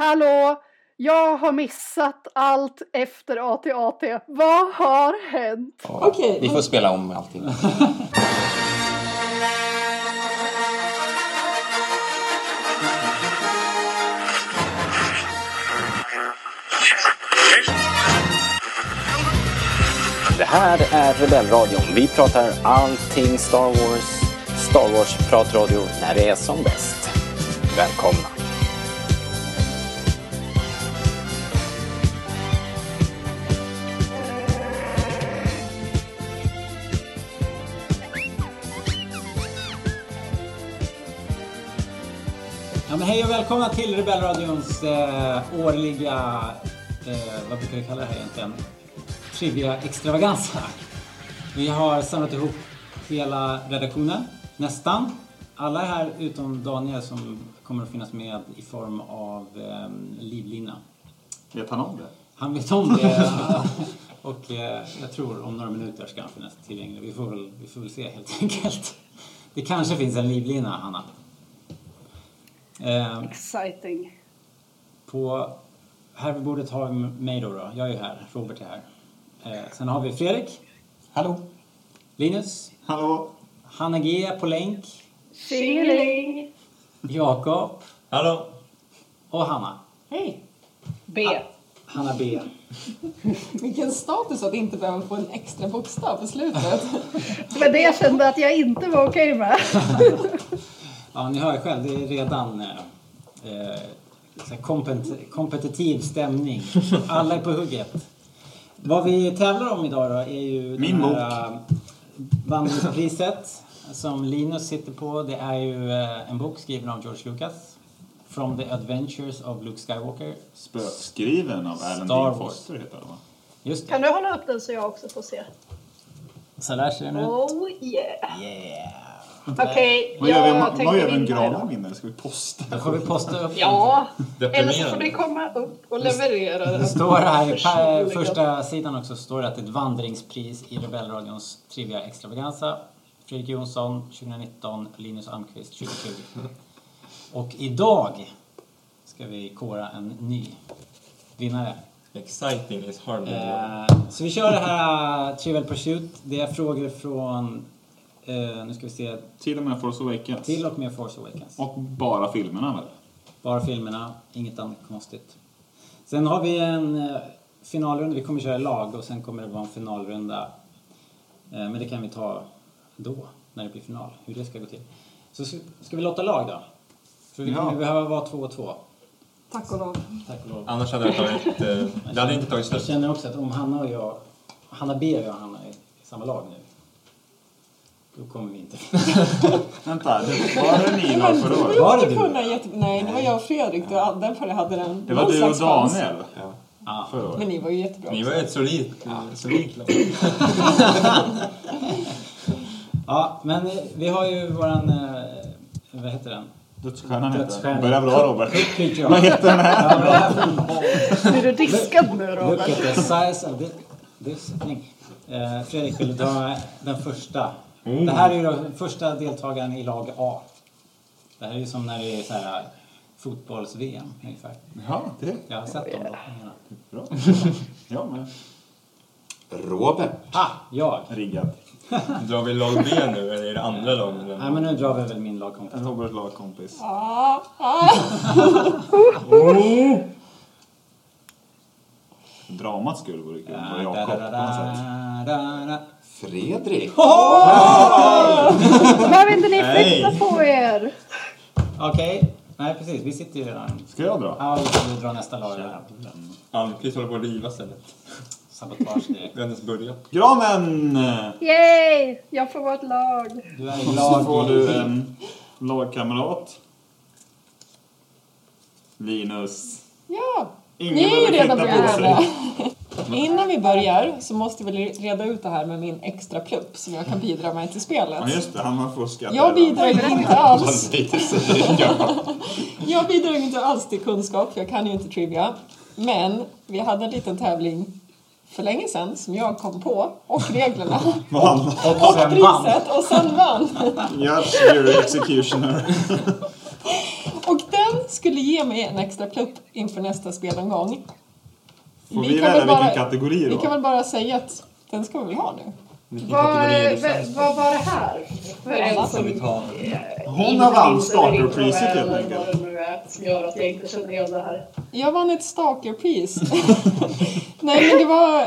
Hallå, jag har missat allt efter AT-AT. Vad har hänt? Ja, okej, vi får spela om allting. Det här är Rebellradion. Vi pratar allting Star Wars. Star Wars-pratradio när det är som bäst. Välkomna. Ja, men hej och välkomna till Rebellradions årliga, vad brukar vi kalla det här egentligen? Trivia extravaganza. Vi har samlat ihop hela redaktionen, nästan. Alla är här utom Daniel som kommer att finnas med i form av livlina. Vet han om det? Han vet om det och jag tror om några minuter ska han finnas tillgänglig. Vi får väl se helt enkelt. Det kanske finns en livlina, Hanna. Exciting. Här vid bordet har vi mig då. Jag är här, Robert är här. Sen har vi Fredrik. Hallå. Linus. Hallå. Hanna G på länk. Tjingeling. Jakob. Hallå. Och Hanna. Hej. B. Hanna B. Vilken status att inte behöva få en extra bokstav på slutet. Det var det jag kände att jag inte var okej med. Ja, ni hör själv. Det är redan kompetitiv stämning. Alla är på hugget. Vad vi tävlar om idag då är ju min det här vandringspriset som Linus sitter på. Det är ju en bok skriven av George Lucas. From the Adventures of Luke Skywalker. Spökskriven av Alan Dean Foster heter det, va? Just det. Kan du hålla upp den så jag också får se? Så där ser den ut. Oh yeah. Yeah. Okej, Vad gör vi vinna en gran idag. av vinnare? Ska vi posta? Då får vi posta upp. Ja, eller så får ni komma upp och leverera Det den. står här på första sidan också står det att det är ett vandringspris i Rebellradions Trivia Extravaganza. Fredrik Jonsson 2019, Linus Almqvist 2020. Och idag ska vi kora en ny vinnare. Exciting is hard. Så vi kör det här Trivial Pursuit. Det är frågor från nu ska vi se, Till och med Force Awakens. till och med Force Awakens. Och bara filmerna, väl? Bara filmerna, inget annat konstigt. Sen har vi en finalrunda, vi kommer köra lag och sen kommer det vara en finalrunda. Men det kan vi ta då, när det blir final, hur det ska gå till. Så ska vi låta lag då? För vi kommer behöva vara 2-2. Tack och lov. Tack och lov. Annars hade det tagit... det hade inte tagit Jag slut. känner också att om Hanna B och jag hamnar i samma lag nu, då kommer vi inte. Vänta, var det ni lag förra året? Var det du? Nej, det var jag och Fredrik. Den för jag hade den. Det var du och Daniel Ja. förra året. Men ni var ju jättebra. Ni var ett solid lag. Ja, men vi har ju våran, vad heter den? Dödsstjärnan heter Dödsstjärnan. den. Börjar bra, Robert. Creature. Vad heter den här? Är du diskad nu, Look Robert? at the size of this thing. Fredrik, vill du ta den första? Det här är ju den första deltagaren i lag A. Det här är ju som när det är så här fotbolls-VM ungefär. Ja, det Jag har sett dem lottningarna. bra. Ja, men Robert. Jag. riggad. Drar vi lag B nu eller är det andra lag? Nej, men nu drar vi väl min lagkompis. En Roberts lagkompis. Dramats skull vore det kul. Och Jakob på något sätt. Fredrik. Behöver inte ni flytta på er? Okej. Nej, precis. Vi sitter ju redan. Ska jag dra? Ja, vi drar nästa lag. Almqvist håller på att riva stället. Sabotage. Vi har ens börjat. Granen! Yay! Jag får vara ett lag. Du är i Så lag. får du en lagkamrat. Linus. Ja, Ingen ni är ju behöver redan flytta på sig. bjudna. Innan vi börjar så måste vi reda ut det här med min extra plupp som jag kan bidra med till spelet. Ja, just det. Han har fuskat. Jag bidrar inte alls. Ja. Jag bidrar inte alls till kunskap, för jag kan ju inte trivia. Men vi hade en liten tävling för länge sedan som jag kom på. Och reglerna. Och priset. Och sen vann. Yes, you're executioner. Och den skulle ge mig en extra plupp inför nästa spelomgång. Får vi välja vilken kategori då? Vi kan väl bara säga att den ska vi väl ha nu. Vad var det här? Hon har vann starterpriset helt enkelt. Som gör att jag inte känner igen det här. Jag vann ett stalkerpris. Nej, men det var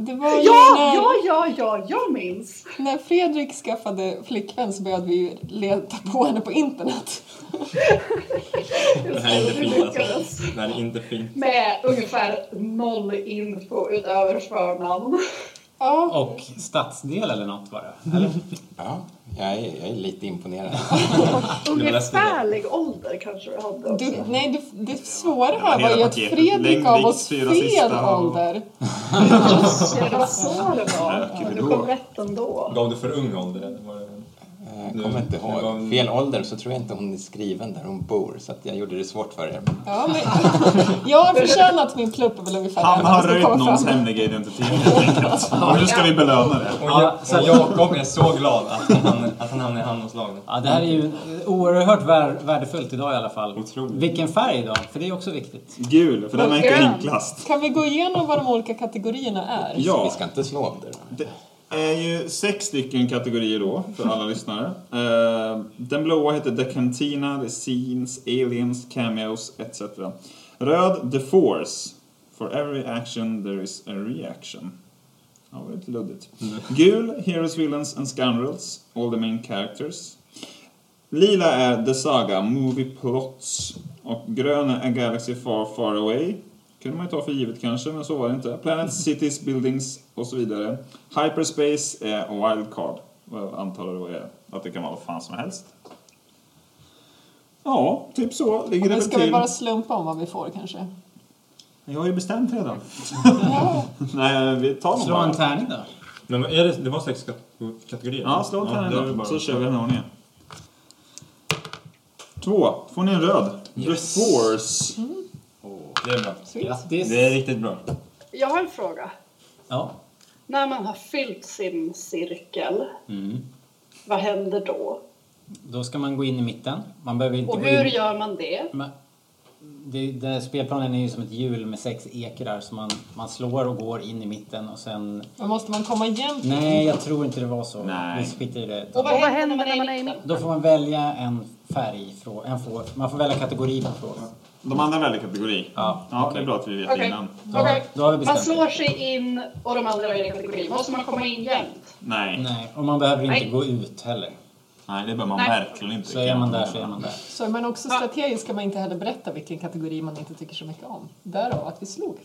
jag minns. När Fredrik skaffade flickvän så började vi leta på henne på internet. Det här är inte fint alltså. Det här är inte fint. Med ungefär 0 info utöver förnamn. Ja. Och stadsdel eller något var det? Eller? Ja, jag är lite imponerad. Ungefärlig ålder kanske du hade också. Det svåra här var ju att Fredrik gav oss fel ålder. Det var så det var. Du kom rätt ändå. Gav du för ung ålder eller var det? Jag kommer inte ihåg. Fel ålder så tror jag inte hon är skriven där hon bor. Så att jag gjorde det svårt för er. Ja, men jag har förtjänat min plupp väl ungefär. Han har röjt någons hemliga identitet helt enkelt. Och nu ska vi belöna det. Och Jakob är så glad att han hamnar i handbollslaget. Ja, det här är ju oerhört värdefullt idag i alla fall. Otroligt. Vilken färg då? För det är också viktigt. Gul, för den verkar enklast. Kan vi gå igenom vad de olika kategorierna är? Ja. Vi ska inte slå ålder. Det är ju 6 stycken kategorier då för alla lyssnare. Den blåa heter The Cantina, The Scenes, Aliens, Cameos, etc. Röd, The Force. For every action there is a reaction. Ja, det är lite luddigt. Gul, Heroes, Villains and Scoundrels. All the main characters. Lila är The Saga, Movie Plots. Och grön är A Galaxy Far Far Away. Kunde man ju ta för givet kanske, men så var det inte. Planets, Cities, Buildings och så vidare. Hyperspace är Wildcard. Jag antar det då är att det kan vara vad fan som helst. Ja, typ så ligger det väl till. Ska vi bara slumpa om vad vi får kanske? Jag har ju bestämt redan. Nej, vi tar någon. Slå en tärning då. Men det var 6 kategorier? Ja, slå en tärning då. Så kör vi den här ordningen. 2. Får ni en röd? Yes. The Force. Det är bra. Grattis. Det är riktigt bra. Jag har en fråga. Ja. När man har fyllt sin cirkel, vad händer då? Då ska man gå in i mitten. Man behöver inte Och gå hur in. gör man det? Spelplanen är ju som ett hjul med 6 ekrar. Så man slår och går in i mitten och sen... Men måste man komma igen? Nej, jag tror inte det var så. Nej. Vi skiter i det. Och vad händer när man är i mitten? Då får man välja en färg. Man får välja kategori på frågan. De andra väljer kategori. Ja, det är bra att vi vet Okej. innan. Då har vi Man bestämt. slår sig in och de andra väljer kategori. Måste man komma in jämt? Nej. Nej, och man behöver inte Nej. gå ut heller. Nej, det bör man Nej. verkligen inte. Så är man där så är man där. Så är man också strategisk ska man inte heller berätta vilken kategori man inte tycker så mycket om. Därav att vi slog.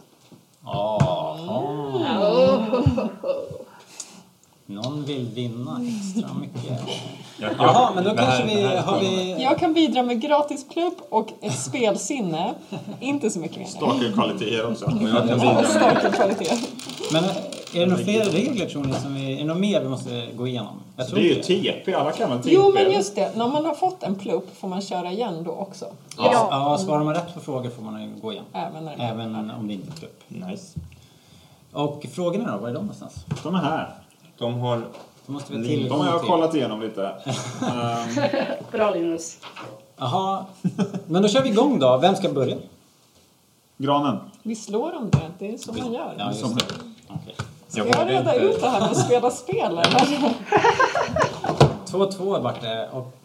Någon vill vinna extra mycket. Jaha, men då kanske vi... Jag kan bidra med gratis plupp och ett spelsinne. Inte så mycket mer. Stalker-kvaliteter också. Och jag kan bidra med Stalker-kvalitet. Men är det några fler regler tror ni? Är det något mer vi måste gå igenom? Jag tror Det är ju inte TP, alla kan väl TP? Jo, men just det. När man har fått en plupp får man köra igen då också. Ja, svarar man rätt på frågor får man ju gå igen. Även om det inte är klubb. Nice. Och frågorna då, var är de någonstans? De är här. De har... Då måste vi till. De har jag kollat igenom lite. Bra Linus. Jaha, men då kör vi igång då. Vem ska börja? Granen. Vi slår om det. Det är så man gör. Ja, just Som det. Okej. Ska jag reda ut det här med att spela spel? Eller? 2-2 vart det och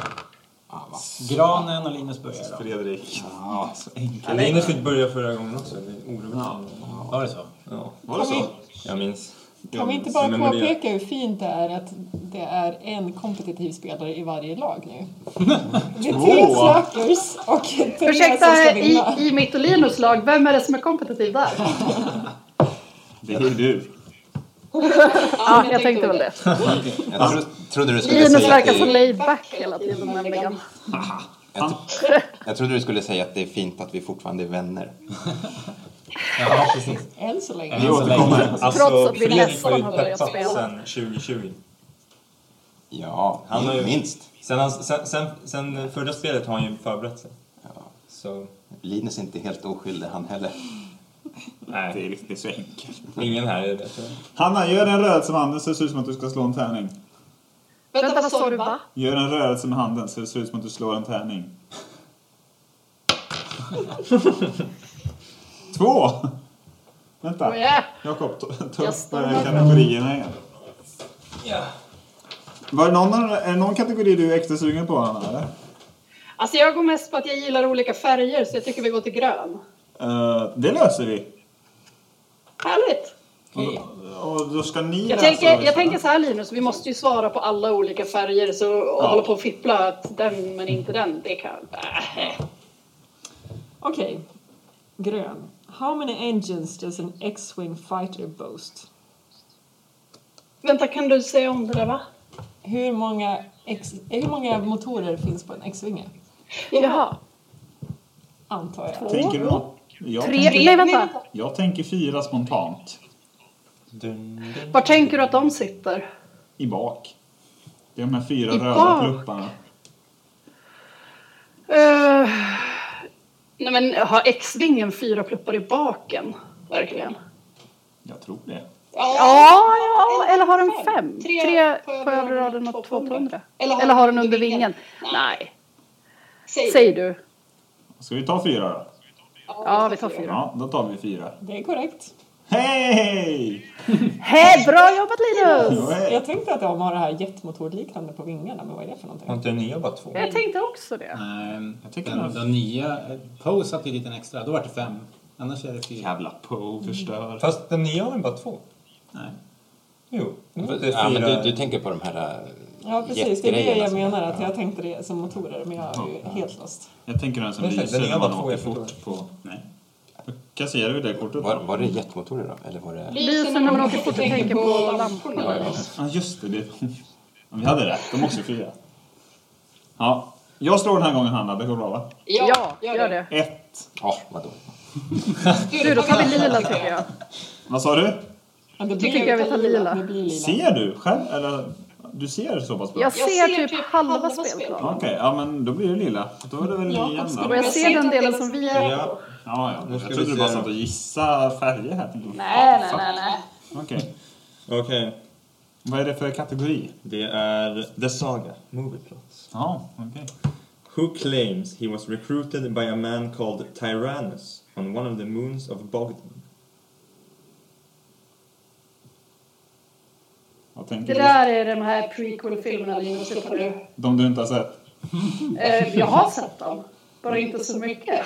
Granen och Linus börjar då. Fredrik. Ja, så enkelt. Linus fick börja förra gången också. Det är oroligt. Var det så? Ja. Var det så? Jag minns. Kan vi inte bara påpeka hur fint det är att det är en kompetitiv spelare i varje lag nu? Det är 3 slackers och 3 som Ursäkta, ska vinna. i mitt och Linus lag, vem är det som är kompetitiv där? Det är du. Ja, jag tänkte väl det. Jag trodde du skulle Linus säga att verkar så det, laid back hela tiden nämligen. jag trodde du skulle säga att det är fint att vi fortfarande är vänner. Ja, precis. Än så länge. Vi återkommer. Trots att vi Fredrik nästan har ju har börjat peppat spela. sen 2020. Ja, Han har ju- minst. Sen förra spelet har han ju förberett sig. Ja. Så Linus är inte helt oskyldig han heller. nej, Det är riktigt så enkelt. ingen här är det. Hanna, gör en rörelse med handen så det ser ut som att du ska slå en tärning. Vänta, vad sa du va? Gör en rörelse med handen så det ser ut som att du slår en tärning. 2. Vänta. Oh, yeah. Jakob, ta upp stormar kategorierna igen. Var är det någon kategori du är extra sugen på, Anna, eller? Alltså jag går mest på att jag gillar olika färger, så jag tycker vi går till grön. Det löser vi. Härligt! Och då ska ni Jag tänker så här, Linus, vi måste ju svara på alla olika färger, så hålla på och fippla att den men inte den, det kan... Okej. Grön. How many engines does an X-Wing fighter boast? Vänta, kan du säga om det där, va? Hur många motorer finns på en X-Vinge? Jaha. Antar jag. Tänker du något? Nej, vänta. Jag tänker 4 spontant. Var tänker du att de sitter? I bak. Det är de här 4 I röda bak? plupparna. Nej, men har X-vingen 4 pluppar i baken? Verkligen? Jag tror det. Ja, eller har den 5? 3 på övre raden och 2 på undre. Eller har den under vingen? Nej. Säg du. Ska vi ta 4 då? Ja, vi tar 4. Ja, då tar vi 4. Det är korrekt. Hej! Hej, bra jobbat Linus! Jag tänkte att de har det här jetmotorliknande på vingarna, men vad är det för någonting? Har inte ni bara 2? Jag tänkte också det. Jag tycker den nya Pose har lite extra. Då var det 5. Annars är det 4. Jävla förstör. Fast den nya har väl bara 2? Nej. Jo. Ja, men du tänker på de här Ja, precis. Det är det jetgrejerna jag som- menar, att jag tänkte det som motorer, men jag är ju helt lost. Jag tänker den som Men lyser den när nya man var 2 åker efterfrågan. fort på... Nej. Kasserar vi det kortet då? Var det jetmotorer då? Eller var det... Lyser när man åker fort och tänker på lamporna. Ja, just det. Vi hade rätt. De också 4. Ja. Jag slår den här gången, Hanna. Det går bra, va? Ja, gör det. 1. Ja, vadå? Du, då tar vi lila tycker jag. Vad sa du? Ja, det tycker jag vi tar lila. Det blir lila. Ser du själv? Eller du ser så pass bra? Jag ser typ halva spelplanen. Okej, ja men då blir det lila. Då är det väl ni igen då. Och jag ser den delen som vi är Ja. på. Ja. Nu ska Jag trodde vi du bara se. satt och gissa färger här. Nej. Okej. Okej. Vad är det för kategori? Det är The Saga. Movie plots. Ja, okej. Who claims he was recruited by a man called Tyrannus on one of the moons of Bogdan? Vad tänker Det du? där är de här prequel-filmerna Linus ser på nu. De du inte har sett? Jag har sett dem. Bara inte så mycket.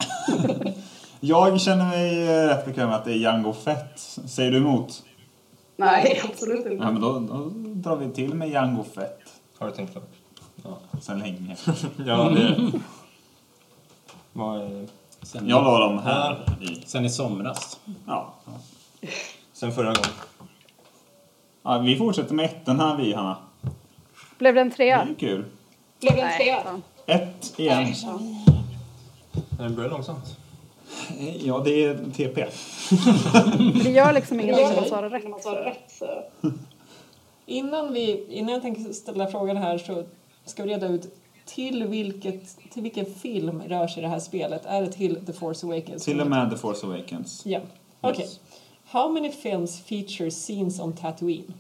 Jag känner mig rätt bekväm med att det är Jango Fett. Säger du emot? Nej, absolut inte. Ja, men då drar vi till med Jango Fett. Har du tänkt klart? Sen länge. Ja, det... Vad är... Jag la dem här i. Sen i somras. Ja. Sen förra gången. Ja, vi fortsätter med 1 här vi, Hanna. Blev det en Det 3? är kul. Blev det en 3? 1 igen. Den börjar långsamt. Ja, det är TP. Det gör liksom ingenting om man svarar rätt. Innan jag tänker ställa frågan här så ska vi reda ut till vilken film rör sig det här spelet. Är det till The Force Awakens? Till och med The Force Awakens. Ja, okej. Yes. How many films feature scenes on Tatooine?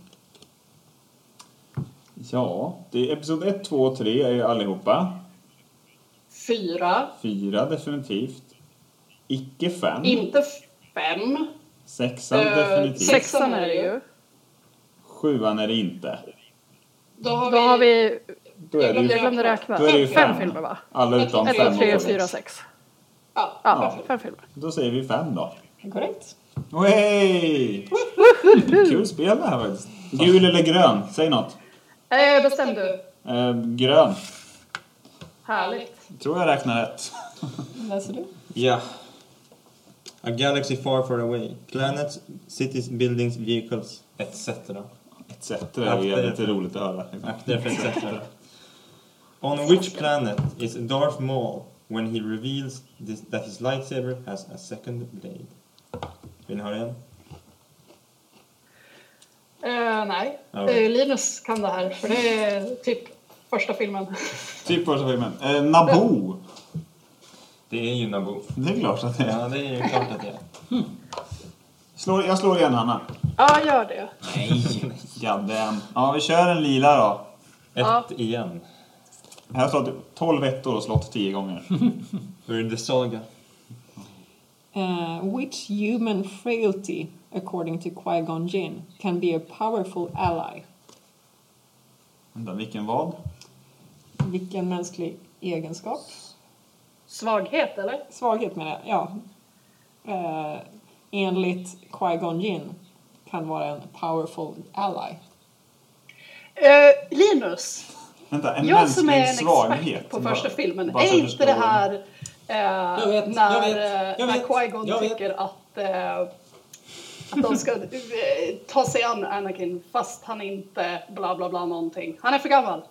Ja, det är episod 1, 2 och 3 är allihopa. 4. 4 definitivt. Icke 5. Inte 5. 6 definitivt. 6 är det ju. 7 är det inte. Då har vi... Då är det Jag ju glömde räkna. Då är det ju 5 5. filmer va? Alla utom 1, 5 2, 3, och 4, 6. 6. Ja, 5 filmer. Då säger vi 5 då. Korrekt. Hey! Kul spel det här faktiskt. Gul eller grön? Säg något. Bestäm du. Grön. Härligt. Tror jag räknar rätt. Läser du? Ja. A galaxy far, far away. Planets, cities, buildings, vehicles, etc. Etc. Det är jävligt roligt att höra. Därför etc. On which planet is Darth Maul when he reveals that his lightsaber has a second blade? Vill ni höra igen? Nej. Ja, okej. Linus kan det här. För det är typ första filmen. Typ första filmen. Naboo. Det är ju Naboo. Det är klart att det är. Ja, det är ju klart att det är. Jag slår igen, Hanna. Ja, gör det. Goddamn. Ja, vi kör en lila då. Ett igen. Jag har slått 12 ettor och slått 10 gånger. Då är det The Saga. Which human frailty, according to Qui-Gon Jinn, can be a powerful ally? Vänta, vilken vad? Vilken mänsklig egenskap? Svaghet, eller? Svaghet menar jag, ja. Enligt Qui-Gon Jinn kan vara en powerful ally. Linus. Vänta, Jag som är en svaghet. expert på första filmen. Bara Är inte det här Jag vet. när Qui-Gon tycker att de ska ta sig an Anakin fast han inte bla bla bla någonting. Han är för gammal.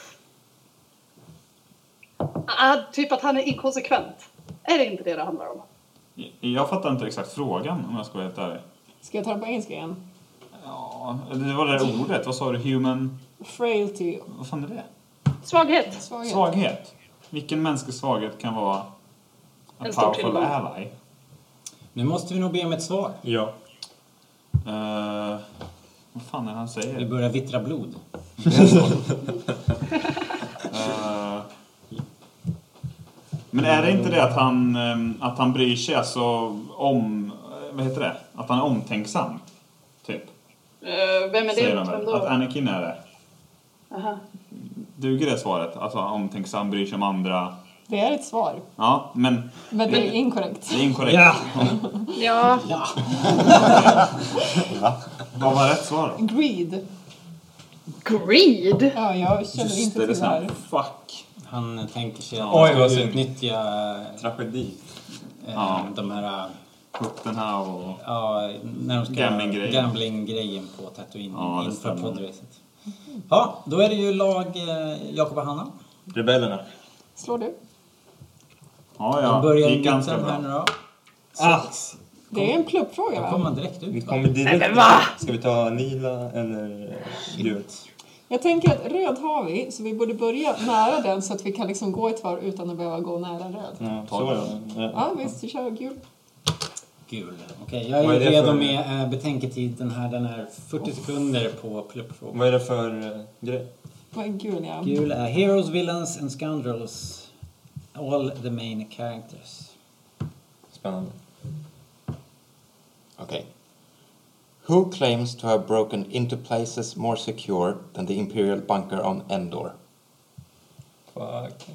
Typ att han är inkonsekvent. Är det inte det handlar om? Jag fattar inte exakt frågan om jag ska vara helt ärlig. Ska jag ta det på engelska igen? Ja, det var det ordet. Vad sa du? Human... Frailty. Vad fan är det? Svaghet. Svaghet. Vilken mänsklig svaghet kan vara a powerful ally? Nu måste vi nog be om ett svar. Ja. Vad fan är det han säger? Det börjar vittra blod. Men är det inte det att han bryr sig alltså om... Vad heter det? Att han är omtänksam? Typ. Vem är det? Vem då? Att Anakin är det. Aha. Duger det svaret? Alltså omtänksam, bryr sig om andra... Det är ett svar. Ja, men det är inkorrekt. Det är inkorrekt. Ja. Vad var rätt svar då? Greed. Greed? Ja, jag känner inte till det här. Fuck. Han tänker sig att utnyttja tragedi. De här... Putterna och... Ja, när de ska gambling-grejen på Tatooine inför poddracet. Ja, då är det ju lag Jakob och Hanna. Rebellerna. Slår du? Ja, de börjar i mitten här nu då. Det är en pluppfråga, va? Då kommer man direkt ut. Vi kommer direkt. Ska vi ta lila eller gult? Jag tänker att röd har vi, så vi borde börja nära den så att vi kan liksom gå ett varv utan att behöva gå nära röd. Ja, visst, vi kör gul. Gul. Okej, jag är redo med betänketiden här. Den är 40 sekunder på pluppfrågan. Vad är det för grej? Vad är gul, ja? Gul är Heroes, Villains and Scoundrels. All the main characters. Spännande. Okay. Who claims to have broken into places more secure than the Imperial bunker on Endor? Fuck.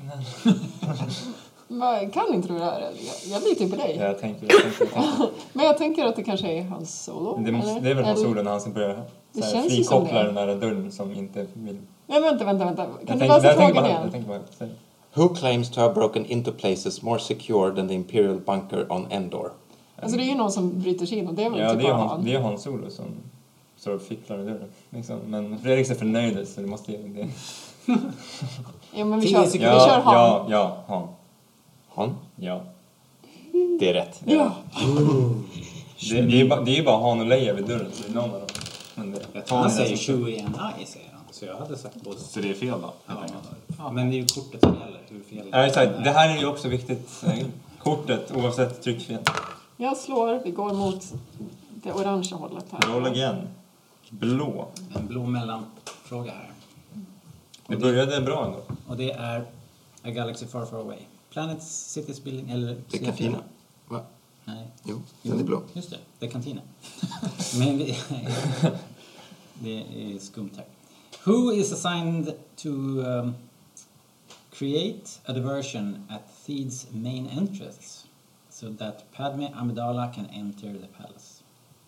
Kan inte du det här? Jag litar på dig. Jag tänker. Men jag tänker att det kanske är hans solo. Det är väl hans solo när han ska börja frikoppla den där dörren som inte vill... Nej, vänta. Kan du läsa frågan igen? Who claims to have broken into places more secure than the Imperial bunker on Endor? Alltså det är ju någon som bryter sig in och det är väl det är hans solo som står och ficklar i dörren. Liksom. Men Fredrik är för nöjd så det måste ju... Det... Ja, men vi kör han. Ja, han. Han? Ja. Det är rätt. Ja. Det är ju bara han och Leia vid dörren, så det är någon av dem. Men han säger Chewie and I, säger han. Så jag hade sagt både. Så det är fel då? Ja, men det är ju kortet som gäller. Hur fel det här är ju också viktigt. Kortet, oavsett tryckfel. Jag slår, vi går mot det orangea hållet här. Roll again. Blå. En blå mellanfråga här. Det började bra ändå. Och det är A Galaxy Far Far Away. Planets, Cities Building eller... Det är Cantina. Va? Nej. Jo, den är blå. Just det är Cantina. Men det är skumt här. Who is assigned to create a diversion at Theed's main entrance so that Padme Amidala can enter the palace?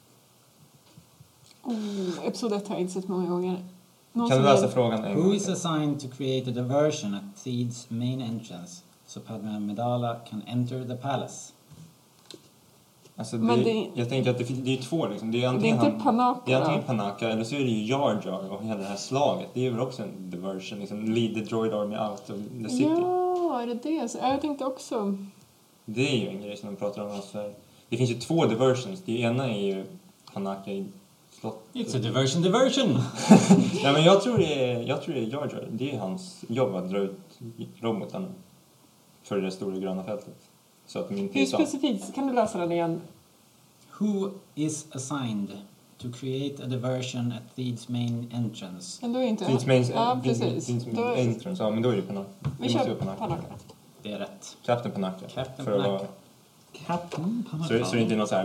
Episod 1 har jag inte sett många gånger. Kan du läsa frågan? Who is assigned to create a diversion at Theed's main entrance so Padme Amidala can enter the palace? Alltså jag tänker att det är två liksom. Det är inte Panaka. Det är antingen Panaka eller så är det ju Jar Jar och hela det här slaget. Det är väl också en diversion liksom. Lead the droid army out of the city. Ja, är det? Så jag tänkte också. Det är ju en grej som de pratar om. Alltså, det finns ju två diversions. Det ena är ju Panaka i slott. It's a diversion! Ja, men jag tror det är Jar Jar. Det är hans jobb att dra ut roboten för det stora gröna fältet. Så att de inte hur specifikt? Kan du läsa den igen? Who is assigned to create a diversion at Theed's main entrance? Men då är inte... Theed's main, ja, precis. entrance. Ja, men då är det Panaka. Vi kör Panaka. Det är rätt. Captain Panaka. Captain Panaka. Captain Så det är inte något så här...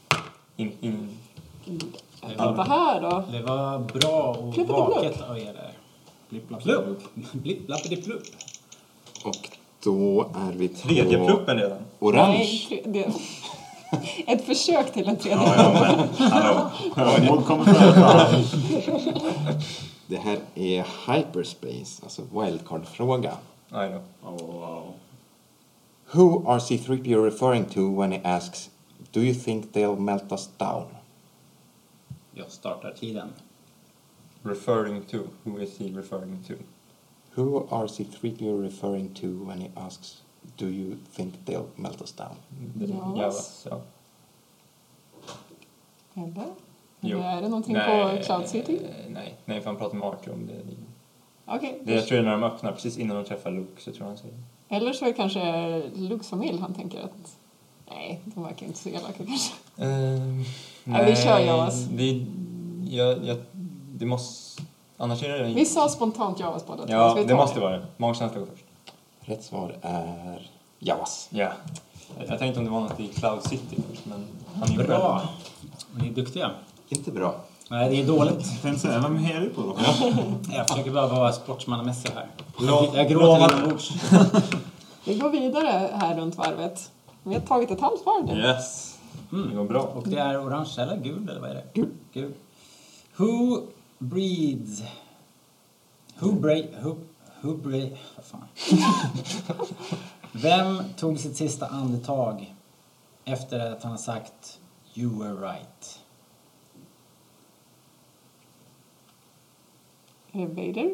Vad här då? Det var bra och vaket av er där. Blipp-blapp-dipp-plupp. Och då är vi på Tredje pluppen redan. orange. Nej, ett försök till en tredje. Hallå. Det här är hyperspace, alltså wildcard-fråga. Nej då. Who are C-3PO referring to when he asks, do you think they'll melt us down? Jag startar tiden. Referring to. Who is he referring to? Who are C-3PO referring to when he asks, do you think they'll melt us down? Javas, ja. Eller? Jo. Eller är det någonting på Cloud City? Nej, för han pratar med Ark om det. Okej. Det jag tror jag när de öppnar, precis innan de träffar Luke, så tror jag han säger. Eller så är det kanske Lukes familj han tänker att... Nej, de verkar inte så elaka kanske. Nej, vi kör Javas. Det måste... Annars är det... Vi sa spontant Javas på det. Ja, det måste vara det. Magkänsla går först. Rätt svar är Javas. Ja. Jag tänkte om det var något i Cloud City först, men han är ju Bra. Ni är duktiga. Inte bra. Nej, det är dåligt. Jag tänkte säga, vem är du på då? Jag försöker bara vara sportsmannamässig här. Jag gråter inombords. Vi går vidare här runt varvet. Vi har tagit ett halvt varv nu. Yes. Det går bra. Och det är orange eller gul, eller vad är det? Gul. Who breeds... Vad fan? Vem tog sitt sista andetag efter att han har sagt You were right? Är det Vader?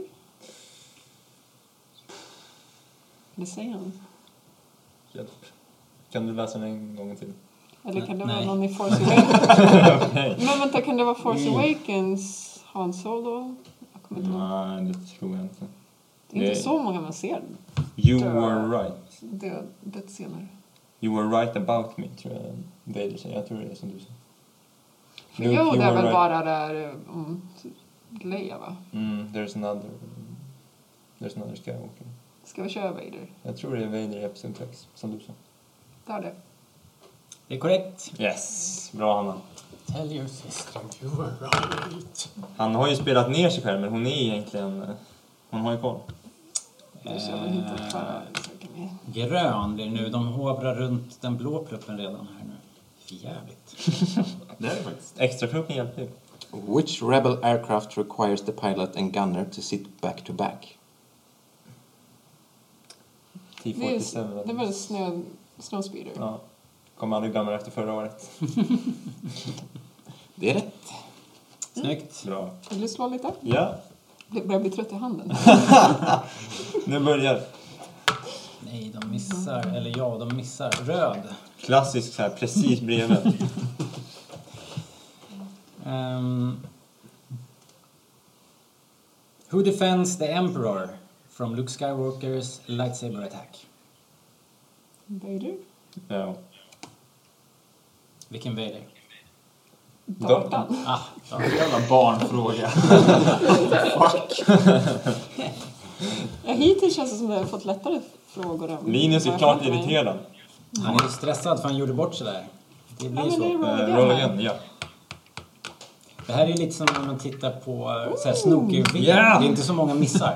Det säger han. Hjälp. Kan du läsa den en gång till? Eller kan det Nej. vara någon i Force Awakens? Men vänta, kan det vara Force Awakens Han Solo? Jag kommer inte ihåg. Nej, det tror jag inte. Det är inte så många man ser. You were right. Det senare. You were right about me, tror jag Vader säger. Jag tror det är som du sa. Jo, det är väl bara där om Leia, va? There's another Skywalker. Ska vi köra Vader? Jag tror det är Vader i Episode 6, som du sa. Det är det. Det är korrekt. Yes, bra Hanna. Tell your sister you were right. Han har ju spelat ner sig själv, men hon är egentligen... Hon har ju koll. Jag ska väl hitta ett förra. Grön blir nu. De hovrar runt den blå pluppen redan här nu. Jävligt. Det är det faktiskt. Extra pluppen hjälper ju. Which rebel aircraft requires the pilot and gunner to sit back to back? T-47. Det är väl Snowspeeder. Ja. Kommer aldrig glömma efter förra året. Det är rätt. Snyggt. Bra. Vill du slå lite? Ja, Jag börjar bli trött i handen. nu börjar. Nej, de missar. Eller ja, de missar. Röd. Klassisk så här, precis bredvid. Who defends the Emperor from Luke Skywalker's lightsaber attack? Vader? Ja. Vilken Vader? Dartan. Jävla barnfråga. Ja, hittills känns det som att jag har fått lättare frågor. Linus är klart irriterad. Han är ju stressad för han gjorde bort sig där. Det blir Ja, men så. det är Roll again, ja. Det här är lite som när man tittar på snooker-VM. Yeah. Det är inte så många missar.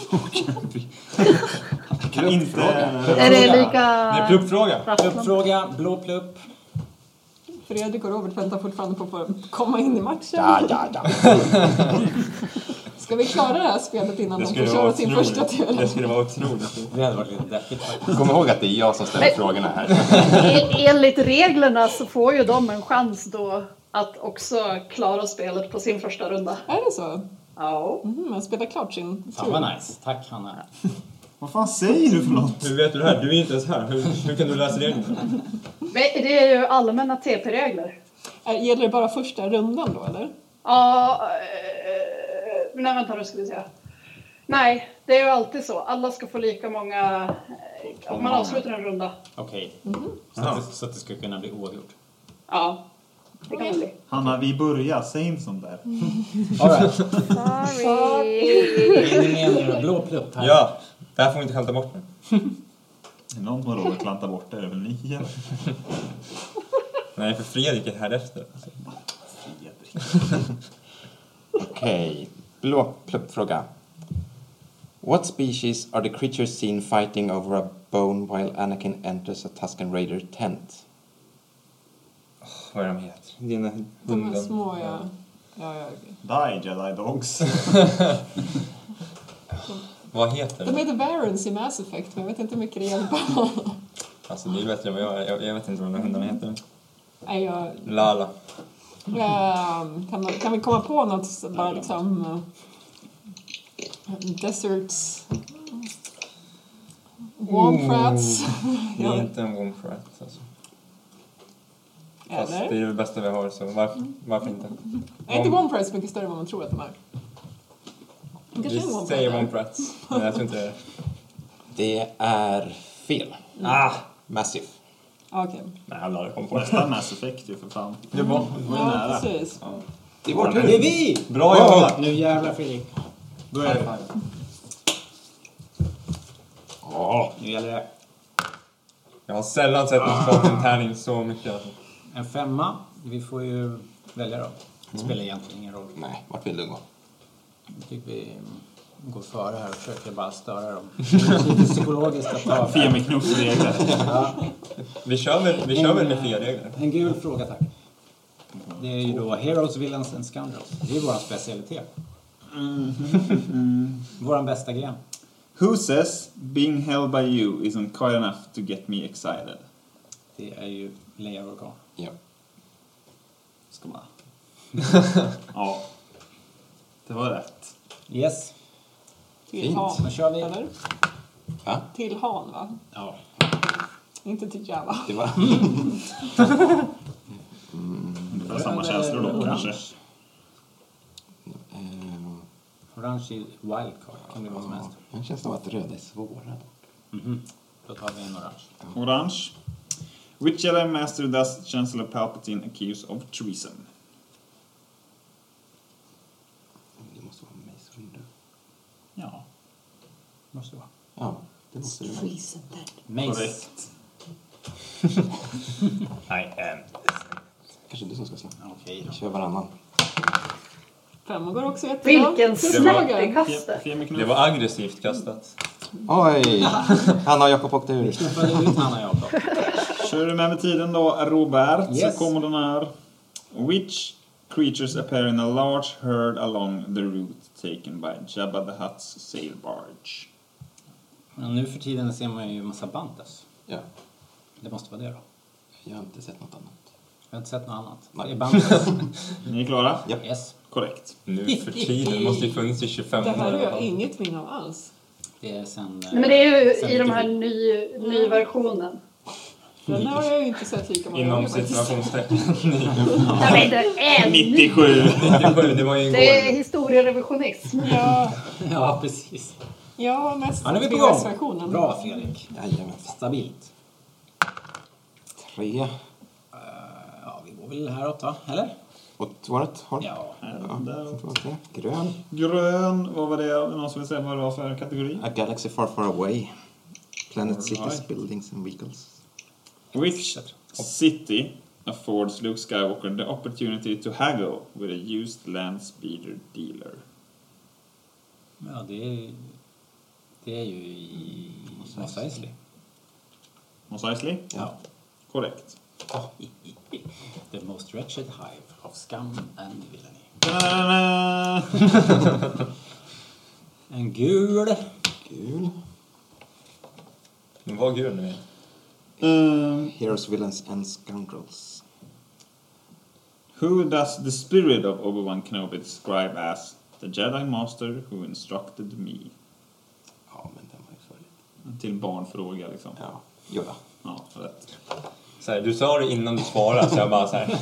Kan inte... Är det lika... Det är pluppfråga. Pluppfråga, blå plupp. Fredrik och Robert väntar fortfarande på att få komma in i matchen. Ja. Ska vi klara det här spelet innan Det de skulle får vara köra sin första otroligt. tur? Det skulle vara otroligt. Det hade varit lite deppigt faktiskt. Kom ihåg att det är jag som ställer frågorna här. Enligt reglerna så får ju de en chans då att också klara spelet på sin första runda. Är det så? Ja. Man spelar klart sin tur. Fan vad nice. Tack Hanna. Vad fan säger du för något? Hur vet du det här? Du är inte ens här. Hur kan du läsa reglerna? Det är ju allmänna TP-regler. Gäller det bara första rundan då, eller? Ja, nej vänta nu ska vi se. Nej, det är ju alltid så. Alla ska få lika många... Om man avslutar en runda. Okej. Så att det ska kunna bli oavgjort. Ja, det kan bli. Hanna, vi börjar. Säg inte sånt där. All right. Sorry. Är ni med nu? Blå plupp här. Ja, där får vi inte skämta bort det. Är någon som har råd att klanta bort det över 9? Nej, för Fredrik är här efter. Fredrik. Okej, blå pluppfråga. What species are the creatures seen fighting over a bone while Anakin enters a Tusken Raider tent? Vad är de heter? Dina De här hunden. små, ja. Die Jedi Dogs. Vad heter De de? heter Varens i Mass Effect, men jag vet inte hur mycket det hjälper. Alltså, det är bättre än vad jag är. Jag vet inte vad de här hundarna heter. Nej, Lala. kan vi komma på något bara liksom... deserts... Womprats. Det är inte en Womfrat. Alltså. Fast Eller? det är det bästa vi har, så varför inte? Är inte Womprats mycket större än vad man tror att de är? Vi Kanske en säger Womprat. Womprats, men jag tror inte det är. Det är fel. Massive. Okej. Nej, jag hade kommit på det. Nästan Mass Effect ju för fan. Det var Ja, precis. Det var Det är vi! bra jobbat! Nu jävlar Fredrik. Då är det. Nu gäller det. Jag har sällan sett någon få en tärning så mycket. Alltså. En 5. Vi får ju välja då. Det spelar egentligen ingen roll. Nej, vart vill du gå? Jag tycker vi går före här och försöker bara störa dem. Lite psykologiskt att ta. Femiknuffsregler. Ja. Vi kör väl med fler regler. En gul fråga tack. Det är ju då Heroes, Villains and Scoundrels. Det är vår specialitet. Våran bästa gren. Who says being held by you isn't quite enough to get me excited? Det är ju Leia Organa. Ja. Ska man. Ja. Det var rätt. Yes. Till Fint. Han, Då kör vi. eller? Va? Till Han, va? Ja. Inte till Java. Det var... Det var samma känslor då kanske. Orange är wildcard. Kan bli vad som helst. Det känns som att röda är svåra. Då tar vi en orange. Orange. Which Jedi Master does Chancellor Palpatine accuse of treason? Det måste vara Mace Windu. Ja. Måste vara. Ja, det måste det vara. Mace. Korrekt. Kanske du som ska slå. Okej då. Kör varannan. 5 går också jättebra. Vilken snabbt kast! Det var aggressivt kastat. Oj! Hanna och Jakob åkte ur. Knuffade ut Hanna och Jakob. Kör du med tiden då, Robert, Yes. så kommer den här. Which creatures appear in a large herd along the route taken by Jabba the Hutt's sail barge? Men nu för tiden ser man ju en massa bantas. Ja, Det måste vara det då. jag har inte sett något annat. Jag har inte sett något annat. Nej. Det är bantas. Ni är klara? Ja. Yes. Korrekt. Nu för tiden måste ju funnits i 25 Det år. här i har alla jag fall. inget minne av alls. Det är sen... Nej, men det är ju sen i de här 97. ny-versionen. Den har jag ju inte sett lika många Inom gånger faktiskt. situationstecken. Jag vet inte, 97. 97, det var ju Det är igår. historierevisionism. Ja, Ja, precis. jag har mest Ja, nu är vi på gång. versionen. Bra Fredrik. Jajamän. Stabilt. 3 Ja, vi går väl häråt va? Eller? åt vårt håll. Ja. Där. 1, 2, 3. Grön. Grön, vad var det? Någon som vill säga vad det var för kategori? A galaxy far far away. Planet All cities, right. buildings and vehicles. Which city affords Luke Skywalker the opportunity to haggle with a used land speeder dealer? Ja, det är ju i Mos Eisley. Mos Eisley? Ja. Korrekt. The most wretched hive of scum and villainy. Ta-da! En gul. Gul. Den var gul nu. Heroes, villains and scoundrels. Who does the spirit of Obi-Wan Kenobi describe as the Jedi Master who instructed me? Ja, men den var ju förut. Till barnfråga liksom. Ja, Yoda. Ja, rätt. Så här, du sa det innan du svarade, så jag bara så här.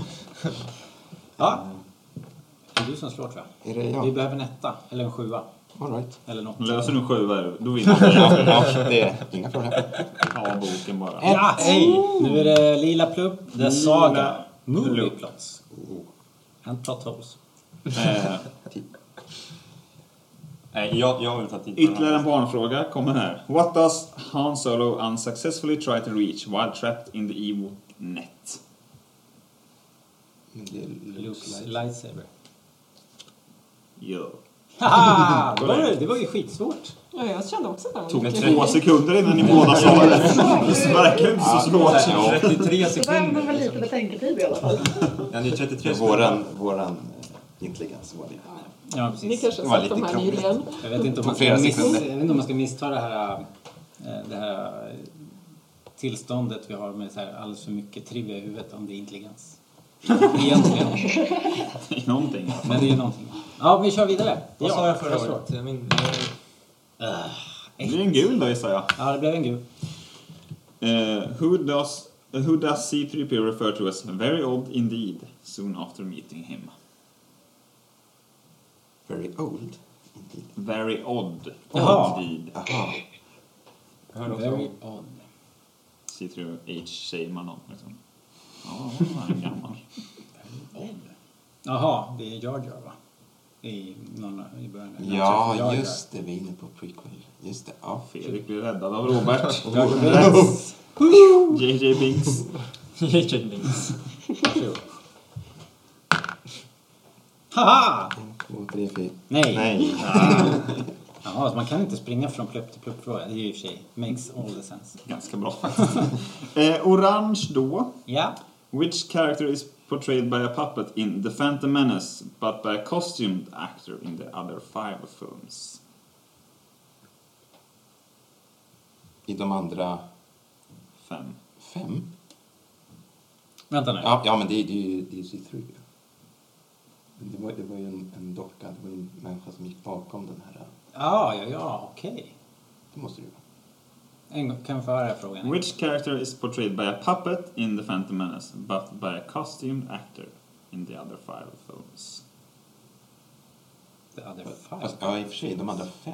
Ja. Det är du som slår tror jag. Är det Vi jag? behöver en 1 eller en 7 All right. eller något. Löser du 7 då vinner du. Ja, det är inga problem. Ja, boken bara. Ja! Nu är det lila plupp. The Saga. Movie plupp. plots. And plot holes. Eh, Nej, jag vill ta tid på Ytterligare en barnfråga kommer här. What does Han Solo unsuccessfully try to reach while trapped in the Ewok net? Luke's lightsaber. Jo. Haha! Det var ju skitsvårt. Ja, jag kände också det. Tog 2 sekunder innan ni båda sa det. Det är verkligen inte så svårt. 33 Så behöver man sekunder. väl lite betänketid i alla fall. Ja, det är 33 sekunder. Våran intelligens var det. Ja, Ni precis. kanske Det var har sett de lite här krångligt. nyligen. Jag vet inte om Tog flera sekunder. jag vet inte om man ska missta det här tillståndet vi har med så här alldeles för mycket trivia i huvudet om det är intelligens. Egentligen. Det är någonting. Men det är någonting. Ja, vi kör vidare. Vad sa jag förra förstår. året? Det blir en gul då, gissar jag. Ja, det blev en gul. Who does C-3PO refer to as very odd indeed soon after meeting him? Very old. Indeed. Very odd Jaha. indeed. Aha. Very odd. C-3PO shamear någon liksom. Ja, han är gammal. Jaha, det är Jar Jar va? I början. Ja, Jar Jar. just det. Vi är inne på prequel. Just det. Ja. Fredrik blir räddad av Robert. Jar Jar Binks. JJ Binks. JJ Binks. Varsågod. Haha! 1, 2, 3, 4. Nej. Nej. Ja, man kan inte springa från plupp till plupp-fråga. Det är ju i och för sig. Makes all the sense. Ganska bra. Orange då. Ja. Which character is portrayed by a puppet in The Phantom Menace but by a costumed actor in the other 5 films? I de andra 5. 5? Vänta nu. Ja, men det är ju C3. Det var ju en docka. Det var ju en människa som gick bakom den här. Ja, okej. Det måste det ju vara. En gång, kan vi få höra frågan? Which character is portrayed by a puppet in The Phantom Menace but by a costumed actor in the other 5 films? The other 5. Alltså, ja, i och för sig. De andra 5.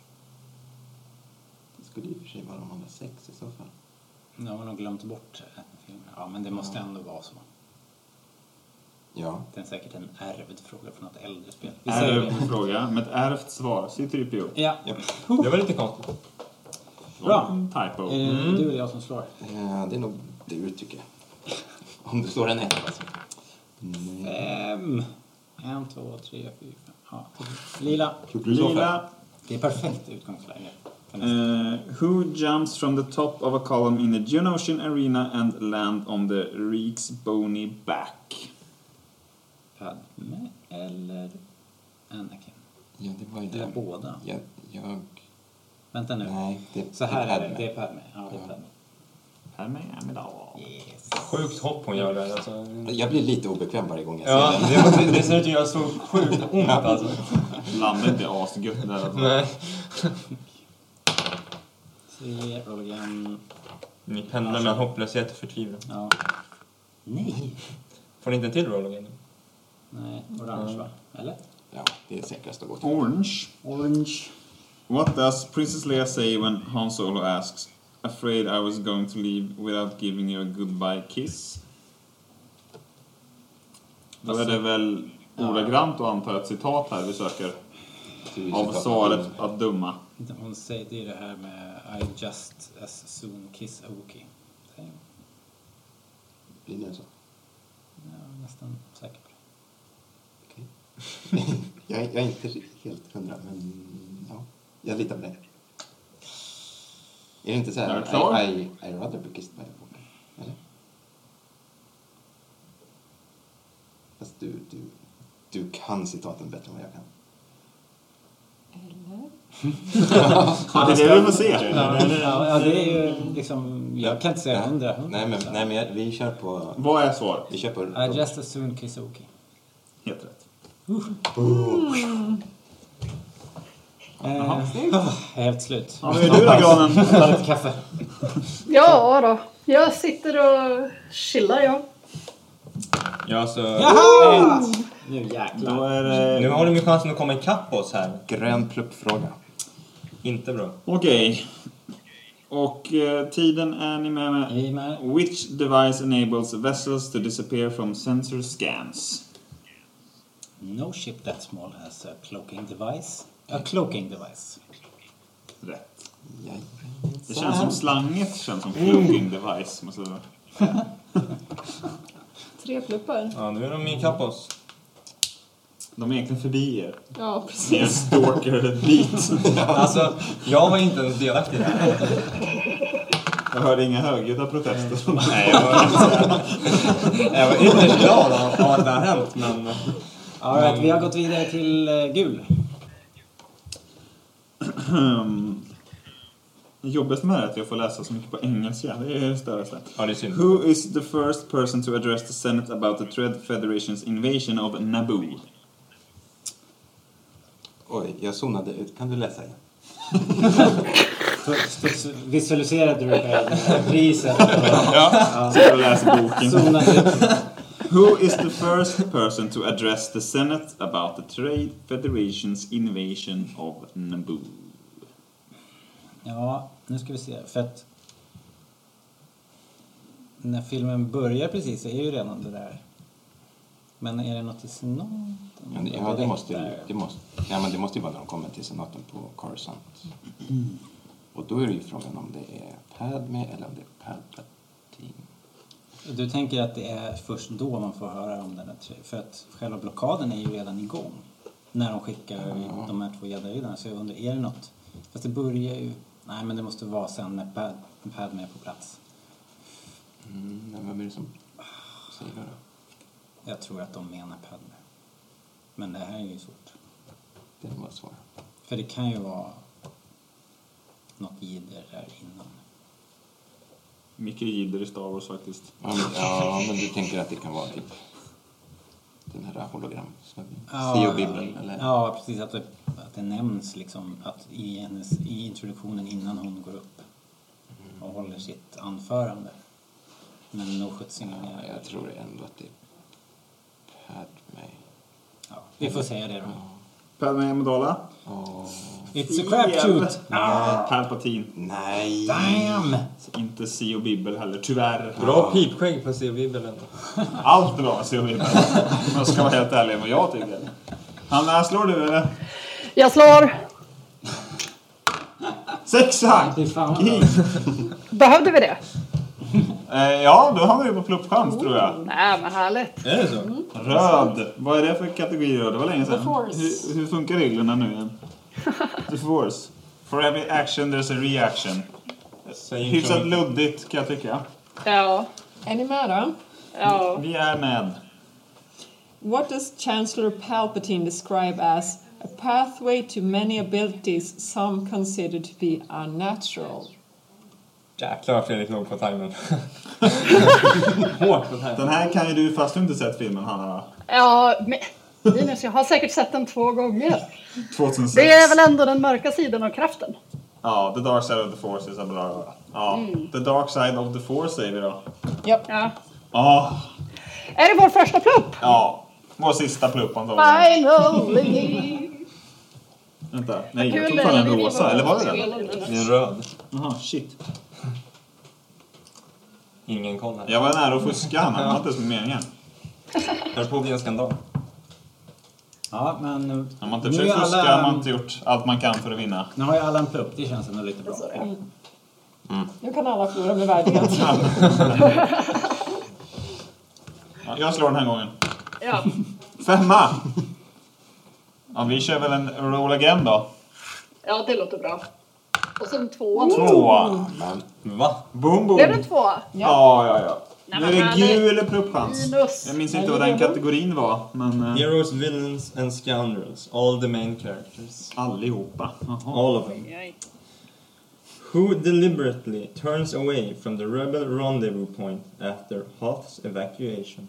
Det skulle i och för sig vara de andra 6 i så fall. Nu har man nog glömt bort en film. Ja, men det måste ändå vara så. Ja. Det är säkert en ärvd fråga från något äldre spel. Vi säger det. Ärvd fråga med ett ärvt svar. C-3PO. Ja. Det var lite konstigt. Bra. Typo. Du eller jag som slår? Det är nog du, tycker jag. Om du slår en 1, alltså. Nej. 1, 2, 3, 4, 5. Ja. Lila. Lila. Det är perfekt utgångsläge. Who jumps from the top of a column in the Geonosian arena and land on the Reek's bony back? Padme eller Anakin? Ja, det var ju Eller det. båda? Jag... Vänta nu. Nej, Så här är det. Padme. Det är Padme. Ja, det är Padme. Här med idag. Yes. Sjukt hopp hon gör där. Alltså. Jag blir lite obekväm varje gång jag ser Ja, den. det ser ut att göra så sjukt ont alltså. Landet är asgött där alltså. Nej. 3, roll igen. Ni pendlar mellan hopplöshet och förtvivlan. Ja. Nej. Får ni inte en till roll again? Nej, orange va? Eller? Ja, det är säkrast att gå till. Orange. Orange. What does Princess Leia say when Han Solo asks, "Afraid I was going to leave without giving you a goodbye kiss"? Då är det väl ordagrant och antar ett citat här vi söker av svaret att dumma. Hon säger det är det här med I just as soon kiss a Wookie. Blir det så? Jag är nästan säker på det. Okej. Jag är inte helt 100, men ja, jag litar på dig. Är det inte så här? Är du klar? I rather be kissed by a Wookiee. Eller? Fast du kan citaten bättre än vad jag kan. Eller? Ja, det är det vi får se. Ja, det är ju liksom... Jag kan inte säga 100. Nej, men vi kör på... Vad är svaret? Vi kör på... I just as soon kiss a Wookie. Helt rätt. Jag är helt slut. Ja, vad är du då, Granen? Ta lite kaffe. Ja då. Jag sitter och chillar, jag. Ja, så... Jaha! Nu Då jäklar. är det... Nu har de ju chansen att komma ikapp oss här. Grön pluppfråga. Inte bra. Okej. Och tiden är ni med. I med. Which device enables vessels to disappear from sensor scans? No ship that small has a cloaking device. A cloaking device. Rätt. Jajamän. Det känns som slanget, känns som cloaking device. Måste det vara. 3 pluppar. Ja, nu är de ikapp oss. De är egentligen förbi er. Ja, Ni precis. är en stalker-bit. Alltså, jag var inte ens delaktig i det här. Jag hörde inga högljudda protester. Nej, jag var ytterst glad av att det har hänt, men... All right, vi har gått vidare till gul. Det jobbigaste med det är att jag får läsa så mycket på engelska. Det är det största. Ja, det är synd. Who is the first person to address the Senate about the Dread Federation's invasion of Naboo? Oj, jag zonade ut. Kan du läsa igen? Visualiserade du priset? Ja, så jag läser boken. Zonade. Who is the first person to address the Senate about the Trade Federation's invasion of Naboo? Ja, nu ska vi se. För att när filmen börjar precis så är ju redan det där. Men är det något i senaten? Ja, det måste ju vara när de kommer till senaten på Coruscant. Och då är det ju frågan om det är Padme eller om det är Palpatine. Du tänker att det är först då man får höra om den här för att själva blockaden är ju redan igång. När de skickar de här 2 jedi-riddarna. Så jag undrar, är det något? Fast det börjar ju... Nej, men det måste vara sen när Padme är på plats. Vem är det som säger det då? Jag tror att de menar Padme. Men det här är ju svårt. Den var svår. För det kan ju vara något jidder där innan. Mycket jidder i Star Wars faktiskt. Ja, men du tänker att det kan vara typ den här hologram. Ja, Theo-bibeln, eller? Ja, precis. Att det nämns liksom att i introduktionen innan hon går upp och håller sitt anförande. Men nog skjutsingen är... Jag tror ändå att det är Padme. Ja, vi får säga det då. Padme Amidala? It's a crapshoot! Palpatine. Nej! Damn! Inte Theo Bibbel heller, tyvärr. Bra pipskägg på Theo-bibeln. Allt är bra med Theo Bibbel. Jag ska vara helt ärlig vad jag tycker. Hanna, slår du eller? Jag slår. 6! Fy fan. Behövde vi det? Ja, då har vi på pluppchans tror jag. Nej, men härligt. Är det så? Röd. Vad är det för kategori då? Det var länge sedan. The Force. Hur funkar reglerna nu igen? The Force. For every action there's a reaction. Hyfsat luddigt kan jag tycka. Ja. Är ni med då? Ja. Vi är med. What does Chancellor Palpatine describe as a pathway to many abilities some consider to be unnatural? Jäklar Fredrik låg på timern. Hårt på timern. Den här kan ju du fast du inte sett filmen, Hanna, va? Ja, men Linus, jag har säkert sett den 2 gånger. 2006. Det är väl ändå den mörka sidan av kraften. Ja, The Dark Side of the Force is a bra. Ja, The Dark Side of the Force säger vi då. Japp. Ja. Ja, Är det vår första plupp? ja. Vår sista plupp antagligen. Finally! Vänta, nej jag tog fan en rosa, eller var det den? Det är röd. Jaha, shit. Ingen koll här. Jag var nära att fuska, Hanna, det var inte som meningen. Hör på att bli en skandal. Ja, men... Har man inte nu försökt är fuska alla- har man inte gjort allt man kan för att vinna. Nu har ju alla en plupp, det känns ändå lite bra. Nu kan alla förlora med värdighet. Ja, jag slår den här gången. Ja. 5! Ja, vi kör väl en roll again då. Ja, det låter bra. Och sen 2. 2. Va? Boom, boom. Blev det 2? Ja. Nej, Nu är men det härligt. gul pluppchans. Minus. Jag minns inte vad den kategorin var, men Heroes, villains and scoundrels. All the main characters. allihopa. All of them. Who deliberately turns away from the rebel rendezvous point after Hoth's evacuation?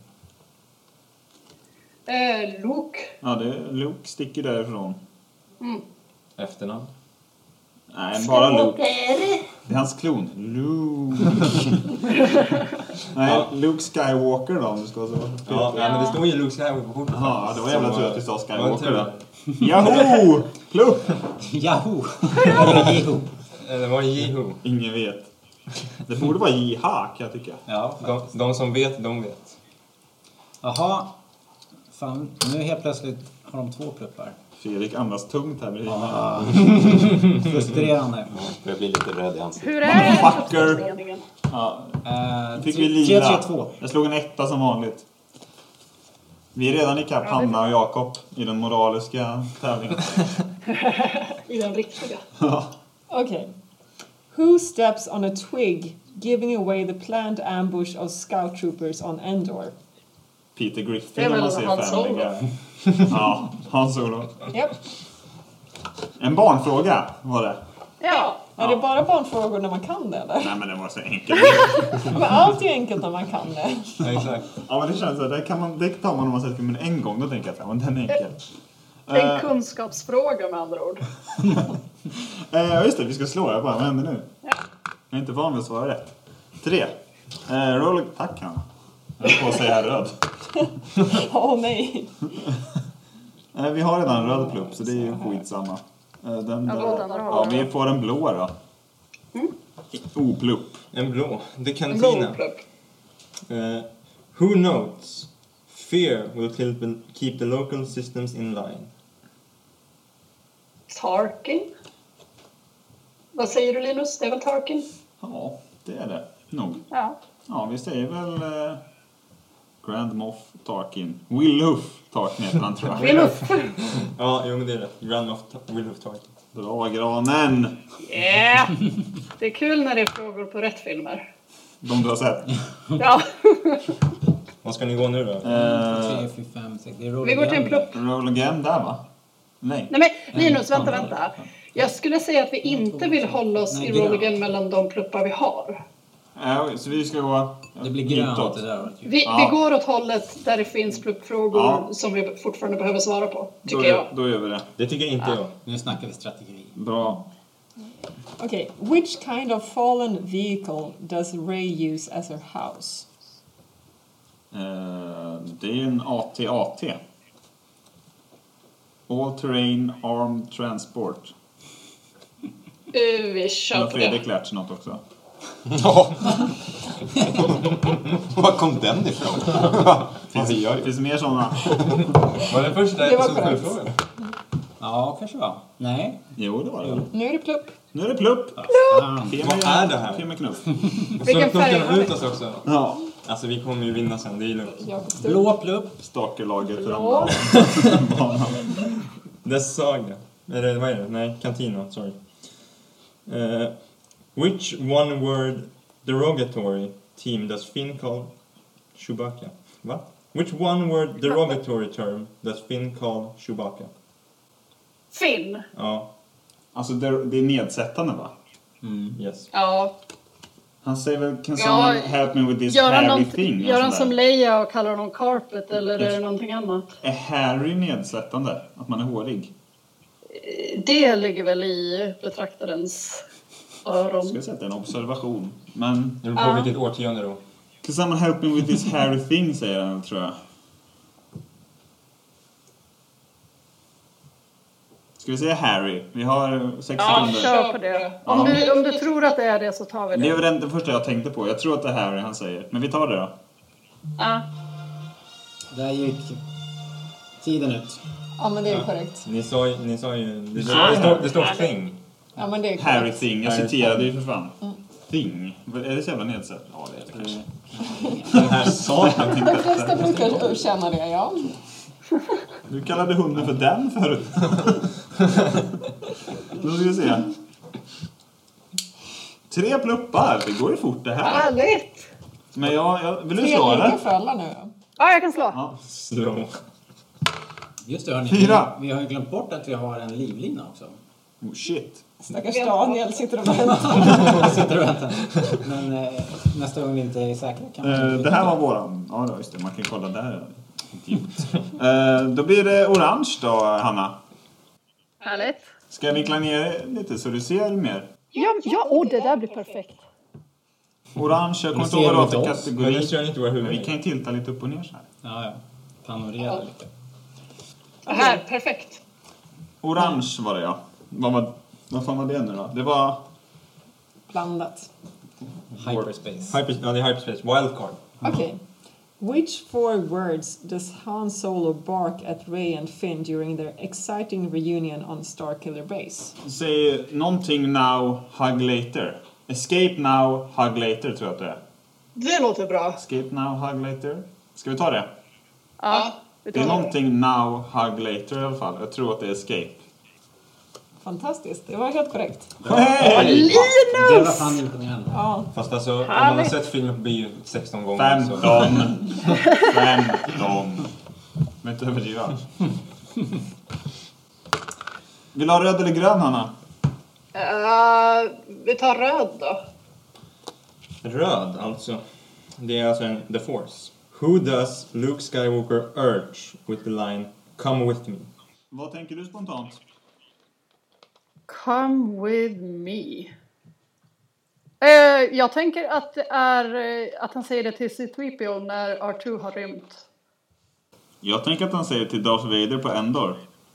Luke. Ja, Luke sticker därifrån. Efternamn? Nej, bara Luke. Det är hans klon. Luke. Nej, Luke Skywalker då, om du ska vara så. Ja, men det står ju Luke Skywalker på kortet. Ja, det var jävla tur att vi sa Skywalker då. då. Yahoo! Plupp! Yahoo! Eller Yahoo! Det var Jehu. Ingen vet. Det borde vara Jiha, kan jag tycka. Ja, De som vet, de vet. Jaha. Fan, nu helt plötsligt har de 2 pluppar. Fredrik andas tungt här bredvid. Frustrerande. Jag blir lite röd i ansiktet. Hur är Fucker. uppställningen? Ja. Fick vi lila. 3-3-2. Jag slog en 1 som vanligt. Vi är redan i kapp Hanna och Jakob i den moraliska tävlingen. I den riktiga. Okay. Who steps on a twig, giving away the planned ambush of scout troopers on Endor? Peter Det är Griffin om väl man ser Hans Solo. Family Guy. Ja, Hans Solo. Yep. En barnfråga var det. Ja. Är det bara barnfrågor när man kan det, eller? Nej men det var så enkelt. Men allt är enkelt när man kan det. Ja, exakt. Ja men det känns så. Det tar man om man sett filmen en gång. Då tänker jag att den är enkel. En kunskapsfråga med andra ord. Ja just det, vi ska slå. Jag bara, vad händer nu? Ja. Jag är inte van vid att svara rätt. 3. Roll... Tack Hanna. Jag är på att säga röd. Nej. Vi har redan en röd plupp så det är ju skitsamma. Ja, vi får en blå då. Oplupp. En blå. The En Cantina. blodplupp. Who knows? Fear will keep the local systems in line. Tarkin. Vad säger du Linus? Det är väl Tarkin? Ja, det är det. Nog. Ja. Ja, vi säger väl Grand Moff Tarkin. Wilhuff Tarkin heter han tror jag. Wilhuff. Ja, jo men det är rätt. Grand of Will of Tarkin. Bra granen. Yeah. Det är kul när det är frågor på rätt filmer. De du har sett. Ja. Vad ska ni gå nu då? 3, 4, 5, 6. Det är Vi går till en plupp. Roll again där va? Nej. Nej men Linus, vänta. Jag skulle säga att vi inte vill hålla oss i rolligen mellan de pluppar vi har. Så vi ska gå... Det blir grönt hitåt. det där. Vi går åt hållet där det finns pluppfrågor som vi fortfarande behöver svara på, tycker jag. Då gör vi det. Det tycker inte jag. Nu snackar vi strategi. Bra. Okay. Which kind of fallen vehicle does Rey use as her house? Det är ju en AT-AT. All Terrain Armed Transport. Vi kör Har på Fredrik det. lärt sig något också? Ja. Var kom den ifrån? Det finns mer sådana. Var det första Det var episod korrekt. 7-frågan? Ja, kanske va? Nej. Jo, det var det. Nu är det plupp. Nu är det plupp. Fan. Vad är det här? Fel med knuff. Vilken Så färg plockar har de vi? ut oss också. Ja. Alltså vi kommer ju vinna sen, det är lugnt. Jakob Stur. Blå plupp. Stakerlaget för Ja. banan. Dess saga. Eller vad är det? Nej, Cantina, sorry. Which one word derogatory team does Finn call Chewbacca? Va? Which one word derogatory term does Finn call Chewbacca? Finn. Ja, Alltså det är nedsättande va? yes. Ja. Han säger väl can someone help me with this Harry thing? Gör han som Leia och kallar honom Carpet eller är det någonting annat? Är Harry nedsättande? Att man är hårig? Det ligger väl i betraktarens öron. Ska jag säga att det är en observation. Men Det beror på vilket årtionde då. can someone help me with this Harry thing säger han tror jag. Ska vi säga Harry? Vi har 6 Ja, sekunder. kör på det. Om du tror att det är det så tar vi Det det. är väl det första jag tänkte på. Jag tror att det är Harry han säger. Men vi tar det då. Ja. Där gick tiden ut. Ja, men det är korrekt. Ni sa ju, det Harry. står thing. Ja, men det är Harry korrekt. thing. Jag Harry citerade ju för fan. Thing. Är det så jävla nedsätt? Ja, det är det kanske. Den här sa Jag tänkte De att- flesta brukar känna det, ja. Du kallade hunden för den förut. Då ska vi se. 3 pluppar. Det går ju fort det här. Härligt! Men jag vill du 3 slå lika det? för alla nu. Ja, jag kan slå. Ja. slå. Just det, hörni. 4. Vi har ju glömt bort att vi har en livlina också. Oh shit. Stackars Daniel sitter och väntar. Jag sitter och väntar. Men nästa gång vi inte är säkra kan man... Det här var våran. Ja, just det. Man kan kolla där. Idiot. Då blir det orange då, Hanna. Härligt. Ska jag vinkla ner lite så du ser mer? Ja, det där blir perfekt. Orange, jag kommer inte ser ihåg vad du det var inte för oss? Men nu kategori. ser ni inte våra Men vi huvuden. kan ju tilta lite upp och ner så här. Ja. Panorera lite. Här, perfekt. Orange var det ja. Vad fan var det nu då? Det var... Blandat. Hyperspace. Ja, det är hyperspace. Wildcard. Okej. Which 4 words does Han Solo bark at Rey and Finn during their exciting reunion on Starkiller Base? Säg någonting now, hug later. Escape now, hug later tror jag att det är. Det låter bra. Escape now, hug later. Ska vi ta det? Ja, vi Det tar är det. någonting now, hug later i alla fall. Jag tror att det är escape. Fantastiskt, det var helt korrekt. Hey! Det var fan imponerande. Ja, Fast alltså, om man har sett filmen på bio 16 gånger 15. Men inte överdriva. Vill du ha röd eller grön, Hanna? Vi tar röd då. Röd alltså. Det är alltså en The Force. Who does Luke Skywalker urge with the line "Come with me"? Vad tänker du spontant? Come with me. Jag tänker att det är att han säger det till C-3PO när R2 har rymt. Jag tänker att han säger till Darth Vader på Endor.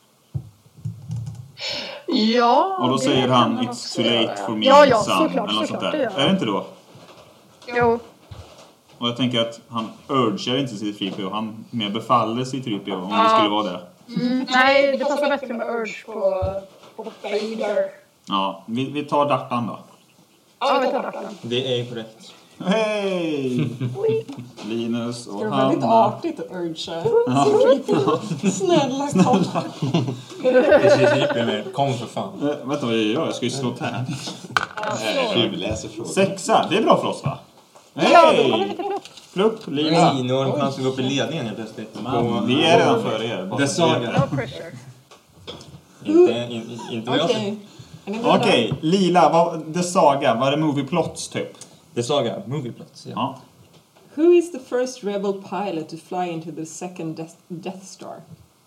Ja. Och då det säger kan han man It's också too late göra. for me, Ja, son. såklart, Eller något sånt såklart. där. Det gör Är det inte då? Jo. Och jag tänker att han urgar inte C-3PO. Han mer befaller C-3PO om det skulle vara det. Nej, det passar bättre med Urge på Vader. Ja, vi tar Dartan då. Ja, vi tar Dartan. Det är korrekt. Hej! Linus och det var väldigt Hanna. artigt att urge. Snälla kom. Det är mer, kom för fan. Vänta vad jag gör, jag ska ju slå tärning. Du läser frågan. 6, det är bra för oss va? Ja, då kommer vi Hej! till plupp. Plupp, Lina. Nej, nu har de chans att gå upp i ledningen helt plötsligt. Vi är redan före er. bara The så att ni Saga. vet No pressure. Inte vad jag Okej. säger. Är ni det. beredda? Okej, Lila, The Saga, var det movie plots typ? The Saga, movieplots. Ja. Ja. Who is the first rebel pilot to fly into the second Death Star?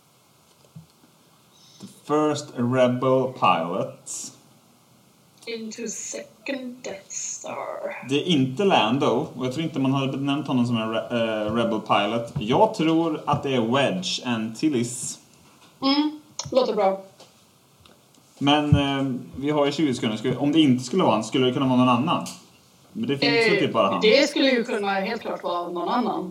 First Rebel Pilot. Into second Death Star. Det är inte Lando, och jag tror inte man hade benämnt honom som en Rebel Pilot. Jag tror att det är Wedge Antilles. Låter bra. Men vi har ju 20 sekunder. Om det inte skulle vara han, skulle det kunna vara någon annan? Men det finns ju typ bara han. Det skulle ju kunna helt klart vara någon annan.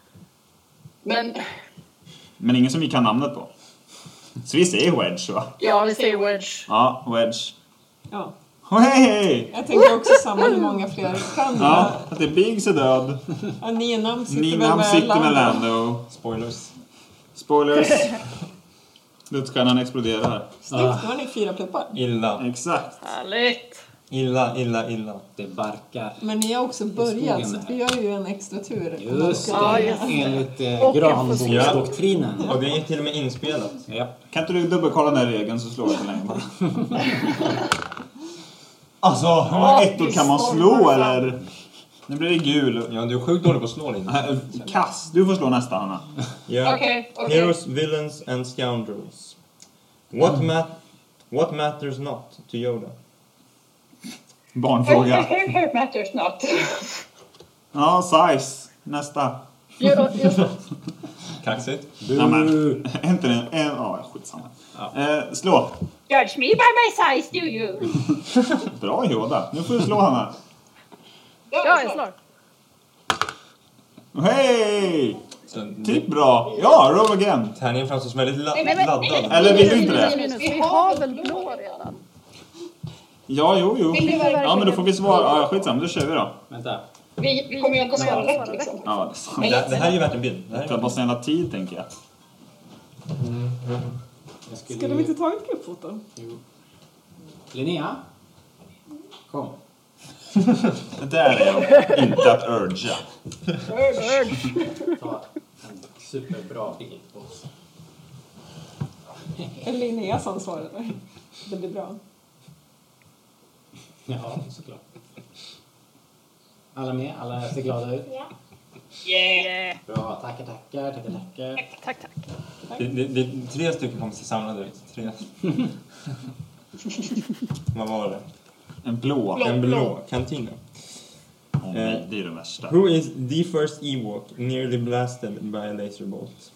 Men Men ingen som vi kan namnet på. Så vi säger Wedge va? ja, vi säger Wedge. Ja, Wedge. Ja. Hej! Jag tänker också samma hur många fler kan Ja, att det är Biggs är död. ja, Ninam sitter Ninam väl sitter med Lando. Lando. Spoilers. Spoilers. Dödsstjärnan exploderar. Snyggt, nu har ni 4 pluppar. Illa. Exakt. Härligt. Illa. Det barkar. Men ni har också börjat skogen så där. vi gör ju en extra tur. Just Ja, det, just det. enligt Och Granboksdoktrinen. Och det är till och med inspelat. Ja. Kan inte du dubbelkolla den där regeln så slår jag så länge bara. Alltså, hur många ettor kan man slå eller? Nu blir det gul. Ja, du är sjukt dålig på att slå din. Kass. Du får slå nästa, Hanna. Ja. Okej. Heroes, villains and scoundrels. What matters not to Yoda? Barnfråga. Here matters not. Ja, size. Nästa. Just det. Kaxigt. Ja, men. Inte den. Ja, skitsamma. Slå. Judge me by my size, do you? Bra Yoda. Nu får du slå, Hanna. Ja, jag slår. Hej! Så Typ bra. Ja, roll again. tärningen framstår som väldigt men- laddad. Eller vill du inte det? Vi har väl blå redan? Ja, jo. Vill du verkligen? Ja, men då får vi svara. Ja, skitsamma. Då kör vi då. Vänta. Vi kommer ju inte svara rätt liksom. Ja, det är sant. Det här är ju värt en bild. Det här är För att bara snälla tid, tänker jag. Jag skulle Ska de inte ta ett gruppfoto? Linnea? Kom. Det där är inte att urga. Ta en superbra bild på oss. Eller Linneas ansvar eller? Det blir bra. Ja, såklart. Alla med? Alla ser glada ut? Yeah. Yeah. Bra, tackar. Tack. Det är 3 stycken kommer sig samlade ut. 3. Vad var det? En blå. En blå kantina. Nej, det är det värsta. Who is the first Ewok nearly blasted by a laser bolt?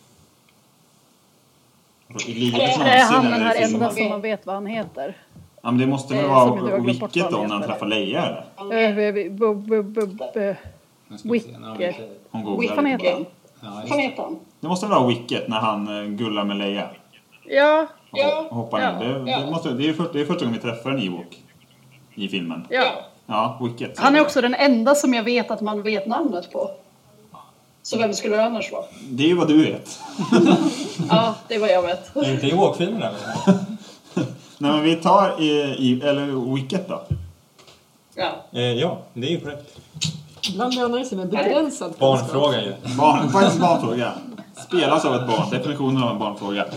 I livet Det är någonsin han den eller här i filmen. enda som man vet vad han heter. Ja, men det måste väl som vara du har glömt bort Wicket vad då han när han heter. träffar Leia eller? Nu ska vi se när de Wicket. inte- Hon Vad fan googlar. heter han? Vad heter han? Det måste vara Wicket när han gullar med Leia. Ja. Och hoppar ner. Det är första gången vi träffar en Ewok i filmen. Ja, Wicket. Han är också den enda som jag vet att man vet namnet på. Så vem skulle det annars vara? Det är ju vad du vet. Ja, det är vad jag vet. Inte Ewok-filmerna. Nej, men vi tar eller Wicket då. Ja, det är ju korrekt. Ibland lönar det sig med begränsad Barnfråga ju. Faktiskt barnfråga. Spelas av ett barn. Definitionen av en barnfråga.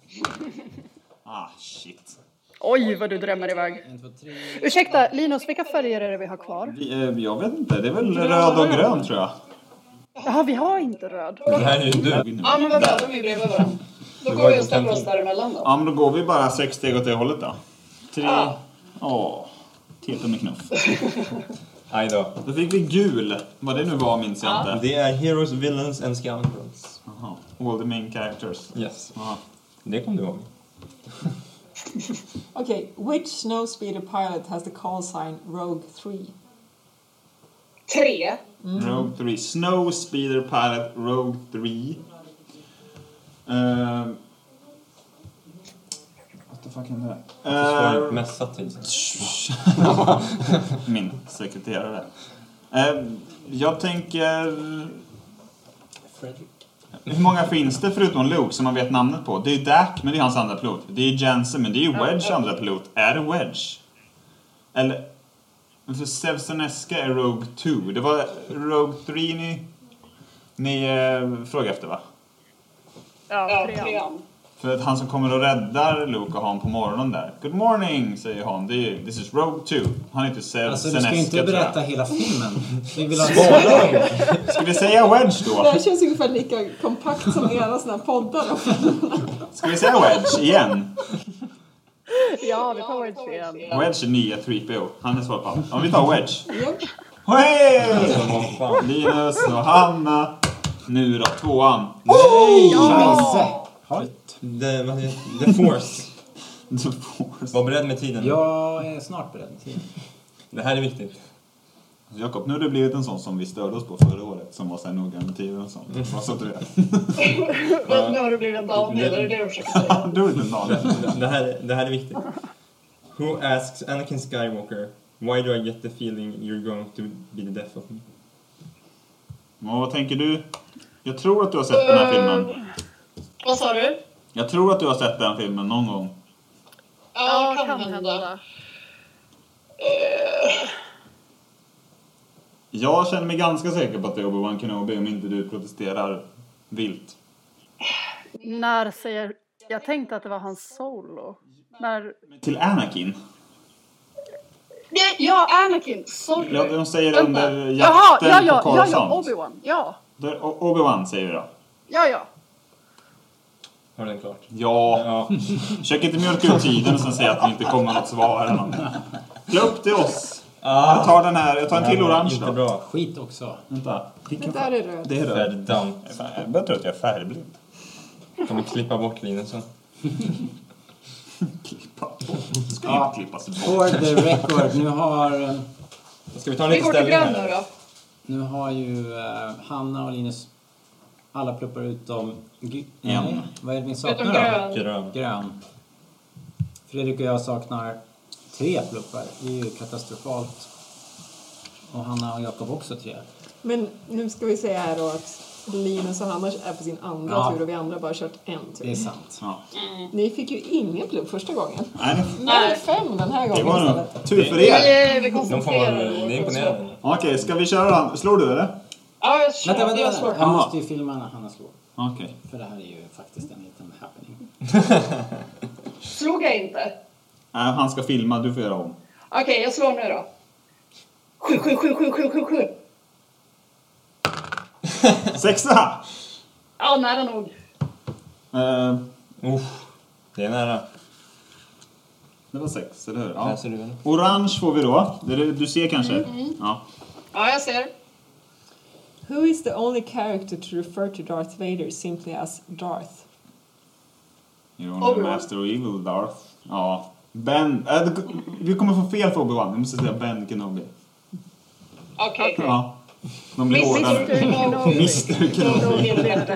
Shit. Oj, vad du drämmer iväg. 1, 2, 3. Ursäkta, Linus, vilka färger är det vi har kvar? Jag vet inte. Det är väl röd och grön, tror jag. Jaha, vi har inte röd. Det här är ju du. Ja, men vad bra, de är bredvid varandra. Då går vi och ställer oss däremellan då. Ja, men då går vi bara 6 steg åt det hållet då. 3. Teta med knuff. Aj då. Då fick vi gul. Vad det nu var minns jag inte. Det är Heroes, Villains and Scoundrels. Aha. All the main characters. Yes. Aha. Det kommer du ihåg. Okay, which snowspeeder pilot has the call sign Rogue 3? 3. Rogue 3. Snow Speeder Pilot Rogue 3. What the fuck är det? Svaret mässat till sig. Min sekreterare. Jag tänker... Fredrik. Hur många finns det förutom Luke som man vet namnet på? Det är Dak, men det är hans andra pilot. Det är Jansen, men det är ju Wedge andra pilot. Är det Wedge? Eller... För Sevseneska är Rogue 2. Det var Rogue 3 ni frågade efter, va? Ja, 3. För att han som kommer och räddar Luke och Han på morgonen där. Good morning, säger Han. This is Rogue 2. Han är inte Sevseneska. Alltså, du ska inte berätta hela filmen. Vi vill ha Ska vi säga Wedge då? Det här känns ungefär lika kompakt som era såna här poddar. Ska vi säga Wedge igen? Ja, vi tar Wedge igen. Wedge är nya 3PO. Han är svar på allt. Ja, vi tar Wedge. Yep. Hej! Linus och Hanna. Nu då, 2:an. Nej! The Force. The Force. Var beredd med tiden. Jag är snart beredd med tiden. Det här är viktigt. Jakob, nu har det blivit en sån som vi störde oss på förra året. Som var så här noga med tiden och sånt. Vad sa du det? Nu har det blivit en Daniel, är det det du försöker säga? Du är inte en Daniel. Det här är viktigt. Who asks Anakin Skywalker, why do I get the feeling you're going to be the death of me? Vad tänker du? Jag tror att du har sett den här filmen. Vad sa du? Jag tror att du har sett den filmen någon gång. Ja, kan hända. Jag känner mig ganska säker på att det är Obi-Wan Kenobi om inte du protesterar vilt. När säger... Jag tänkte att det var hans solo. När... Till Anakin? Ja, Anakin. Sorry. Ja, de säger under jakten på Coruscant. Ja, Obi-Wan. Ja. Obi-Wan säger vi då. Ja. Har du den klart? Ja. Försök inte mjölka ut tiden och sen säga att det inte kommer något svar eller något. Klä upp till oss. Jag tar en till orange inte då. Bra. Skit också. Vänta. Det där är röd. Det är röd. Färgdant. Jag tror att jag är färgblind. Kommer klippa bort Linusson. Klippa bort. Ska inte klippas bort. For the record, nu har... Ska vi ta en liten ställning här? Då. Nu har ju Hanna och Linus alla pluppar utom... En. Vad är det vi saknar då? Grön. Grön. Fredrik och jag saknar 3 pluppar. Det är ju katastrofalt. Och Hanna och Jakob också 3. Men nu ska vi säga här då att Linus och Hanna är på sin andra tur och vi andra bara kört en tur. Det är sant. Ja. Ni fick ju ingen plupp första gången. Nej. 5 den här Det gången var nog istället. tur för er. Vi De får man, koncentrerar det är imponerande. Okej, ska vi köra den? Slår du eller? Ja, jag kör. Vänta. Jag slår. Jag måste ju filma när Hanna slår. Okej. För det här är ju faktiskt en liten happening. Slog jag inte? Nej, han ska filma. Du får göra om. Okej, jag slår nu då. 7. 6. Ja, nära nog. Det är nära. Det var 6, eller hur? Ja. Läser du eller? Orange får vi då. Du ser kanske? Ja. Ja, jag ser. Who is the only character to refer to Darth Vader simply as Darth? You're only the master of evil, Darth. Ja. Ben. Vi kommer få fel för Obi-Wan. Vi måste säga Ben Kenobi. Okej. Ja. De blir hårdare. Mr. Kenobi.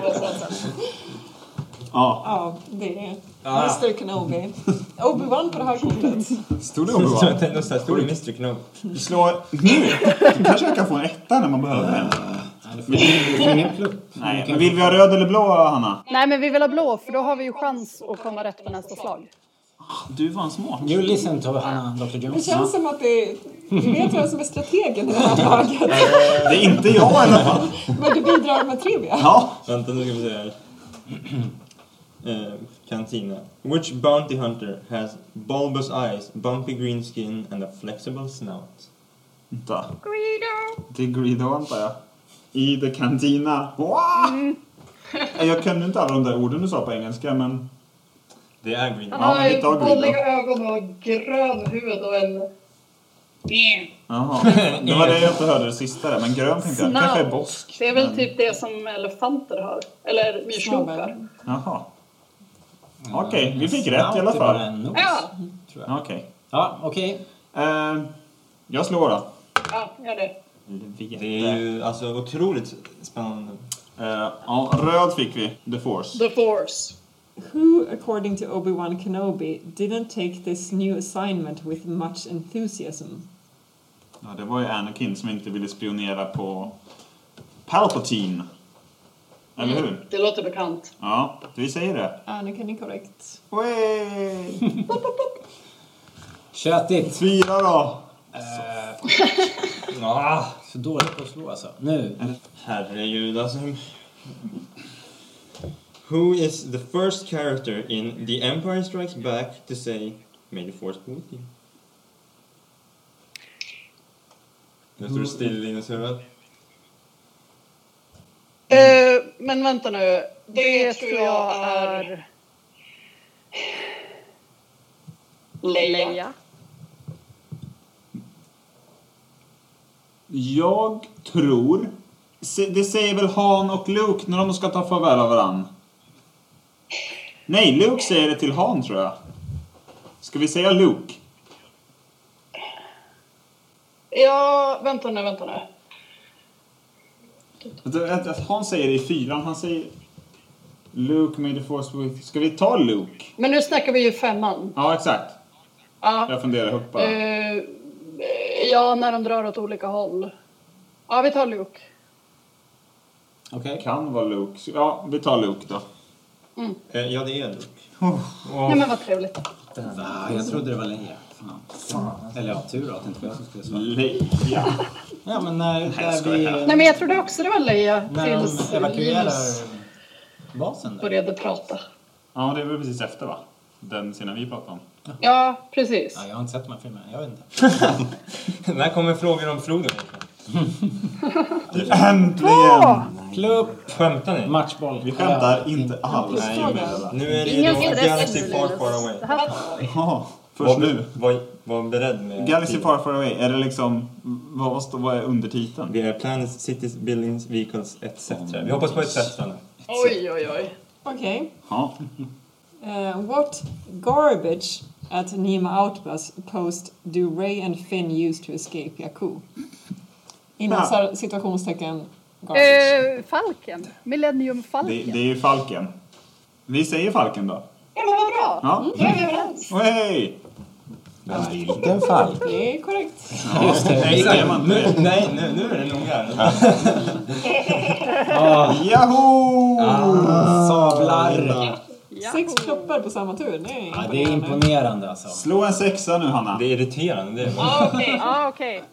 Ja, det är Mr. Kenobi. Obi-Wan på det här kortet. Stod det Obi-Wan? Stod det Mr. Kenobi? Slå nu. Du kanske jag kan få en etta när man behöver en. Nej, men vill vi ha röd eller blå, Hanna? Nej, men vi vill ha blå, för då har vi ju chans att komma rätt på nästa slag. Du var en smart. You listen to Hanna, Dr. Jones. Det känns som att vi vet vem som är strategen i det här laget. Det är inte jag i alla fall. Men du bidrar med trivia. Ja. Vänta, nu ska vi se här. Cantina. Which bounty hunter has bulbous eyes, bumpy green skin and a flexible snout? Vänta. Det är Greedo, antar jag. I the Cantina. Wow! Jag kunde inte alla de där orden du sa på engelska, men... Det är Greedo. Han har ju bolliga ögon och grön huvud och en... Jaha, det var det jag inte hörde det sista där, men grön tänkte jag. Kanske är bosk. Det är väl typ det som elefanter har. Eller myrslokar. Jaha. Okej, vi fick rätt i alla fall. Ja. Okej. Ja, okej. Jag slår då. Ja, gör det. Det är ju alltså otroligt spännande. Ja, röd fick vi. The Force. The Force. Who, according to Obi-Wan Kenobi, didn't take this new assignment with much enthusiasm? Ja, det var ju Anakin som inte ville spionera på Palpatine. Eller hur? Det låter bekant. Ja, vi säger det. Anakin är korrekt. Köttigt. 4 då. Så dåligt på att slå alltså. Nu. Herregud, alltså. Who is the first character in The Empire Strikes Back to say May the Force be with you? Nu står det still i huvud. Men vänta nu. Det tror jag är... Leia. Jag tror... Det säger väl Han och Luke när de ska ta farväl av varann. Nej, Luke säger det till Han, tror jag. Ska vi säga Luke? Ja, vänta nu. Han säger det i 4. Han säger Luke made the force with... Ska vi ta Luke? Men nu snackar vi ju 5:an. Ja, exakt. Ja. Jag funderar högt bara. Ja, när de drar åt olika håll. Ja, vi tar Luke. Okej. Kan vara Luke. Ja, vi tar Luke då. Ja, det är Luke. Nej, men vad trevligt. Jag trodde det var Leia. Fan. Eller ja, tur då att det inte var jag som skulle svara. Leia. Ja, men när vi... Nej, men jag trodde också det var Leia. När tills de evakuerar Linus basen där. började prata. Ja, det är väl precis efter, va? Den scenen vi pratade om. Ja, precis. Ja, jag har inte sett de här filmerna. Jag vet inte. När kommer frågor om Frodo? Äntligen! Plupp! Skämtar ni? Matchboll. Vi skämtar inte alls. Nu är det Ingen då stress, Galaxy Linus. Far Far Away. Det här tar vi. Ja, först nu. Var beredd med... Galaxy Far Far Away, är det liksom... Vad är undertiteln? Vi är Planets, Cities, Buildings, Vehicles, etc. Vi hoppas på ett sätt nu. Oj. Okej. Ja. What garbage at Nima Outpost do Rey and Finn use to escape Jakku? Inom situationstecken garbage. Falken. Millennium-falken. Det är ju Falken. Vi säger Falken då. Ja, men vad bra. Ja. Då är vi överens. Hej! Vilken fall? Det är korrekt. Just det. Nej, nu är det nog här. Jaho! Sablar. 6 pluppar på samma tur. Det är Ja, det är imponerande alltså. Slå en 6 nu, Hanna. Det är irriterande. Det är Okej.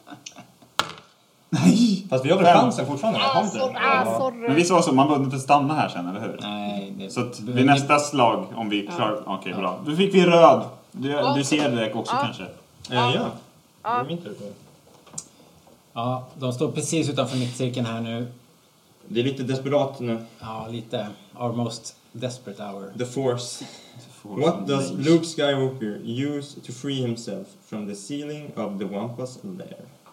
Nej! Fast vi har väl chansen fortfarande? Har vi inte det? Sorry. Men visst var det så, man behöver inte stanna här sen, eller hur? Nej, det... Så att vid nästa slag, om vi klarar... Okej, bra. Då fick vi röd. Du ser det också kanske. Ja. Det är min tur. Ja, de står precis utanför mittcirkeln här nu. Det är lite desperat nu. Ja, lite. Our most desperate hour. The Force. What does Luke Skywalker use to free himself from the ceiling of the Wampas lair?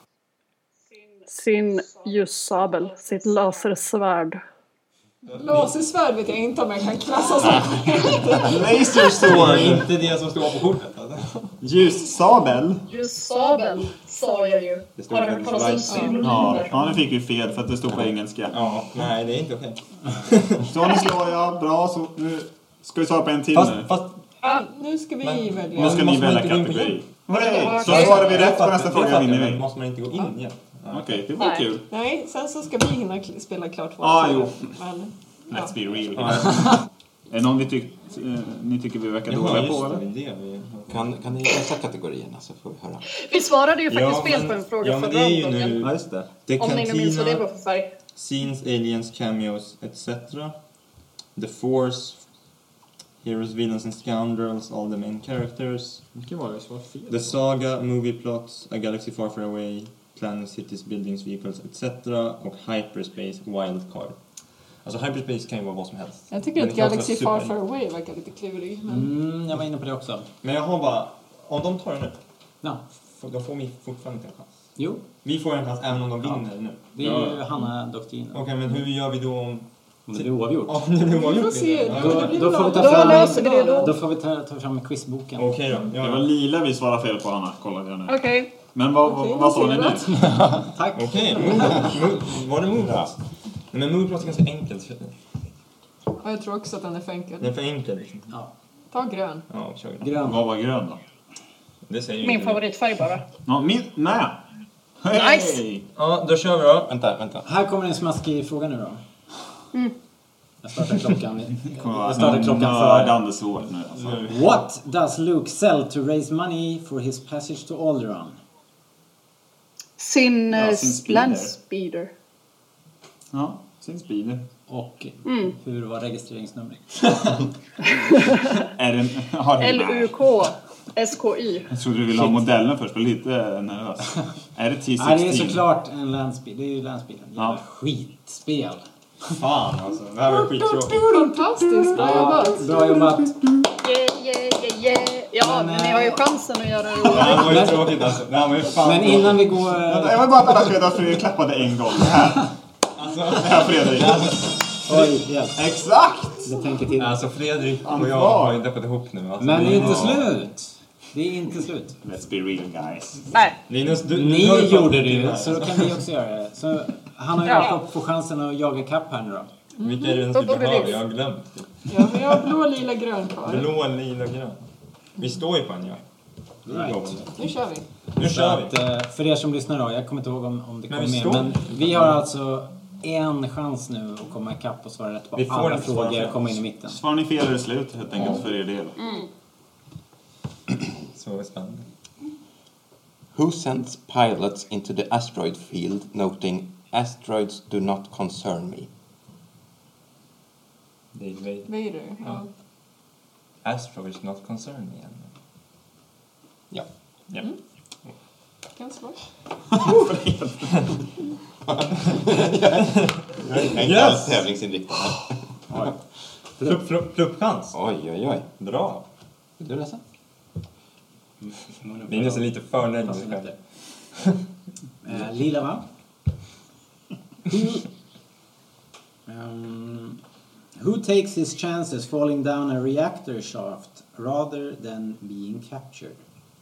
Sin ljussabel. Sitt lasersvärd. Lasersvärd vet jag inte om jag kan klassa som. Laser Det sword! är inte det som står på kortet. Alltså. Ljussabel. Ljussabel sa jag ju. Det står Har du ju hört talas om Ja, nu fick vi fel för att det stod på engelska. Ja, nej det är inte okej. Så nu slår jag. Bra, så nu ska vi svara på en till nu. Fast Nu ska vi välja. Nu ska ni måste man välja inte gå in på kategori. djup? Nej, så svarar vi rätt på nästa fråga vinner Men vi. måste man inte gå in igen? Okej, det var Nej. kul. Nej, sen så ska vi hinna spela klart vårt Ja, spel. jo. Men, Let's be real. Är det någon ni tycker vi verkar dåliga på just eller? det, det är vi. Kan ni läsa kategorierna så får vi höra. Vi svarade ju faktiskt fel men- på en fråga ja, men förra det är ju omgången. nu Ja, just det. The Om ni nu minns vad det var Cantina, för färg. Scenes, Aliens, Cameos, etc. The Force, Heroes, Villains and Scoundrels, all the main characters. Vilken var det som var fel? The Saga, Movie Plots, A Galaxy Far Far Away, Planets, Cities, Buildings, Vehicles, etc. och Hyperspace, Wildcard. Alltså Hyperspace kan ju vara vad som helst. jag tycker Men att det kan också Galaxy vara Far Far Away verkar lite klurig. Men... Jag var inne på det också. Men jag har bara, om de tar den nu, Ja. då får vi fortfarande inte en chans. Jo, Vi får en chans även om de vinner nu. det är ju Hanna-doktrinen. Okej, men hur gör vi då om... Om det blir oavgjort. Om det blir Vi oavgjort? får se. Då får vi ta Då fram, löser vi det då. då får vi ta fram quizboken. Okej då. Det var lila vi svarade fel på, Hanna. Kolla jag nu. Okej. Men vad sa ni nu? Tack. Okej, var det Moonplot? Nej, men Moonplot är ganska enkelt. Ja, jag tror också att den är för enkel. Den är för enkel. Liksom. Ja. Ta grön. Ja, kör grön. Grön. Vad var grön då? Det säger ju Min inte. favoritfärg bara. Ja, nej. Hej! Nice. Ja, då kör vi då. Vänta. Här kommer en smaskig fråga nu då. Jag startar klockan. Kommer Jag startar klockan för... mördande svårt nu alltså. What does Luke sell to raise money for his passage to Alderaan? Sin sin speeder. landspeeder. Ja, sin speeder. Och hur var registreringsnumret? Är den... Har den LUK SKY. Jag trodde du ville ha modellen först, för lite nervös. Är det T16? Nej, det är såklart en landspeed. Det är ju landspeeden. Jävla Ja. skitspel. Fan alltså, det här var skittråkigt. Fantastiskt, bra jobbat. Bra jobbat. Yeah. Ja, men ni har ju chansen att göra det Det roligt. här var ju tråkigt alltså. Det här var ju fan Men innan vi går... Jag vill bara att alla ska veta att Fredrik klappade en gång. Här. Alltså, Här Fredrik. Oj, hjälp. Exakt! Jag tänker till. alltså Fredrik och jag har ju deppat ihop nu. Alltså, Men det är inte Ja. slut. Det är inte slut. Let's be real guys. Nej. Linus, du har Ni ju fått gjorde det till ju, här, så då kan vi också göra det. Så han har ju Ja. fått chansen att jaga kapp här nu då. Vilka är det Då vi borde behöver? det- Jag har glömt det. Ja, vi har blå, lila, grön kvar. Blå, lila, grön. Vi står ju på en, ja. Right. Nu kör vi. Nu Så kör att, vi. för er som lyssnar då, jag kommer inte ihåg om det Men kom vi med. står- Men vi har alltså en chans nu att komma ikapp och svara rätt på Vi får alla inte svara frågor fel. och komma in i mitten. Svarar ni fel är det slut helt enkelt för er del. Så spännande. Who sends pilots into the asteroid field noting asteroids do not concern me? Det är Vader. Vader. Ja. Astro is not concerned me än. Ja. Ja. Kan svara. Jag är inte Yes! alls tävlingsinriktad här. Pluppchans. Oj. Bra. Vill du läsa? Linus är lite för nöjd med Passa sig själv. lite. Lila va? Who takes his chances falling down a reactor shaft rather than being captured?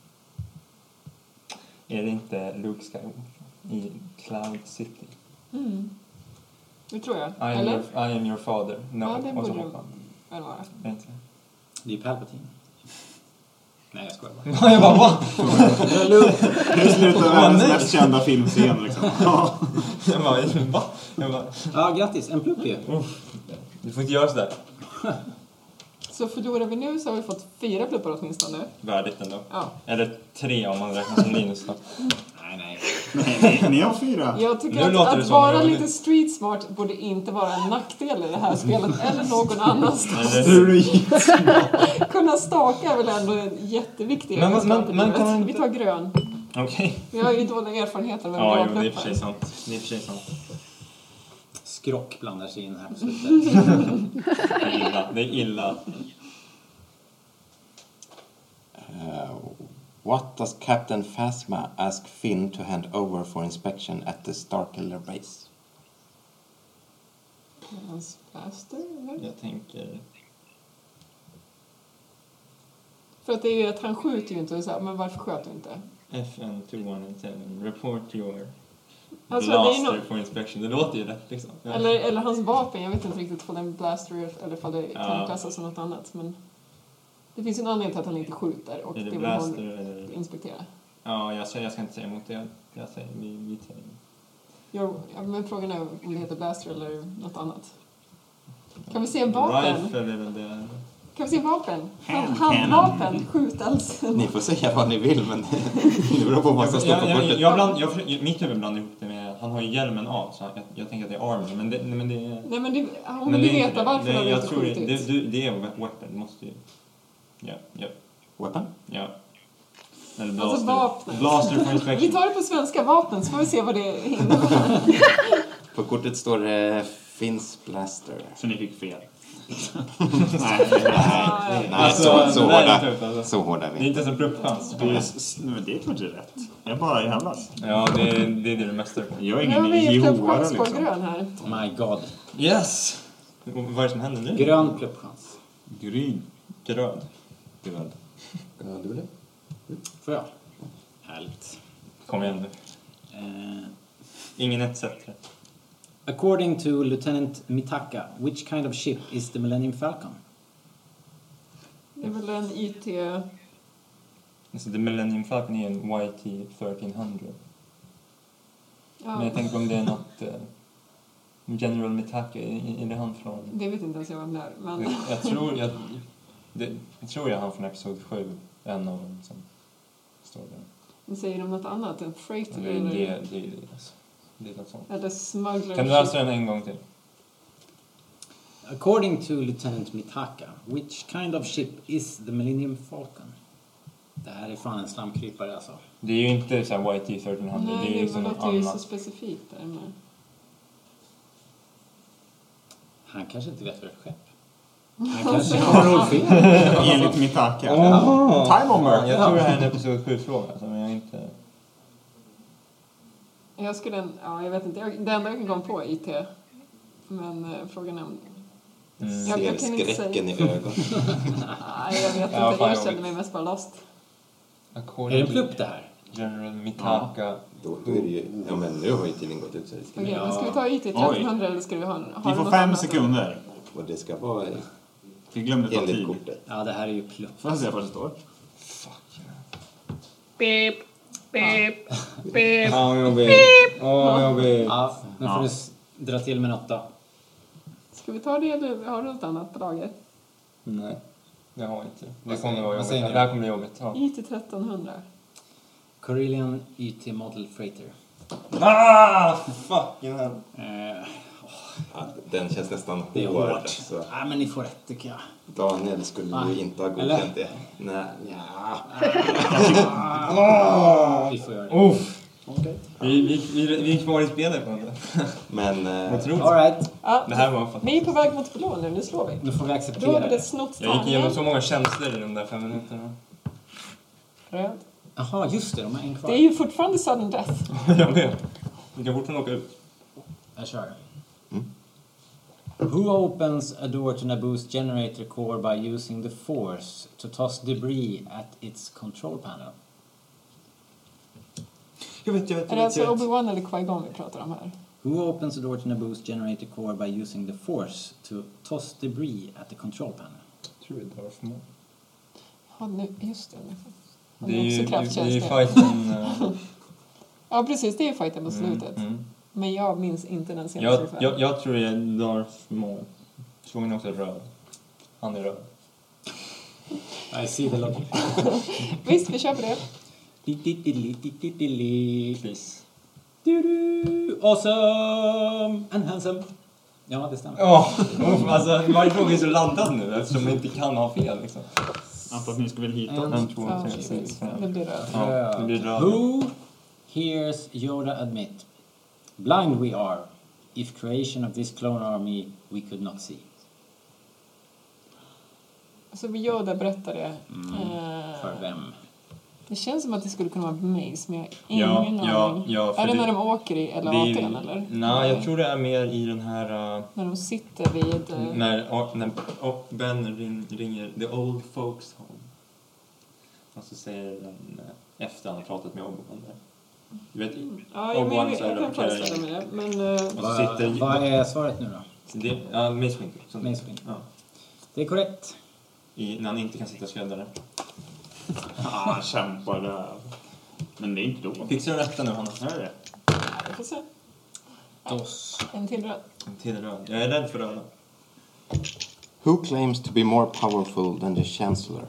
Är det inte Luke Skywalker i Cloud City? Det tror jag. I Eller? am your father. No, Ja, det och så borde hoppar han. väl vara. Är det inte det? Det är Palpatine. Nej, jag skojar bara. Jag bara, va? Det är slutet av världens mest kända filmscen liksom. Ja. Jag bara, va? Jag bara, Ja, grattis. En plupp ju. du får inte göra sådär. Så förlorar vi nu så har vi fått 4 pluppar åtminstone. Värdigt ändå. Ja. Eller 3 om man räknar som Linus då. Nej. Nej, ni har 4. Jag Nu tycker låter det att som vara jag- lite street smart borde inte vara en nackdel i det här spelet eller någon annanstans. Eller, Kunna staka är väl ändå en jätteviktig Men- egenskap i men livet. kan man Vi inte- tar grön. okej. Vi har ju dåliga erfarenheter med Ja, blå jo, det är i och för sig pluppar. sant. Det är i och för sig sant. Skrock blandar sig in här på slutet. Det är illa. Det är illa. What does Captain Phasma ask Finn to hand over for inspection at the Starkiller base? Hans blaster, eller? Jag tänker... För att det är ju att han skjuter ju inte och så här, men varför sköt du inte? FN 2117, report your Alltså, det är blaster nog- for inspection. Det låter ju rätt liksom. Ja. Eller hans vapen, jag vet inte riktigt om det är en blaster eller om det kan klassas som något annat. Men det finns en anledning till att han inte skjuter och Är det det vill blaster hon eller... inspektera. Ja, jag ska inte säga emot det. Jag säger, vi säger. Ja, men frågan är om det heter blaster eller något annat. Kan vi se vapen? Rifle är väl det. Kan vi se vapen? Handvapen, skjutals. Ni får säga vad ni vill, men det beror på vad som står på kortet. Mitt huvud blandar ihop det med... Han har ju hjälmen av, så jag tänker att det är armor. Men det... Nej, men det, hon vill veta varför har du jag inte tror skjutit. det är weapon. Det måste ju... Ja. Weapon? Ja. Eller blaster. Alltså vapnet. Blaster for Vi inspection. tar det på svenska vapen så får vi se vad det innebär. På kortet står det Finns Blaster. Så ni fick fel. Nej, Alltså, så det där är hårda. tufft, alltså. Så hårda är Det är vi. inte ens en pluppchans. Det är klart det är rätt. Jag bara jävlas. Ja, det är det mästare på. Jag är Nu har ingen vi Jehovare pluppchans på liksom. grön här. Oh my god. Yes! Vad är det som händer nu? Grön pluppchans. Gryn. Grön. Ja, du vill det? Får jag? Härligt. Kom igen nu. Ingen etc. According to Lieutenant Mitaka, which kind of ship is the Millennium Falcon? Det är väl en IT... Alltså, The Millennium Falcon är en YT 1300. Ja, Men jag tänker om det är något... General Mitaka, är det han från... det vet inte ens jag vem det är. Men Jag tror jag han från episod 7. En av dem som står där. nu säger de något annat. En freighter Det är alltså. Det är något sånt. eller smuggler. Kan du läsa den en gång till? According to Lieutenant Mitaka, which kind of ship is the Millennium Falcon? Det här är fan en slamkrypare alltså. Det är ju inte så här YT 1300. Nej, det är ju liksom det något låter ju så annat. specifikt där med. Han kanske inte vet vad det är för skepp. Han kanske har rollfilm. Enligt Mitaka. Time bomber. Jag tror det här är en episod 7-fråga. Alltså, men jag är inte... Jag skulle... Ja, jag vet inte. Det enda jag kan komma på är IT. Men frågan är om... Jag Ser kan inte skräcken i säga. ögonen. Nej, jag vet inte. Ja, fan, Jag jag känner mig mest bara lost. Är det en plupp det här? General Mitaka. Då är det ju... Ja, men nu har ju tiden gått ut så det ska Okej, men ska vi ta IT 1300 eller ska vi ha Ni du får något 5 annat? sekunder. Och det ska vara Vi glömde ta enligt tid. kortet. Ja, det här är ju plupp. Får jag se vad det står? Beep, beep, beep. Ja, jag vet. Jag vet. Ja, nu får du dra till med något då. Ska vi ta det eller har du något annat på lager? Nej, det har jag inte. Det kommer vara Vad jobbigt. säger ni? Det här kommer bli jobbigt. Ja. IT 1300. Corellian YT Model Freighter. Fucking hell. Ja, den känns nästan Det är hård. hårt. Alltså. Ja, men ni får rätt tycker jag. Daniel skulle ju inte ha Eller? godkänt det. Nej. Ja. Vi får göra det. Okej. Vi är kvar i spelet på något sätt. Men Otroligt. All right. Ja, Det här var fan... vi är på väg mot blå nu. Nu slår vi. Nu får vi Då acceptera har vi det det. snott Jag gick igenom så tärningen. många känslor i de där 5 minuterna. Röd. Jaha, just det. De har en kvar. Det är ju fortfarande sudden death. Jag vet. Vi kan fortfarande åka ut. Jag kör. Who opens a door to Naboo's generator core by using the force to toss debris at its control panel? Jag vet. Är det alltså Obi-Wan eller Qui-Gon vi pratar om här? Who opens a door to Naboo's generator core by using the force to toss debris at the control panel? Jag tror det är Darth Maul. Ja, nu, just det. Han Det är ju också kraftkänslig. fighten... Ja, precis. Det är ju fighten på slutet. Mm. Men jag minns inte den senaste filmen. Jag tror det är Darth Maul. Svången är också röd. Han är röd. I see the logic. Visst, vi kör på det. Please. Awesome and handsome. Ja, det stämmer. Ja, alltså varje fråga är så laddad nu eftersom man inte kan ha fel liksom. Antar att ni ska väl hitåt. 1, 2, Ja, 3, precis. 4, 5. Det blir röd. Ja, det blir röd. Who hears Yoda admit, blind we are, if creation of this clone army we could not see? Så vi Yoda berättar det. För vem? Det känns som att det skulle kunna vara Mace, men jag har ingen aning. Ja, för är det när de åker i LAT:n eller? Nej, jag tror det är mer i den här... När de sitter vid... När Ben ringer The Old Folks Home. Och så säger den efter han har pratat med Obi-Wan där. Du vet, Ja, jag kan föreställa mig det. Men, vad är svaret nu då? Ja, Mace Windu. Mace Windu. Ja. Det är korrekt. När han inte kan sitta skräddare. Han kämpar där. Men det är inte då. Fixar du rätta nu, Hanna? Är det? jag får se. Dos. En till röd. En till röd. Jag är rädd för röda. Who claims to be more powerful than the Chancellor?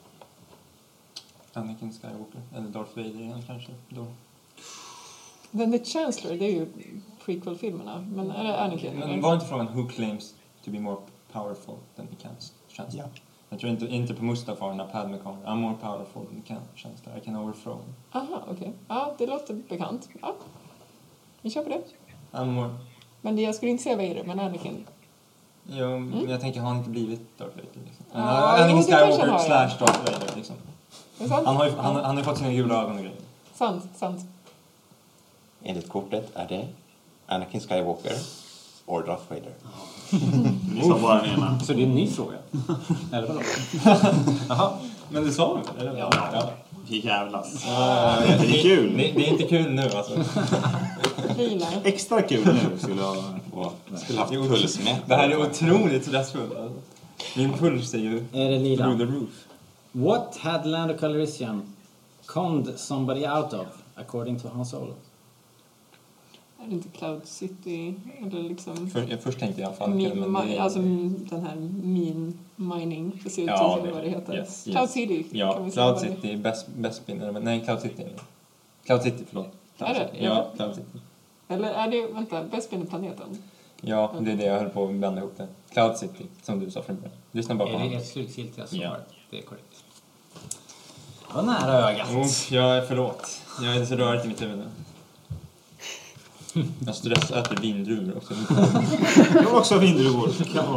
Anakin Skywalker. Eller Darth Vader igen kanske. Då. The Chancellor, det är ju prequel-filmerna. Men är det Anakin? Men var inte frågan who claims to be more powerful than the Chancellor? Ja. Jag tror inte på Mustafar när Padme kommer. I'm more powerful than the Chancellor. I can overthrow. Aha, okej. Ja, det låter bekant. Ja, vi kör på det. I'm more... Men jag skulle inte säga Vader, men Anakin. Ja, jag tänker, har han inte blivit Darth Vader? Liksom? Ja, Anakin det kanske Skywalker han har, slash Darth Vader, liksom. Är det sant? Han har ju fått sina gula ögon och grejer. Sant. Enligt kortet är det Anakin Skywalker or Darth Vader. Ni sa bara den ena. Så det är en ny fråga? Eller vadå? Jaha. Men det sa du eller? Ja. Vi jävlas. Det är kul. Det är inte kul nu, alltså. Lila. Extra kul nu skulle jag Skulle haft puls med. Det här är otroligt stressfullt. Alltså. Min puls är ju Är det lila? through the roof. What had Lando Calrissian conned somebody out of, according to Han Solo? Är det inte Cloud City? Eller liksom... Först tänkte jag i alla fall... Alltså den här mining facility, Ja, eller vad det heter. Yes. Cloud City. Ja, kan vi säga Cloud City är Bespin. Nej, Cloud City. Cloud City, förlåt. Är det? Ja, Cloud City. Eller är det, vänta, Bespin är planeten? Ja, det är det jag höll på att blanda ihop det. Cloud City, som du sa från början. Lyssna bara på Är det honom. ett slutgiltiga svar? Ja. Det är korrekt. Det var nära ögat. Jag är förlåt. Jag är så rörigt i mitt huvud nu. Jag stressäter vindruvor också. Jag har också vindruvor.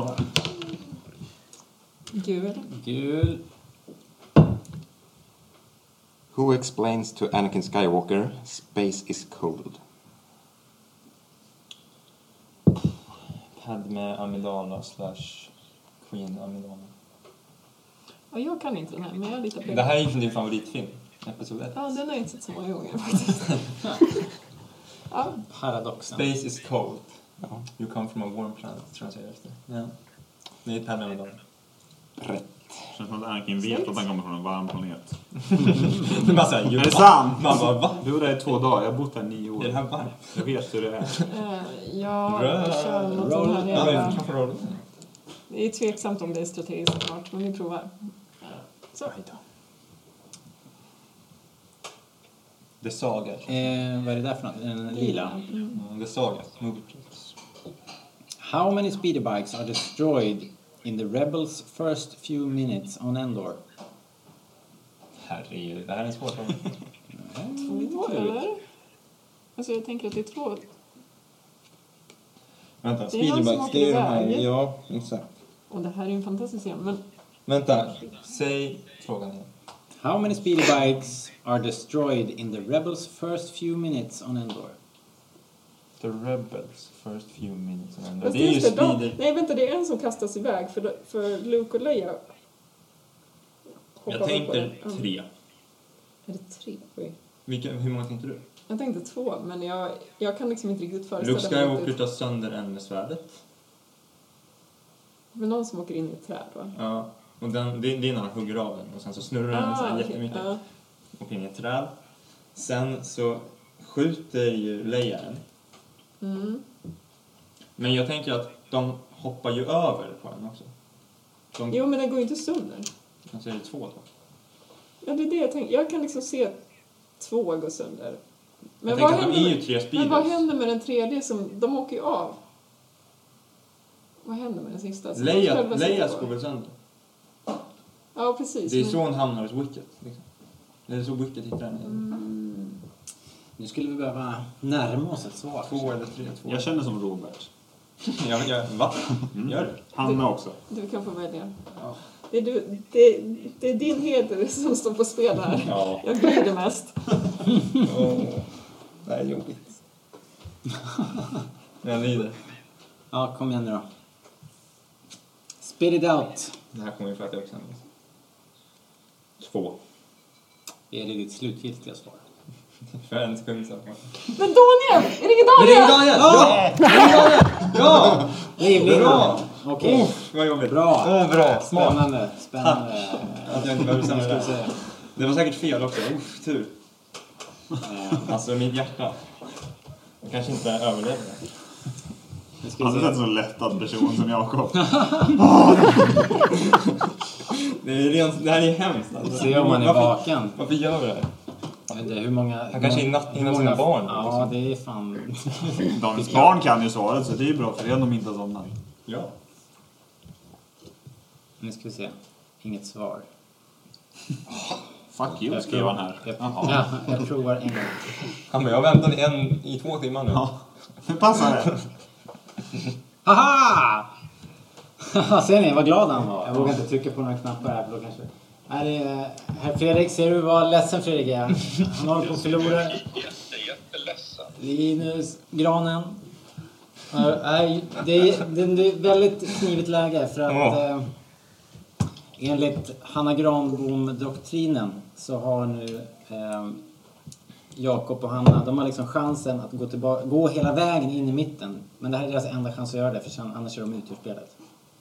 Gul. Who explains to Anakin Skywalker space is cold? Padme Amidala slash Queen Amidala. Ja, jag kan inte den här, men jag litar på Det här är ju din favoritfilm. Episod 1. Ja, den har jag inte sett så många gånger faktiskt. Ja, Paradoxen. Space is cold. You come from a warm planet, tror jag säger efter. Ja. Det är Padme Amidala. Rätt. Känns som att Anakin vet att han kommer från en varm planet. Det är bara såhär, Är det sant? Man bara, va? Du var där i 2 dagar. Jag har bott där 9 år. Är det här varmt? Jag vet hur det är. jag kör något sånt här Ja, men jävla... kanske roll. Det är tveksamt om det är strategiskt smart, men vi provar. Så. Det sagar. Vad är det där för något? En lila. Det sagar. Movie plots. How many speeder bikes are destroyed in the rebels' first few minutes on Endor? Herregud, det här är en svår fråga. 2, eller? Alltså jag tänker att det är 2. Vänta, Det är han som speederbikes, åker det är de här. iväg. Ja, exakt. Och det här är ju en fantastisk scen, men... Vänta, säg frågan igen. How many speeder bikes are destroyed in the rebels' first few minutes on Endor? The Rebels, first few minutes. Fast Det är ju just det, speeder... nej vänta, det är en som kastas iväg för Luke och Leia. Jag tänker 3. Är det 3? Oj. Hur många tänkte du? Jag tänkte 2, men jag kan liksom inte riktigt föreställa Luke Skywalker tar sönder en med svärdet. Men någon som åker in i ett träd, va? Ja, och det är när han hugger av den och sen så snurrar den så här jättemycket. Ja. Och in i ett träd. Sen så skjuter ju Leia den. Men jag tänker att de hoppar ju över på den också. Jo, men den går ju inte sönder. Alltså är det 2 då? Ja, det är det jag tänker. Jag kan liksom se 2 gå sönder. Men Jag tänker att de är ju 3 speeders. Men vad händer med den tredje som... De åker ju av. Vad händer med den sista? Leia går väl sönder? Ja, precis. Det är så hon hamnar hos Wicket. Liksom. Det är så Wicket hittar henne. Nu skulle vi behöva närma oss ett svar. 2 eller 3, 2. Jag känner som Robert. Va? Gör du? Hanna också. Du kan få välja. Ja. Det är din heder som står på spel här. Ja. Jag blir mest. Det är jobbigt. Jag lider. Ja, kom igen nu då. Spit it out. Det här kommer ju för att jag också 2. Är det ditt slutgiltiga svar? För en sekund så. Men Daniel! Är det inte Daniel? Ja! Ja! Det är bra! Okej. Vad jobbigt. Bra. Bra. Smart. Spännande. Att jag inte behöver säga Ska vi det. säga. Det var säkert fel också. Tur. Alltså mitt hjärta. Jag kanske inte överlever det. Nu ska Han vi är se. en så lättad person som Jakob. Det här är hemskt. Alltså. Se om man är vaken. Varför gör vi det här? Jag vet inte, hur många... Han kanske är natt innan hur sina många- barn. Ja, det är fan... Daniels barn kan ju svaret så det är ju bra för er om de inte har somnat. Ja. Nu ska vi se. Inget svar. Fuck you, skrev han här. Ja, jag provar en gång. Han bara, jag väntar i 2 timmar nu. Ja, det passar det. Haha! Ser ni vad glad han var? Jag vågar inte trycka på några knappar här för då kanske... Här är herr Fredrik, ser du vad ledsen Fredrik är? Han håller på att förlora. Jätteledsen. Linus, Granen. Det är väldigt knivigt läge för att enligt Hanna Granbom-doktrinen så har nu Jakob och Hanna, de har liksom chansen att gå hela vägen in i mitten. Men det här är deras enda chans att göra det, för annars är de ute ur spelet.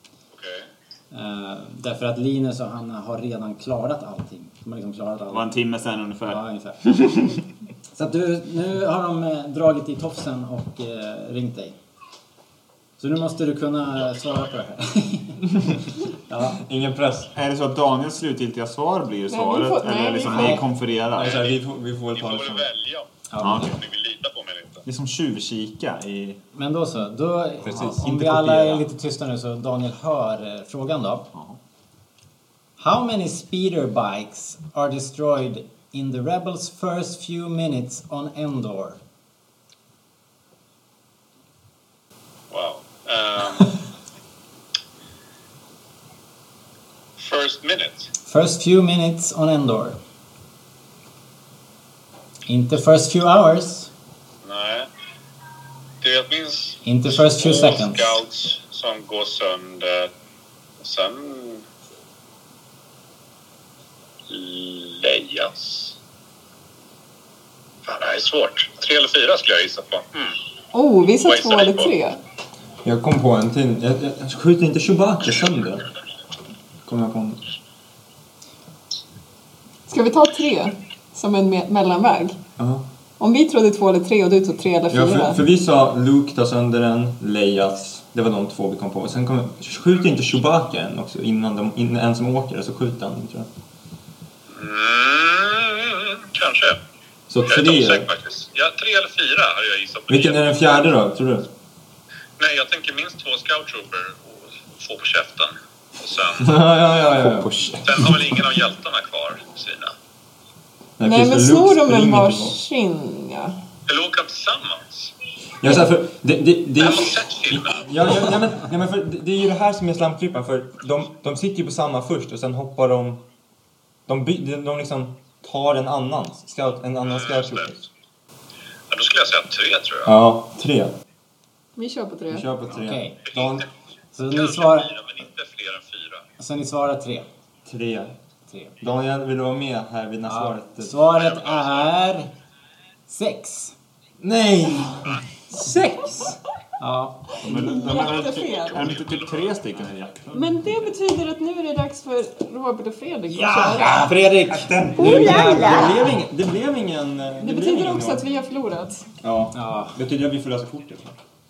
Därför att Linus och Hanna har redan klarat allting. De har liksom klarat allting. Det var en timme sedan ungefär. Ja, ungefär. Så att nu har de dragit i tofsen och ringt dig. Så nu måste du kunna svara på det här. Ja. Ingen press. Är det så att Daniels slutgiltiga svar blir svaret? Eller liksom ni konfererar? Alltså, vi får Ni väl ta får det väl som... välja Ja. om ni vill lita på mig eller inte. Det är som tjuvkika i... Men då så. Då, Precis, om inte vi alla kopiera. är lite tysta nu så Daniel hör frågan då. How many speeder bikes are destroyed in the rebels' first few minutes on Endor? Wow. First minute. First few minutes on Endor. Inte first few hours. Nej. Det jag minns... Inte first few två seconds. scouts som går sönder. Sen... Lejas. Fan, det här är svårt. 3 eller 4 skulle jag gissa på. Vi sa Vad 2 gissar ni eller på? 3. Jag kom på en till. Jag skjuter inte Chewbacca sönder. Kommer jag på en. Ska vi ta 3 som en mellanväg? Ja. Om vi trodde 2 eller 3 och du tog 3 eller 4. Ja, för vi sa Luke tar sönder den, Leias. Det var de 2 vi kom på. Och sen skjuter inte Chewbacca än också innan en som åker, så skjuter han, tror jag. Kanske. Så Jag är inte 3. osäker faktiskt. Ja, 3 eller 4 har jag gissat på. Vilken är den fjärde då, tror du? Nej, jag tänker minst 2 scout trooper och få på käften. Och sen Ja. sen har väl ingen av hjältarna kvar sina. Nej, men snor de en varsin, ja. Eller åker de tillsammans? Ja, så här, för det Jag har sett filmen. Ja, men för det är ju det här som är slamkrypan, för de sitter ju på samma först och sen hoppar de liksom tar en annan scout trooper. Ja, då skulle jag säga 3, tror jag. Ja, 3. Vi kör på 3. Vi kör på 3. Okej. Dan, Så ni Kanske svarar, 4, men inte fler än 4. så ni svarar 3. 3. 3. Daniel, vill du vara med här vid nästa svaret? Svaret är 6. Nej! 6! Ja. Är de inte typ 3 stycken i jakten? Men det betyder att nu är det dags för Robert och Fredrik att köra. Ja, Fredrik! Det blev ingen... Det betyder också att vi har förlorat. Ja. Det betyder att vi får lösa kortet.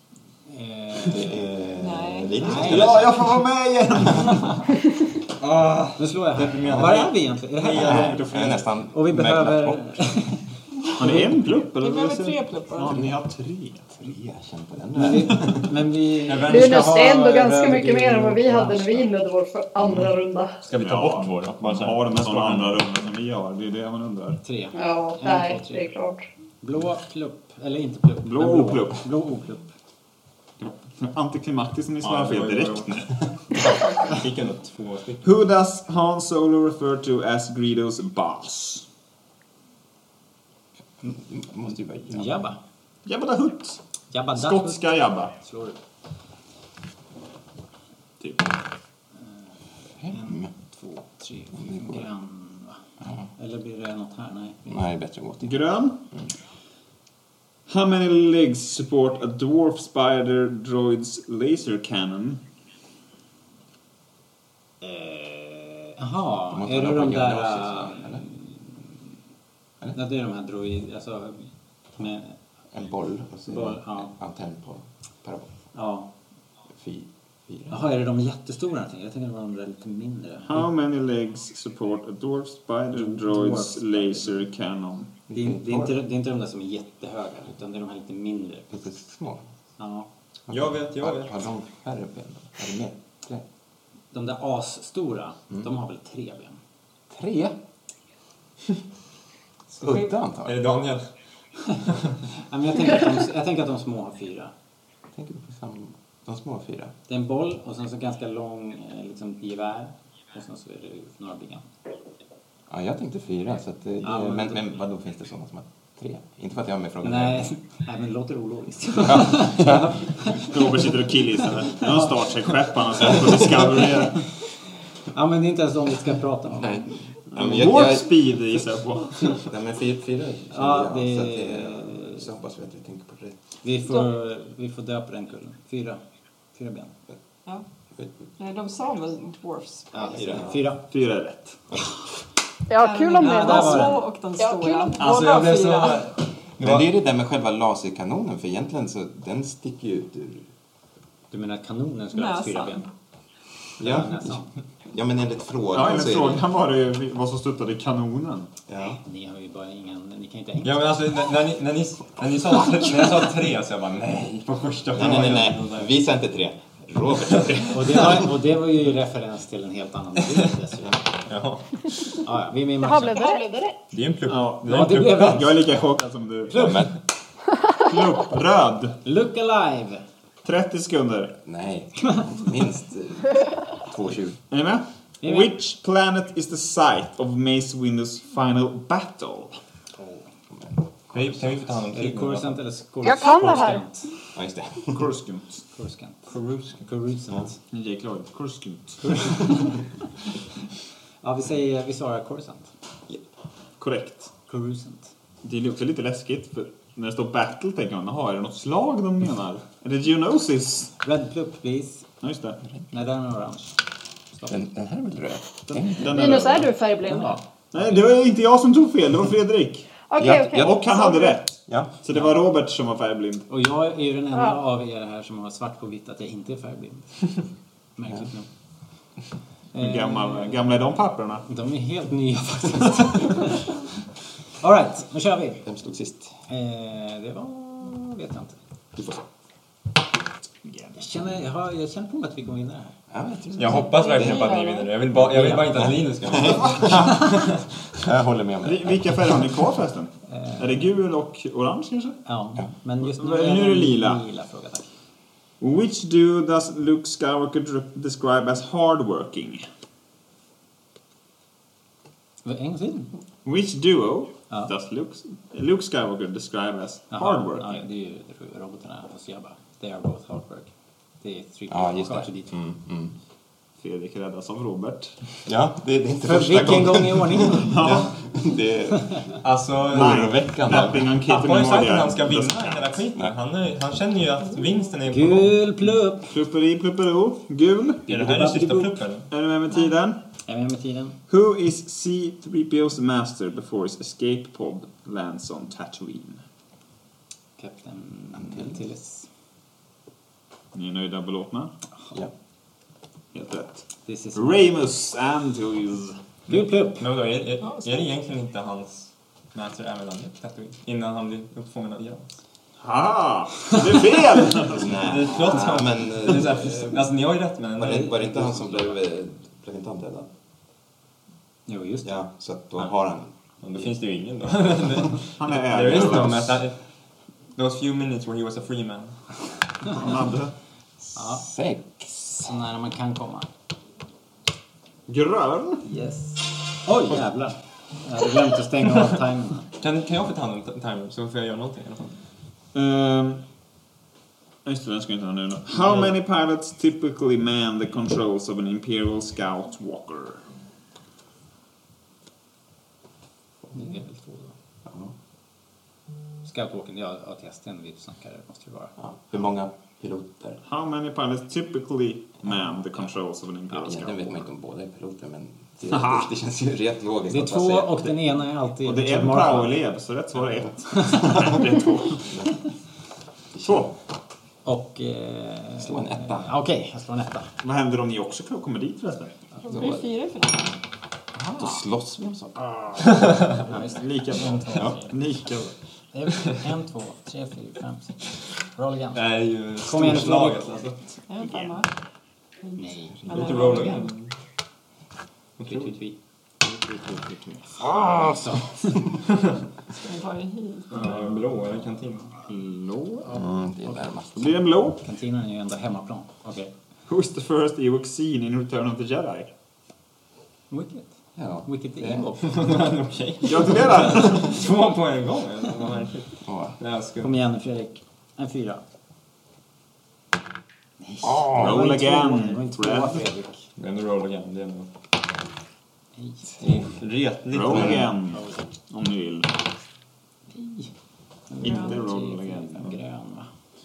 Nej. Ja, jag får vara med igen! Nu slår jag här. Var är vi egentligen? Är det här? Jag är nästan Och vi behöver... Har ni en plupp? Vi Eller? behöver 3 pluppar. Ja, ni har 3. Jag känner på den. Men vi... Linus, det är ändå ganska mycket mer än vad vi hade när vi inledde vår andra runda. Ska vi ta bort vår då? Man har de sådana andra rummen som vi har. Det är det man undrar. 3. Ja, nej, det är klart. Blå plupp. Eller inte plupp. Blå men oplupp. Blå oplupp. Antiklimaktiskt som ni svarar fel direkt nu. Jag fick ändå 2 stycken. Who does Han Solo refer to as Greedos boss? Måste ju vara Jabba. Jabba the Hutt. Jabba the Skotska Jabba. Slår du. Typ. 1, 2, 3, 4 grann. Va? Eller blir det något här? Nej. Nej, bättre gå till. Grön. How many legs support a dwarf spider droid's laser cannon? Jaha, måste är det vara de på där... gymnasiet, eller? Ja, det är de här droid... Alltså, med... En boll och så Boll, ja. antenn på parabol. Ja. 4. Jaha, är det de jättestora? Jag tänkte det var de där lite mindre. How many legs support a dwarf spider droid's laser cannon? Det är inte de där som är jättehöga, utan det är de här lite mindre. Lite små. Ja. Jag vet. Har de färre ben då? Är det mer? 3? De där asstora, de har väl 3 ben? 3? Udda Är antal. det Daniel? Ja, men jag tänker att de små har 4. Tänker du på de små 4? Det är en boll och sen så ganska lång liksom, gevär. Och sen så är det några ben. Ja, jag tänkte 4. Så att det, Ja, men vadå, finns det sådana som har 3? Inte för att jag har med frågan. Nej, men det låter ologiskt. Robert sitter och killgissar. Det är någon Star Trek-skepp han har sett på Discovery. Ja, men det är inte ens om vi ska prata om. Nej. Warp speed gissar jag på. Nej, men 4 Ja, så hoppas vi att vi tänker på rätt. Vi får döpa den kullen. 4 ben. Ja. Nej, de sa väl dwarfs? Ja, 4 är rätt. Ja, kul om det De var små så. och de Ja, stora. kul om- Alltså Båda jag blev så... 4. Men det är det där med själva laserkanonen, för egentligen så den sticker ju ut ur... Du menar att kanonen skulle ha 4 ben? Ja, Näsan. ja men enligt frågan Ja, enligt så är det... frågan var det vad som stöttade kanonen. Ja. Ni har ju bara ingen... Ni kan inte engelska. Ja men alltså när ni sa när jag sa 3 så jag bara nej på första frågan. Nej. Vi sa inte 3. Robert sa 3. Och det var ju referens till en helt annan bild dessutom. Jaha. Ja, vi är med i Jaha, matchen. blev det rätt? Det är en plupp. Ja, Ja, det blev rätt. jag är lika chockad som du. Ja, men, Plupp, röd. Look alive! 30 sekunder. nej, minst 2,20. Är ni med? Vi är med. Which planet is the site of Mace Windu's final battle? Kan vi få ta hand om Är det kriget? Coruscant eller Coruscant? Jag kan det här. Ja, just det. Coruscant. Coruscant. Jake Lloyd. Coruscant. Ja, vi svarar Coruscant. Korrekt. Coruscant. Det är också lite läskigt för när det står battle tänker man, jaha, är det något slag de menar? Är det Geonosis? Red plupp, please. Ja, just det. Nej, den är orange. Stopp. Den här är väl röd? Den Linus, röd. är du färgblind? Ja. Nej, det var inte jag som tog fel, det var Fredrik. Okej. Och han hade rätt. Ja. Så det var Robert som var färgblind. Och jag är ju den enda Ja. av er här som har svart på vitt att jag inte är färgblind. Märkligt nog. Hur gamla är de papperna? De är helt nya faktiskt. All right, nu kör vi. Vem stod sist? Det var... vet jag inte. Du får se. Jag känner på mig att vi kommer vinna det här. Ja, jag tror Jag hoppas verkligen på att ni vinner det. Jag vill bara inte att Linus ska vinna. jag håller med om det. Vilka färger har ni kvar förresten? Är det gul och orange kanske? Ja, men just Nu är det lila. Lila fråga, tack. Which duo does Luke Skywalker describe as hardworking? En gång till. Which duo Ja. does Luke Skywalker describe as Jaha, hardworking? Ja, det är ju robotarna hos Jabba. They are both hard work. Det är 3 Ja, just det. R2D2. Fredrik räddas av Robert. Ja, det är inte För första vilken gången. gång i ordningen? Ja. Det är Alltså... oroväckande. Napping on Pappa har ju sagt att han ska Kitten vinna hela skiten. Han känner ju att vinsten är på Gul plupp. Plupperi, pluppero. Gul. Är det här den sista pluppen? Är du med tiden? Är vi med tiden? Who is C-3PO's master before his escape pod lands on Tatooine? Kapten Antilles. Ni är nöjda och belåtna? Ja. Helt rätt. This is Ramus Antilles. Gul plupp. Men vadå, är det egentligen inte hans master även han Tatooine? Innan han blir uppfångad av Javas? Haha! Det är fel! Nej, Förlåt, ja, men... Det är så här, alltså ni har ju rätt men... Var det inte han som blev inte han dödad? Jo, just det. Ja, så att då har han... Men då finns det ju ingen då. Han är There is no ägare. master. Those few minutes where he was a free man. Han hade 6. Så nära man kan komma. grön. Yes. Oj, jävlar. Jag hade glömt att stänga av timern. Kan jag få ta hand om timer så får jag göra någonting i alla fall. Just det, den ska jag inte ha nu då. How many pilots typically man the controls of an Imperial Scout Walker? Det är väl 2 då. Scoutwalking, ja, testen vi snackar måste det vara. Ja. Hur många piloter? How many pilots typically man the controls of an Imperial Ja, Scout? den vet man inte om båda är piloter, men det känns ju rätt logiskt. Det är 2 och den ena är alltid... Och det är en powerled, så rätt svar är 1. Det är 2. 2. Och... Slå en 1. Okej, jag slår en 1. Vad händer om ni också kommer dit förresten? Då blir det 4 i finalen. Då slåss vi om saker. Ja, just det. Lika bra. Ja, lika bra. Det är 1, 2, 3, 4, 5, 6. Roll again. Det är ju Kom igen, storslaget. Alltså. En 5. Nej. Det är inte roll again. Så. Ska vi ta det hit? Ja, blå eller kantin? Blå. Det är närmast. Då blir det blå. Kantinen är ju ändå hemmaplan. Okej. Who's the first Ewok seen in Return of the Jedi? Wicket. Ja. Wicket är Ewok. Okej. Gratulerar! 2 på en gång. Vad märkligt. Ja. Jag ska... Kom igen Fredrik. En 4. Roll again. Det var en 2 Fredrik. Det är ändå roll again. Det är ändå... Nej. Det är retligt. Roll again. Om ni vill. Nej. Inte roll again. Grön va?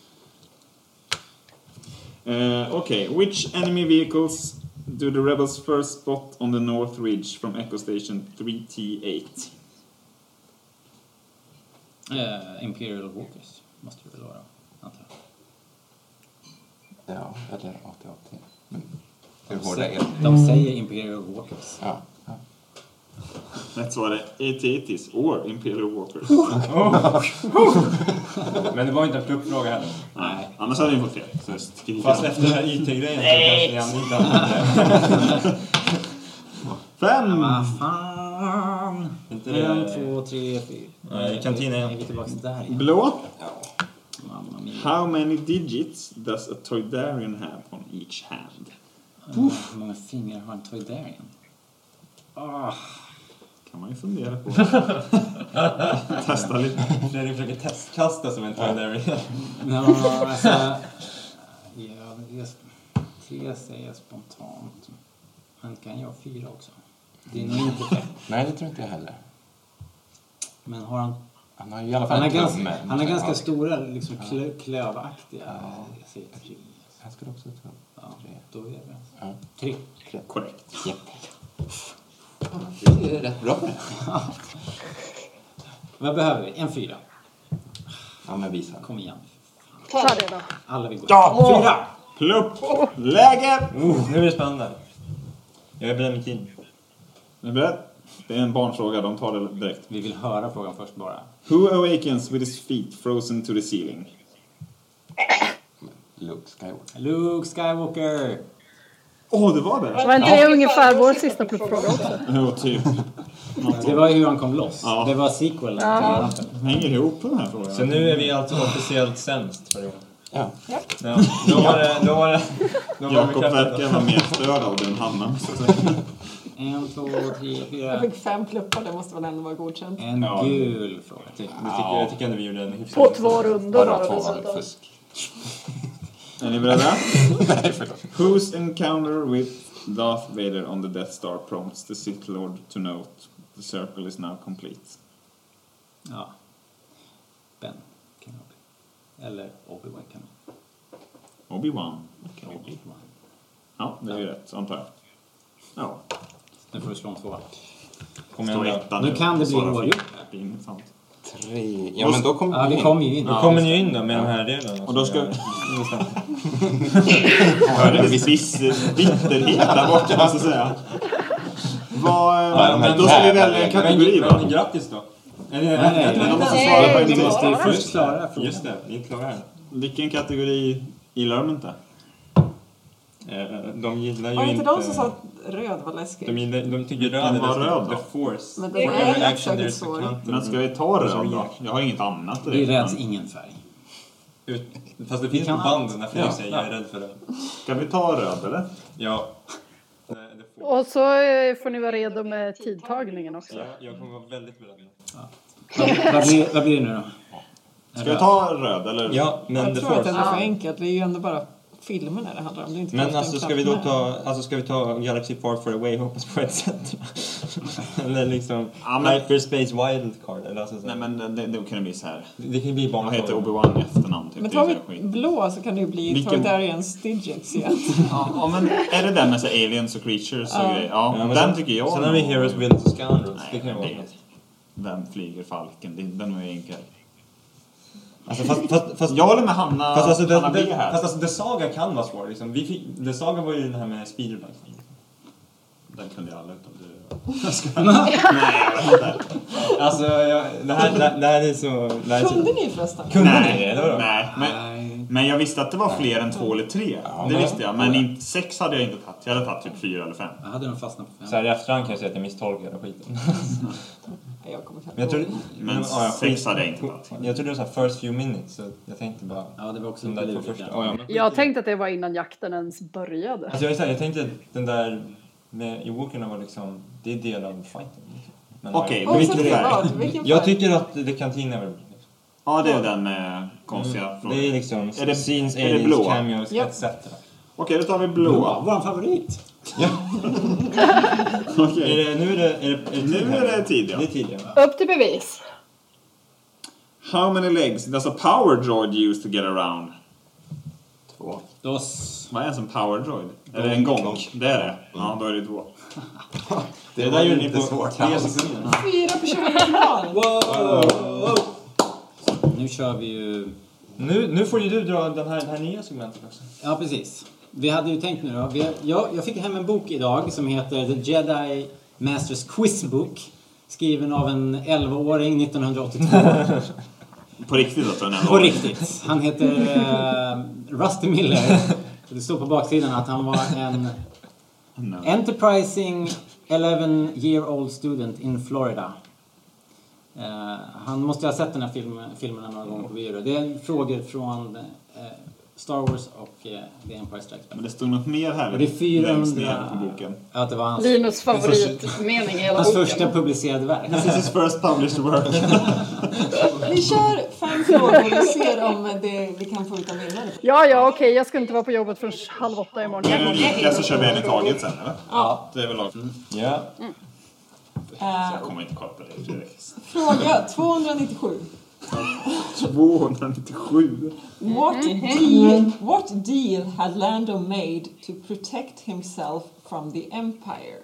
Okay, which enemy vehicles do the rebels first spot on the North Ridge from Echo Station 3T8? Imperial Walkers måste det väl vara, antar jag. Ja, eller AT-AT. Hur hårda är det? De säger Imperial Walkers. Ja. Rätt svar är AT-ATs or Imperial Walkers. Men det var inte en pluppfråga heller. Nej, annars hade ni fått fel. Fast efter den här IT-grejen så kanske ni ändå inte hade det. 5! Vad fan? Inte det... 1, 2, 3, 4. Nej, kantinen Är vi tillbaka där igen? Blå. Mamma mia. How many digits does a Toydarian have on each hand? Hur många fingrar har en Toydarian? Kan man ju fundera på. Testa lite. Fredrik försöker testkasta som en Toydarian. Ja, alltså... Ja, det säger jag spontant. Han kan ju ha 4 också. Det är nog inte 5. Nej, det tror inte jag heller. Men har han... Han har ju i alla fall Han har ganska stora, liksom klövaktiga... Jag säger 3. Han skulle också ta Ja, då är det Ja. 3. Korrekt. Japp. Det är rätt bra. Vad behöver vi? En 4. Ja, men visa. Kom igen. Ta det då. Alla vill gå. Ja! 4! Plupp! Läge! Nu är det spännande. Jag är beredd med tid. Är du beredd? Det är en barnfråga, de tar det direkt. Vi vill höra frågan först bara. Who awakens with his feet frozen to the ceiling? Luke Skywalker. Luke Skywalker! Det var det? Var inte det ungefär vår sista pluppfråga också? Jo, typ. Det var ju hur han kom loss. Ja. Det var sequel. Ja. Hänger ihop på den här frågan. Så nu är vi alltså officiellt sämst för i år. Ja. Ja, då var det Jakob verkar vara mer störd av den Hanna. 1, 2, 3, 4. Jag fick 5 pluppar, det måste väl ändå vara godkänt. En gul fråga. Jag tycker ändå vi gjorde en hyfsad. På 2 rundor Bara då 2 var dessutom. väl fusk. Är ni beredda? Nej, förlåt. Whose encounter with Darth Vader on the Death Star prompts the Sith Lord to note the circle is now complete? Ja. Ben Kenobi. Eller Obi-Wan Kenobi. Obi-Wan. Obi-Wan. Ja, det är ju rätt, antar jag. Ja. Nu får du slå en 2. Kom Står igen. etta Nu kan det bli oavgjort. Det är inget sant. 3. Ja, men då kommer Ja, vi kommer ju in. Då kommer ni in då med de här reglerna. Och då ska... Hörde en viss bitterhet där borta, måste jag säga. Men då ska vi välja en kategori, va? Men grattis då. Nej, de måste svara på en vi till. måste ju först klara frågan. Just det, ni är klara här. Vilken kategori gillar de inte? De gillar ju Var det inte... inte de som sa att röd var läskigt? De tycker röd Den är var röd då? The Force. Men det är Every rätt action säkert there's så. a counter. Men ska vi ta röd då? Jag har inget annat Vi direkt. räds men- ingen färg. Fast det finns på kan banden när Fredrik Ja. säger jag är rädd för röd. Ska vi ta röd, eller? Ja. The Force. Och så får ni vara redo med tidtagningen också. Jag kommer vara väldigt beredd. Vad blir det nu då? Ska vi ta röd, eller? Ja, men Jag The tror att det Force. är för enkelt. Vi är ju ändå bara filmerna det handlar om. Det är inte Men alltså ska vi ta Galaxy Far Far Away, hoppas på ett sätt? Eller liksom Hyperspace Wildcard eller alltså så. Nej men det kan bli så här. Det kan bli barn. Vad heter Obi-Wan i efternamn typ. Men tar vi blå så kan det ju bli Targaryens Digits igen. Ja men är det den med så aliens och creatures och grejer? Ja, den tycker jag. Sen har vi Heroes, Villains och Scoundrels. Det kan ju vara något. Vem flyger falken? Den är enkel. Alltså, fast jag håller med Hanna. Fast alltså The Saga kan vara svår liksom. The Saga var ju den här med Speederbike. Den kunde jag aldrig utan du. Nej, jag vet inte. Alltså det här är så. Kunde ni förresten? Nej, men jag visste att det var fler än 2 eller 3. Det visste jag, men 6 hade jag inte tagit. Jag hade tagit typ 4 eller 5. Jag hade nog fastnat på 5. Så här i efterhand kan jag säga att jag misstolkade skiten. Jag kommer jag tror, men 6 hade jag inte tagit. Jag trodde det var så här first few minutes, så jag tänkte bara. Ja, det var också den där första. Jag tänkte att det var innan jakten ens började. Alltså jag tänkte att den där med Ewokerna var liksom, det är del av fighten. Okej, jag tycker att det kantina var. Ja, det är den med konstiga frågor. Det är liksom scenes, är det blå? Cameos, etc. Okej, då tar vi blå. Vår favorit. Ja. Okej. Nu är det tid, ja. Det är tid, ja. Upp till bevis. How many legs does a power droid use to get around? 2. Vad är en som power droid? Är det en gång? Det är det. Ja, då är det 2. Det där gör ni på svårt. 4 personer kvar. Wow. Nu kör vi ju... Nu får ju du dra den här nya segmentet också. Ja, precis. Vi hade ju tänkt nu då. Jag fick hem en bok idag som heter The Jedi Masters Quizbook. Skriven av en 11-åring 1982. På riktigt alltså? På riktigt. Han heter Rusty Miller. Det står på baksidan att han var en enterprising 11-year-old student in Florida. Han måste ha sett den här filmen några gånger på video. Det är frågor från Star Wars och The Empire Strikes Back. Men det stod något mer här. Och det är 400 på boken. Ja, det var hans Linus favoritmening i hela hans boken. första publicerade verk. This is his first published work. Vi kör 5 frågor och ser om vi kan få ut en vinnare. Ja, okej. Jag ska inte vara på jobbet förrän 7:30 imorgon. Är det lika så kör vi en i taget sen, eller? Ja. Det är väl lagom. Ja. Så jag kommer inte kolla på det, Fredrik. Fråga 297. 297. What deal had Lando made to protect himself from the Empire?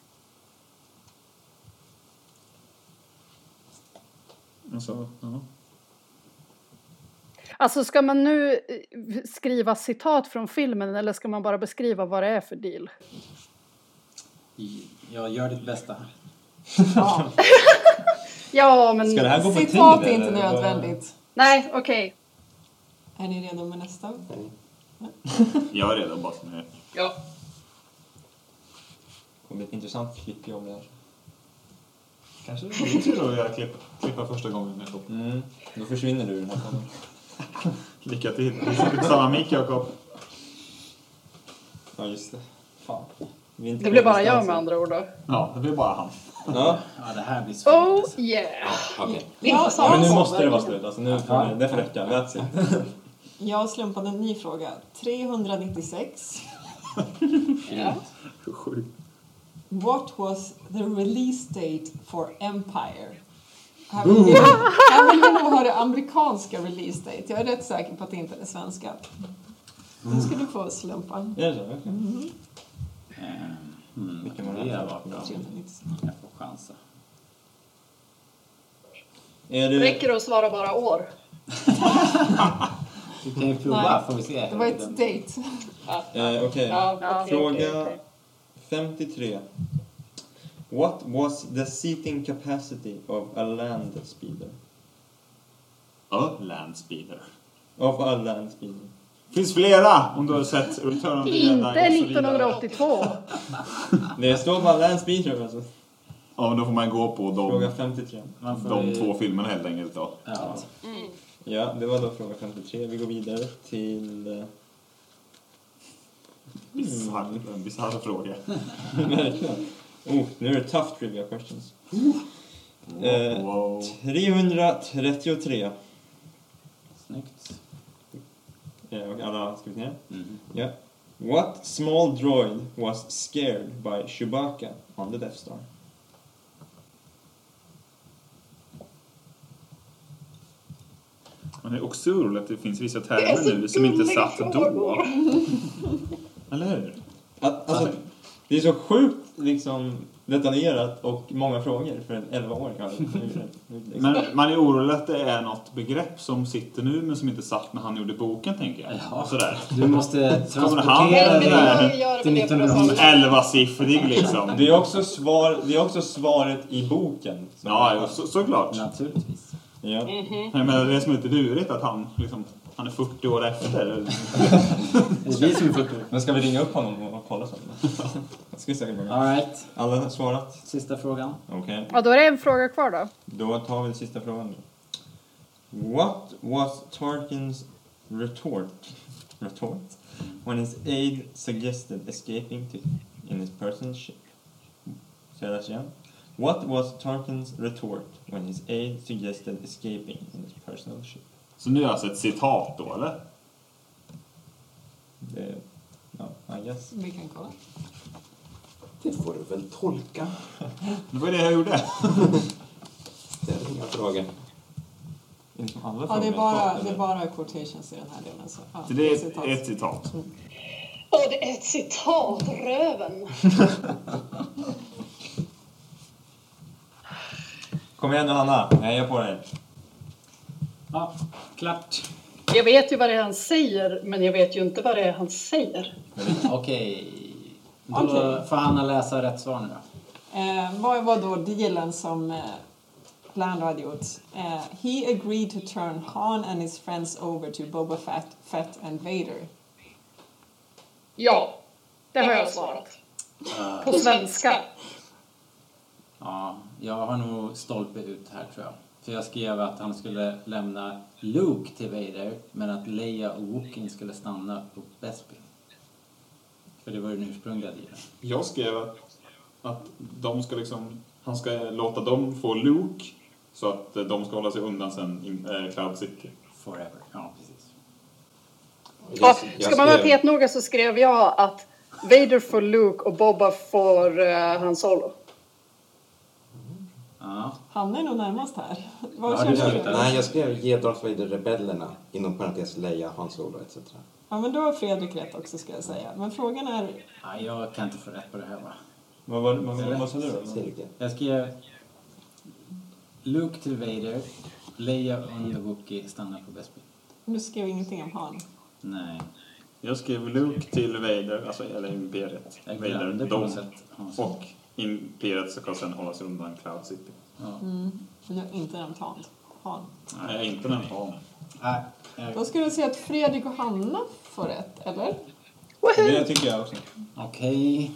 Alltså, ska man nu skriva citat från filmen eller ska man bara beskriva vad det är för deal? Jag gör ditt bästa. Ja. Ja, men ska det här gå på citat tid, är inte nödvändigt. Nej, okej. Är ni redo med nästa? Jag är redo bara som jag är. Ja. Det kommer bli ett intressant klippjobb där. Kanske det är tur att göra klippa första gången med Jakob. Då försvinner du den här gången. Lycka till. Vi sitter på samma mick, Jakob. Ja, just det. Fan. Det blir bara jag med andra ord då. Ja, det blir bara han. Ja, det här blir svårt. Oh yeah. Okej. Ja, Men nu måste det vara slut. Alltså, nu får det får räcka. That's it. Jag slumpade en ny fråga. 396. Ja. Sjukt. What was the release date for Empire? Här vill vi nog ha det amerikanska release date. Jag är rätt säker på att det inte är det svenska. Nu ska du få slumpa. Är det så? Okej. Vilken var det? Det har varit bra. Jag får chansa. Räcker det att svara bara år? Du kan ju prova, får vi se. Det var ett date. Okej. Fråga 53. What was the seating capacity of a land speeder? A land speeder. Of a land speeder. Finns flera om du har sett Return of the Jedi. Inte 1982. Det står bara land speeder alltså. Ja, men då får man gå på Fråga 53. De 2 filmerna helt enkelt då. Ja. Ja, det var då fråga 53. Vi går vidare till... Bizarr fråga. Verkligen. Nu är det tough trivia questions. Wow. 333. Snyggt. och alla har skrivit ner. Ja. What small droid was scared by Chewbacca on the Death Star? Men det är också roligt att det finns vissa termer nu som inte satt då. Eller hur? Alltså, det är så sjukt liksom detaljerat och många frågor för en 11-åring. Men man är orolig att det är något begrepp som sitter nu men som inte satt när han gjorde boken, tänker jag. Ja. Sådär. Du måste transportera han dig till 1900. 11-siffrig liksom. Det är också svaret i boken. Ja, såklart. Naturligtvis. Ja. Jag menar, det är som lite lurigt att han är 40 år efter. Det är vi som är 40 år. Men ska vi ringa upp honom och kolla så? Jag ska säkert börja. All right. Alla har svarat? Sista frågan. Okej. Ja, då är det en fråga kvar då. Då tar vi den sista frågan. What was Tarkins retort when his aide suggested escaping in his personal ship? Säg det igen. What was Tarkins retort when his aide suggested escaping in his personal ship? Så nu är alltså ett citat då, eller? Ja, I guess. Vi kan kolla. Det får du väl tolka. Det var det jag gjorde. Det är inga frågor. Ja, det är bara quotations i den här delen. Så, ja, Så det är ett citat. Och det är ett citat, röven. Kom igen nu, Hanna. Jag hejar på dig. Ja, klart. Jag vet ju vad det är han säger, men jag vet ju inte vad det är han säger. Okej. Då får Hanna läsa rätt svar nu då. Vad var då dealen som Lando hade gjort? He agreed to turn Han and his friends over to Boba Fett and Vader. Ja, det har jag svarat. På svenska. Ja, jag har nog stolpe ut här, tror jag. För jag skrev att han skulle lämna Luke till Vader, men att Leia och Wookiee skulle stanna på Bespin. För det var den ursprungliga dealen. Jag skrev att han ska låta dem få Luke så att de ska hålla sig undan sen Cloud City. Forever, ja precis. Ska man vara helt noga så skrev jag att Vader får Luke och Boba får Han Solo. Ja. Han är nog närmast här. Nej, jag skrev ge Darth Vader rebellerna inom parentes Leia, Han Solo etc. Ja, men då har Fredrik rätt också, ska jag säga. Men frågan är... Ja, jag kan inte få rätt på det här, va? Vad sa du då? Jag skrev Luke till Vader, Leia och Wookiee stannar på Bespin. Du skrev ingenting om Han. Nej. Jag skrev Luke till Vader, alltså eller Imperiet. Vader, på något de sätt. och Imperiet ska sen hålla sig undan Cloud City. Ja. Men jag har inte nämnt Han. Nej, inte den Han. Nej. Då skulle jag säga att Fredrik och Hanna får rätt, eller? Det tycker jag också. Okej.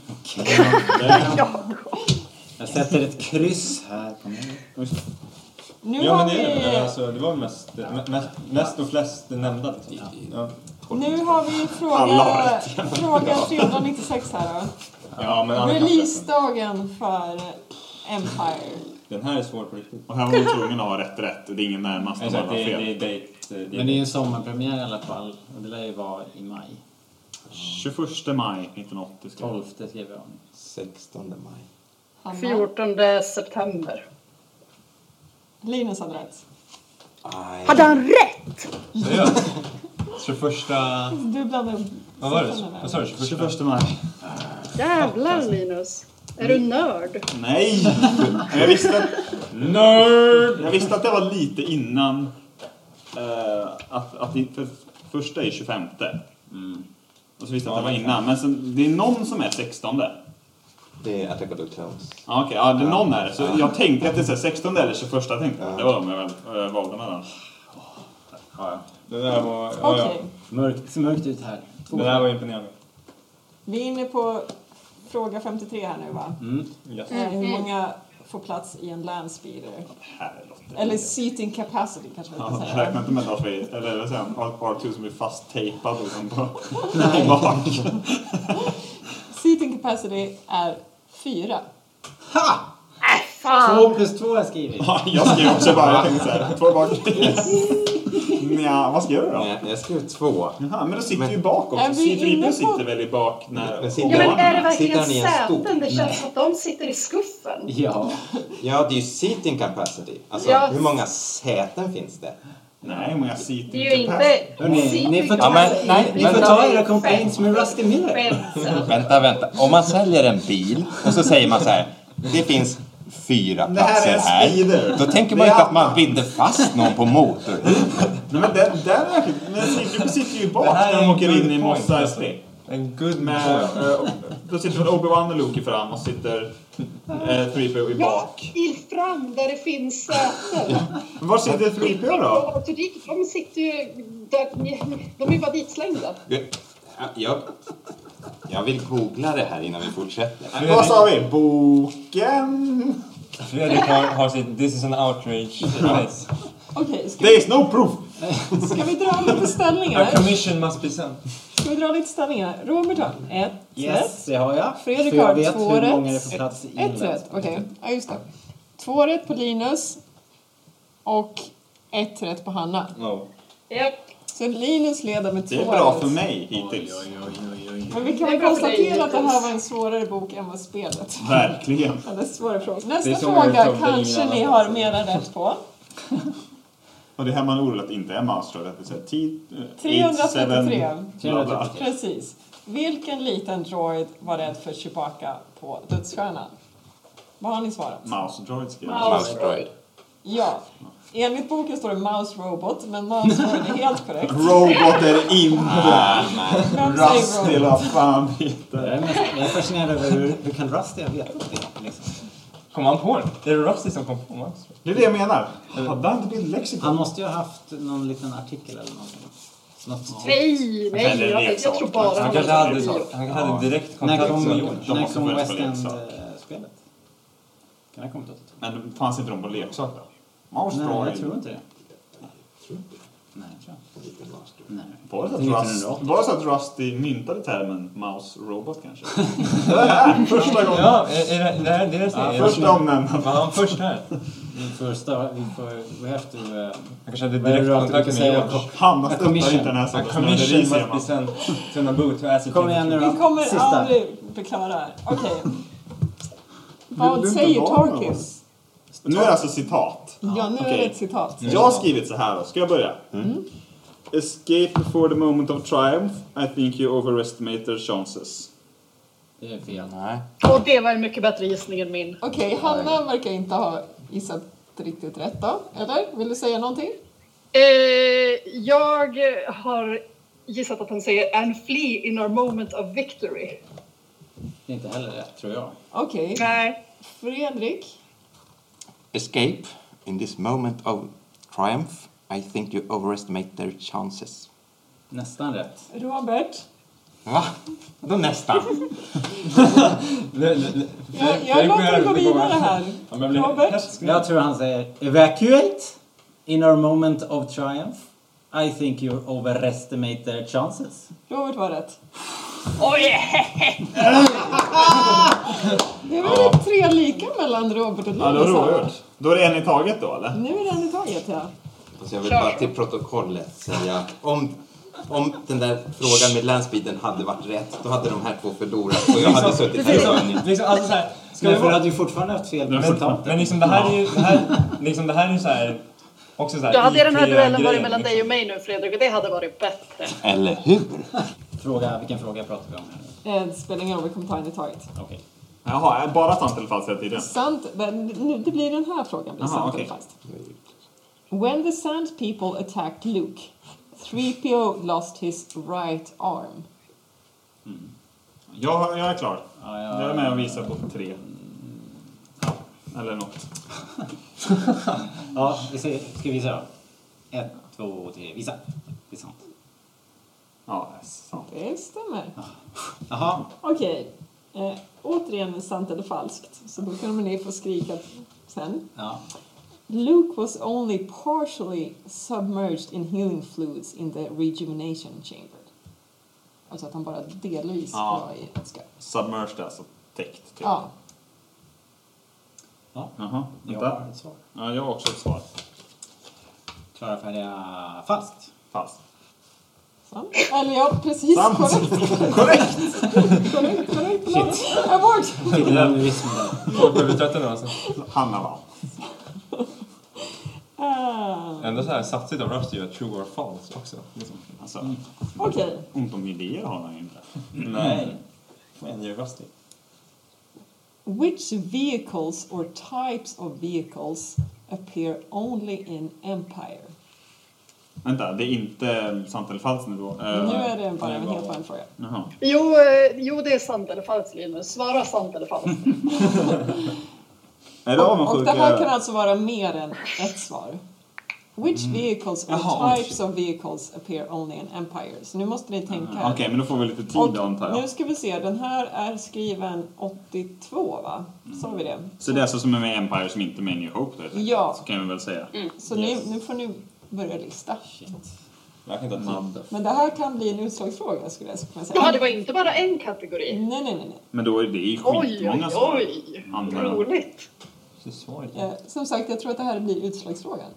Jag sätter ett kryss här på mig. Nu Ja, har men det är vi... alltså, det var mest och flest nämnda. Ja. Nu har vi fråga 396 här då. Ja, men Releasedagen för Empire. Den här är svår på riktigt. Och här var man tvungen att ha rätt. Det är ingen närmast. Det är Men det är ju en sommarpremiär i alla fall. Och det lär ju vara i maj. 21 maj 1980. 12 skrev jag. 16 maj. Hanna. 14 september. Linus hade rätt. Hade han rätt? 21... Du blandade... Vad var det? Vad sa du? 21 maj. Jävlar, Linus. Är du nörd? Nej! Jag visste att det var lite innan att för första är 25. Och så visste jag att det var innan. Men sen, det är någon som är 16. Det är Attack of the Clones. Ja, okej. Ja, det är någon är. Så jag tänkte att det är 16 eller 21 tänkte jag. Det var de jag valde mellan. Ja. Det där var... Okej. Mörkt ut här. Det där var imponerande. Vi är inne på fråga 53 här nu, va? Yes. Hur många får plats i en landspeeder? Eller seating capacity kanske vi kan säga. Räkna inte med Darth Vader. Eller vad säger han? R2 som blir fasttejpad liksom på bak. Seating capacity är 4. Ha! fan. 2 + 2 har jag skrivit. Ja, jag skrev också bara, jag tänkte såhär, 2 bak. Nja, vad skrev du då? Jag skrev 2. Jaha, men då sitter ju bak också. Är vi inne C-3PO på- sitter väl i bak när... Men Ja, sitter- men är det Sitter verkligen han i en stol? säten? Det känns som att de sitter i skuffen. Ja. Ja, det är ju seating capacity. Alltså, Ja. hur många säten finns det? Nej, hur många seating Det är ju capacity? inte... Hörrni, ni får Ja, ta, men, nej, ni får ta era complaints med Rusty Miller. Vänta. Om man säljer en bil och så säger man så här, det finns 4 Det här är platser en här. speeder. Då tänker man Det är inte att man annat. binder fast någon på motorhuven. Nej, men den men C-3PO sitter ju bak Det här när är de en åker good in i Mos point, alltså. Eisley. En good Med, point. då sitter väl Obi-Wan och Luke fram och sitter 3PO i bak. I fram där det finns säten. Men var sitter 3PO då? De sitter ju där, de är ju bara ditslängda. Jag vill googla det här innan vi fortsätter. Vad sa vi? Boken? Fredrik har sitt This is an outrage face. Okej, There is no proof! ska vi dra lite A ställningar? commission must be sent. Ska vi dra lite ställningar? Robert har 1 Yes, rätt. det har jag. Fredrik För jag har vet 2 hur rätt. många det är på plats i 1 rätt, okej. Ja, just det. 2 rätt på Linus. Och 1 rätt på Hanna. No. Japp. Så Linus leder med 2 Det är bra för mig hittills. Men vi kan Det är väl bra för dig, konstatera att det här Linus. var en svårare bok än vad spelet. Verkligen. Eller svårare fråga. Det är Nästa som en fråga fråga kanske ingen ni annanstans. har mera rätt på. Och det här man ordet inte är mouse det är 333. 333. Precis. Vilken liten droid var rädd för Chewbacca på Dödsstjärnan? Vad har ni svarat? Mouse droid skrev Mouse droid. Ja. Enligt boken står det Mouse Robot, men Mouse Droid är helt korrekt. Robot är det inte. Vem säger Rusty, Robot? vad fan heter. Jag är fascinerad över hur kan Rusty ha vetat det? Liksom. Kom han på det? Är det Rusty som kom på det? Det är det jag menar. Hade han inte blivit lexikon? Han måste ju ha haft någon liten artikel eller någonting. Något. Nej, jag tror bara Han kanske hade direkt När kontakt kom, med George. De när måste kom få West det på leksak. End-spelet? Kan det ha kommit åt? Men fanns inte de på leksak då? Mouse Nej, droid. jag tror inte det. Nej, jag tror inte. Nej. Var det så att Rusty myntade termen mouse robot kanske? Det här, första gången. Ja, är det här det jag säger? Första omnämnande. Var han först här? We have to... Han kanske hade Vad är det direkt du alltid kontakt brukar med säga? George. Hanna stöttar commission. inte den här A sortens commission nörderi ser must be man. sent to Naboo to ask Kom igen nu Vi då. kommer Sista. aldrig bli klara här. Okej. Vad du inte säger vara med Tarkin? oss? Nu är det alltså citat. Ja, nu är det Okej. ett citat. Jag har skrivit så här då. Ska jag börja? Escape before the moment of triumph. I think you overestimate their chances. Det är fel. Nej. Och det var en mycket bättre gissning än min. Okej, Hanna verkar inte ha gissat riktigt rätt då. Eller? Vill du säga någonting? Jag har gissat att han säger and flee in our moment of victory. Det är inte heller rätt, tror jag. Okej. Nej. Fredrik? Escape in this moment of triumph. I think you overestimate their chances. Nästan rätt. Robert? Va? Då nästan. Jag låter gå vidare här. Robert? Jag tror han säger evacuate in our moment of triumph. I think you overestimate their chances. Robert var rätt. Oj! Det är väl 3 lika mellan Robert och Linus? Ja, då är det här. oerhört. Då är det en i taget då, eller? Nu är det en i taget, ja. Så jag vill bara till protokollet säga om den där frågan med landspeeden hade varit rätt, då hade de här 2 förlorat och jag hade suttit här och vunnit. Liksom, alltså så här, ska Men vi för vara... hade ju fortfarande haft fel på resultatet. Men liksom det här är ju... Det här är ju så här... Också så här Då hade den här duellen varit grejen, mellan liksom. dig och mig nu, Fredrik, och det hade varit bättre. Eller hur? Vilken fråga pratar vi om här? Det spelar ingen roll, vi kommer ta en i taget. Okej. Jaha, är bara sant eller falskt hela tiden? Sant, men nu, det blir den här frågan. Blir Jaha, sant okej. eller falskt. When the Sand People attacked Luke, 3PO lost his right arm. Jag är klar. Ja, Jag är med och visar på 3. Ja, eller något. Ja, ska vi visa då? 1, 2, 3, visa. Det är sant. Ja, det är sant. Det stämmer. Jaha. Okej. Återigen sant eller falskt. Så då kan ni få skrika sen. Ja. Luke was only partially submerged in healing fluids in the rejuvenation chamber. Alltså att han bara delvis Ja. var i vätska. Submerged, alltså täckt. Typ. Ja. Ja, Jaha, jag vänta. har ett svar. Ja, jag har också ett svar. Klara, färdiga, falskt. Fast. Sant. Eller ja, precis. Sant. Korrekt. Korrekt. Abort. Fick en aneurism där. Folk blev trötta nu alltså. Hanna vann. Ändå så här satsigt av röst ju true or false också. Liksom. Alltså, Okej. ont om idéer har han inte. Nej. Men jag är röstig. Which vehicles or types of vehicles appear only in Empire? Vänta, det är inte sant eller falskt nu då? Nu är det bara en helt annan fråga. Jaha. Jo, det är sant eller falskt, Linus. Svara sant eller falskt. Är det Och det här kan alltså vara mer än ett svar. Which vehicles or Jaha, types of vehicles appear only in Empire? Så nu måste ni tänka. Okej, men då får vi lite tid Och antar jag. nu ska vi se, den här är skriven 82 va? Sa vi det? Så det är alltså som är med Empire som inte är med i New Hope då? Ja. Så kan vi väl säga. Så nu får ni börja lista. Jag kan ta tid. Men det här kan bli en utslagsfråga skulle jag kunna säga. Ja, det var inte bara en kategori. Nej. Men då är det ju skitmånga svar. antar jag. Roligt. Så svaret. Som sagt, jag tror att det här blir utslagsfrågan.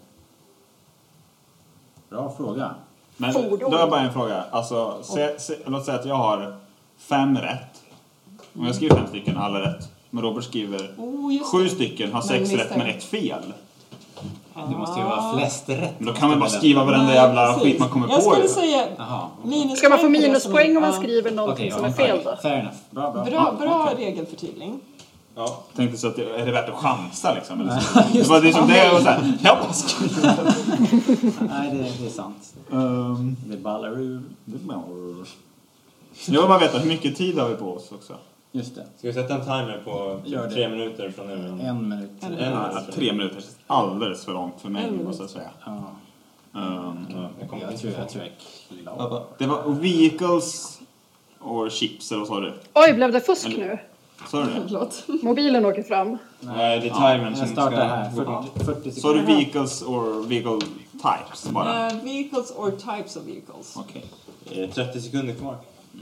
Bra fråga. Men Fordon. då har jag bara en fråga. Alltså, låt säga att jag har 5 rätt. Om jag skriver 5 stycken, alla rätt. Men Robert skriver 7 stycken, har 6 rätt men 1 fel. Det måste ju vara flest rätt. Men då kan man bara skriva varenda jävla skit man kommer på. Jag skulle säga Jaha. Ska man få på det minuspoäng om man som- skriver någonting som är fel då? Fair enough. Bra. Bra regelförtydling. Ja, tänkte så att är det värt att chansa liksom? Eller så. Det var det som det och så här. Ja, Nej, det är sant. Det ballar ur. Jag vill bara veta hur mycket tid har vi på oss också. Just det. Ska vi sätta en timer på Gör det. 3 minuter från nu? 1 minut. Ja, 3 minuter är alldeles för långt för mig, En minut. måste jag säga. Ja. Jag kommer Jag inte tror ihåg. jag är klar. Det var vehicles och chips, eller vad sa du? Oj, blev det fusk nu? Sa du det? Förlåt. Mobilen åker fram. Nej, det är timern som Jag startar ska här. gå på. 40 Sa du sekunder. vehicles or vehicle types bara? Vehicles or types of vehicles. Okej. Det är 30 sekunder kvar.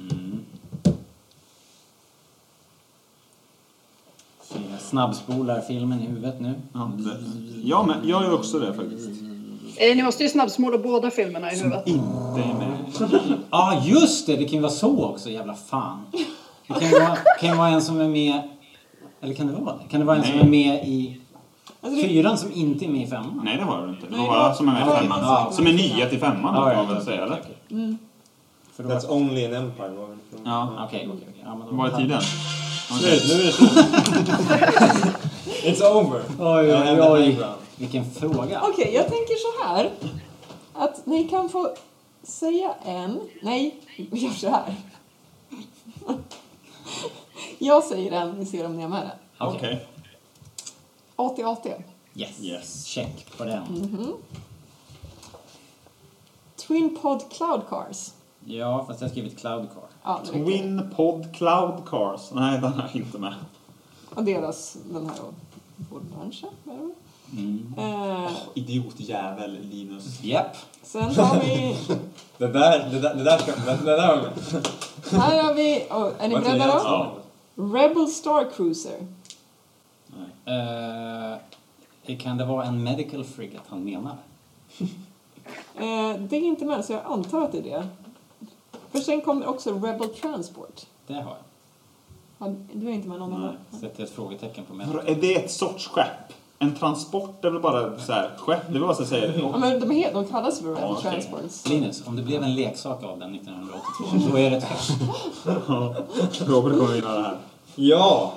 Jag snabbspolar filmen i huvudet nu. Ja, men jag gör också det faktiskt. Ni måste ju snabbsmåla båda filmerna i huvudet. Inte är med. Ja, just det! Det kan ju vara så också, jävla fan. Det kan ju vara en som är med... Eller kan det vara det? Kan det vara en som är med i 4 som inte är med i 5? Nej, det var det inte. Det var bara som är med i 5. Ja. Som är nya till 5, kan man väl säga, eller? För då... That's only an empire var det. Ja. Okej. Ja, men då... Vad är tiden? Slut, nu är det slut. It's over. Oj. Vilken fråga. Okej, jag tänker så här. Att ni kan få säga en... Nej, vi gör så här. Jag säger en, vi ser om ni är med det. Okej. 80-80. Yes. Check på den. Twin Pod Cloud Cars. Ja, fast jag har skrivit Cloud Car. Ja, det räcker. Twin Pod Cloud Cars. Nej, den är inte med. Och deras, den här orangea. Idiotjävel, Linus. Japp. Sen har vi... Det där har vi. Här har vi... är ni beredda då? Ja. Rebel Star Cruiser. Kan det vara en medical frigate han menar? Det är inte med, så jag antar att det är det. För sen kommer också Rebel Transport. Det har jag. Ja, du är inte med någon annan. Sätter ett frågetecken på mig. Är det ett sorts skepp? En transport är väl bara så här skepp? Det var vad jag säger. Ja, men de kallas för Rebel Ja, okej. Transports. Linus, om det blev en leksak av den 1982, då är det ett skepp. Robert kommer vinna det här. Ja!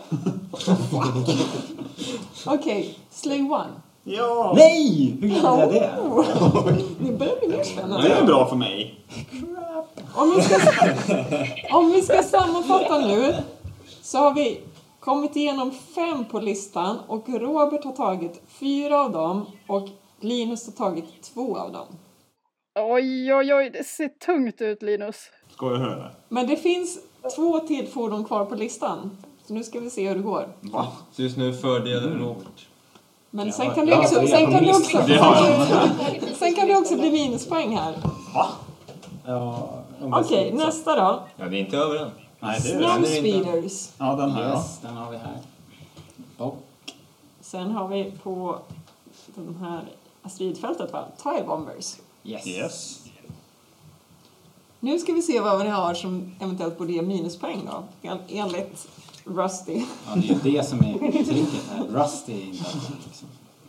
Okej, Slay One. Ja! Nej! Hur glömde jag det? Det börjar bli mer spännande. Det är bra för mig. Om vi ska sammanfatta nu så har vi kommit igenom 5 på listan och Robert har tagit 4 av dem och Linus har tagit 2 av dem. Oj, det ser tungt ut, Linus. Ska jag höra det? Men det finns 2 till fordon kvar på listan. Så nu ska vi se hur det går. Va? Så just nu fördelen Robert. Men sen kan det också bli minuspoäng här. Ja, Okej, nästa då. Ja, det är inte över än. Nej, det är Snow det. Speeders. Ja, den här. Yes, den har vi här. Och Sen har vi på den här stridfältet TIE Bombers. Yes. Nu ska vi se vad vi har som eventuellt borde ge minuspoäng då. Enligt Rusty. Ja, det är ju det som är tricket här. Rusty är inte liksom.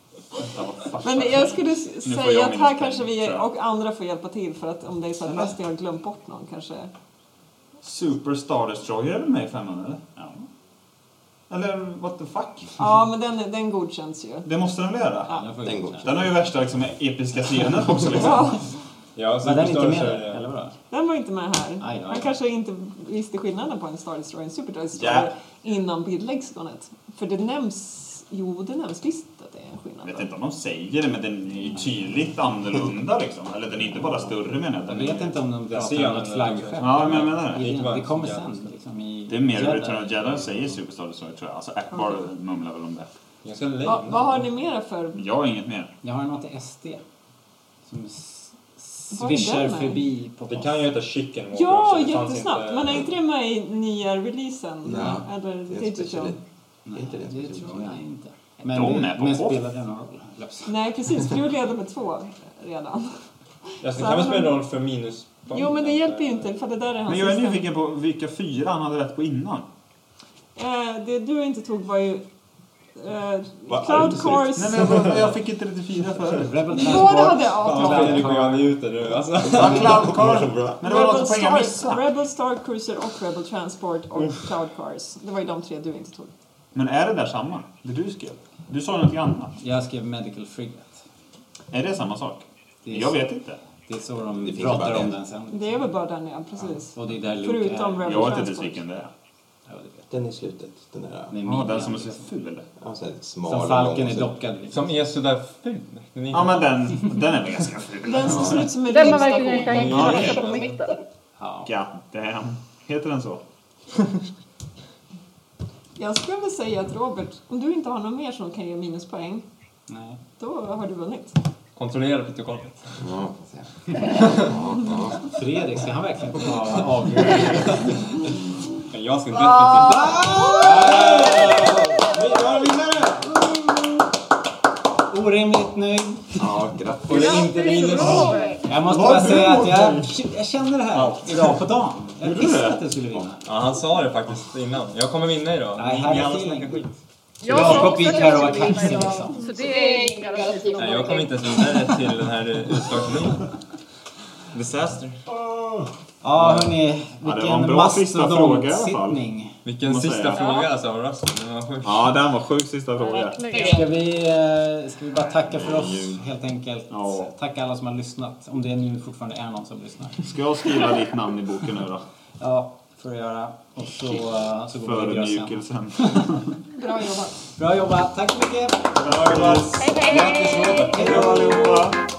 Men jag skulle säga att här kanske vi tror jag. och andra får hjälpa till för att om det är så att Rusty har glömt bort någon kanske. Super Star Destroyer är väl med i 500 eller? Ja. Eller what the fuck? Ja, men den godkänns ju. Det måste den väl göra? Ja. Den har ju värsta liksom, episka scener också liksom. Ja, Ja, Men den är inte med Superstar där, eller vadå? den var inte med här. Aj då. Han kanske inte visste skillnaden på en Star Destroyer och en Super Destroyer inom bildlexikonet. För det nämns visst att det är en skillnad. Jag vet inte om de säger det, men den är ju tydligt annorlunda liksom. Eller den är inte bara större menar jag. Jag vet inte om de ser pratar om den ett där flaggskepp. Ja, men jag menar det. Det kommer sen liksom i Det är mer Jedi. Return of Jedi säger Superstar Destroyer tror jag. Alltså Akbar mumlar väl om det. Ganska länge. Vad har ni mera för? Jag har inget mer. Jag har något SD som Vad är swishar den med? förbi på Det post. kan ju heta Chicken Walker Ja, också. Det fanns jättesnabbt. inte- Men är inte det med i nya releasen? Ja, Eller det är digital? speciellt. Nej, Inte det. det tror jag inte. De är på men pop. spelar det någon roll? Nej, precis. För du leder med 2 redan. Ja, så det kan väl spela roll för minus. Jo, men det hjälper ju inte. För det där är hans Men jag är sista. nyfiken på vilka 4 han hade rätt på innan. Det du inte tog var ju... Vad är Cloud det Cars... Nej, men jag fick inte 34 förut. Rebel Båda Transport. hade Fan, A-tal. Fredrik och jag är ute nu. Alltså. Ja, Cloud Cars. Car. Men det var något poäng jag missade. Rebel Star Cruiser och Rebel Transport och Cloud Cars. Det var ju de 3 du inte tog. Men är det där samma? Det du skrev? Du sa något annat. Jag skrev Medical Frigate. Är det samma sak? Det är Jag vet inte. Det är så de Det finns pratar bara om en. den sen. Det är väl bara den, ja. Precis. Och det är där Luke Förutom är. Rebel Jag vet inte Transport. vilken det är. Ja, det vet Den i slutet. Den där jag. Med Ja, midjan, den som är så liksom. ful. ja, så här smal Som och Falken lång, är så- dockad vid. Som är sådär ful. Ja, men den är väl ganska ful. Den som ser ut som en Den man verkligen kan rymdstation. knacka på mitten. Ja. God damn. Heter den så? Jag skulle väl säga att Robert, om du inte har någon mer som kan ge minuspoäng, Nej. då har du vunnit. Kontrollera protokollet. Ja, får se. Fredrik, ska han verkligen få avgöra? Men jag ska definitivt... Vi har vinnare! Orimligt nöjd. Ja, grattis. Och det är inte minus. Jag måste bara säga att jag kände det här idag på dagen. Jag visste att jag skulle vinna. Ja, han sa det faktiskt innan. Jag kommer vinna idag. Nej, här Ni är alla feeling. snackar skit. Jakob gick här och var kaxig liksom. Så det är ingen garanti. Nej, jag kommer inte ens vidare till den här utslagsrundan. Disaster. Ja, hörni. Ja, det var en Vilken bra sista fråga i alla fall. mastodontsittning. Vilken Måste sista säga. fråga alltså av Russell. Den var sjuk. Ja, den var sjuk sista fråga. Ska vi bara tacka för oss helt enkelt. Ja. Tacka alla som har lyssnat. Om det nu fortfarande är någon som lyssnar. Ska jag skriva ditt namn i boken nu då? Ja, får jag göra. Och så går vi vidare sen. Förödmjukelsen. Bra jobbat. Bra jobbat. Tack så mycket. Bra jobbat. Hej, hej! Grattis Robert. Hej då allihopa.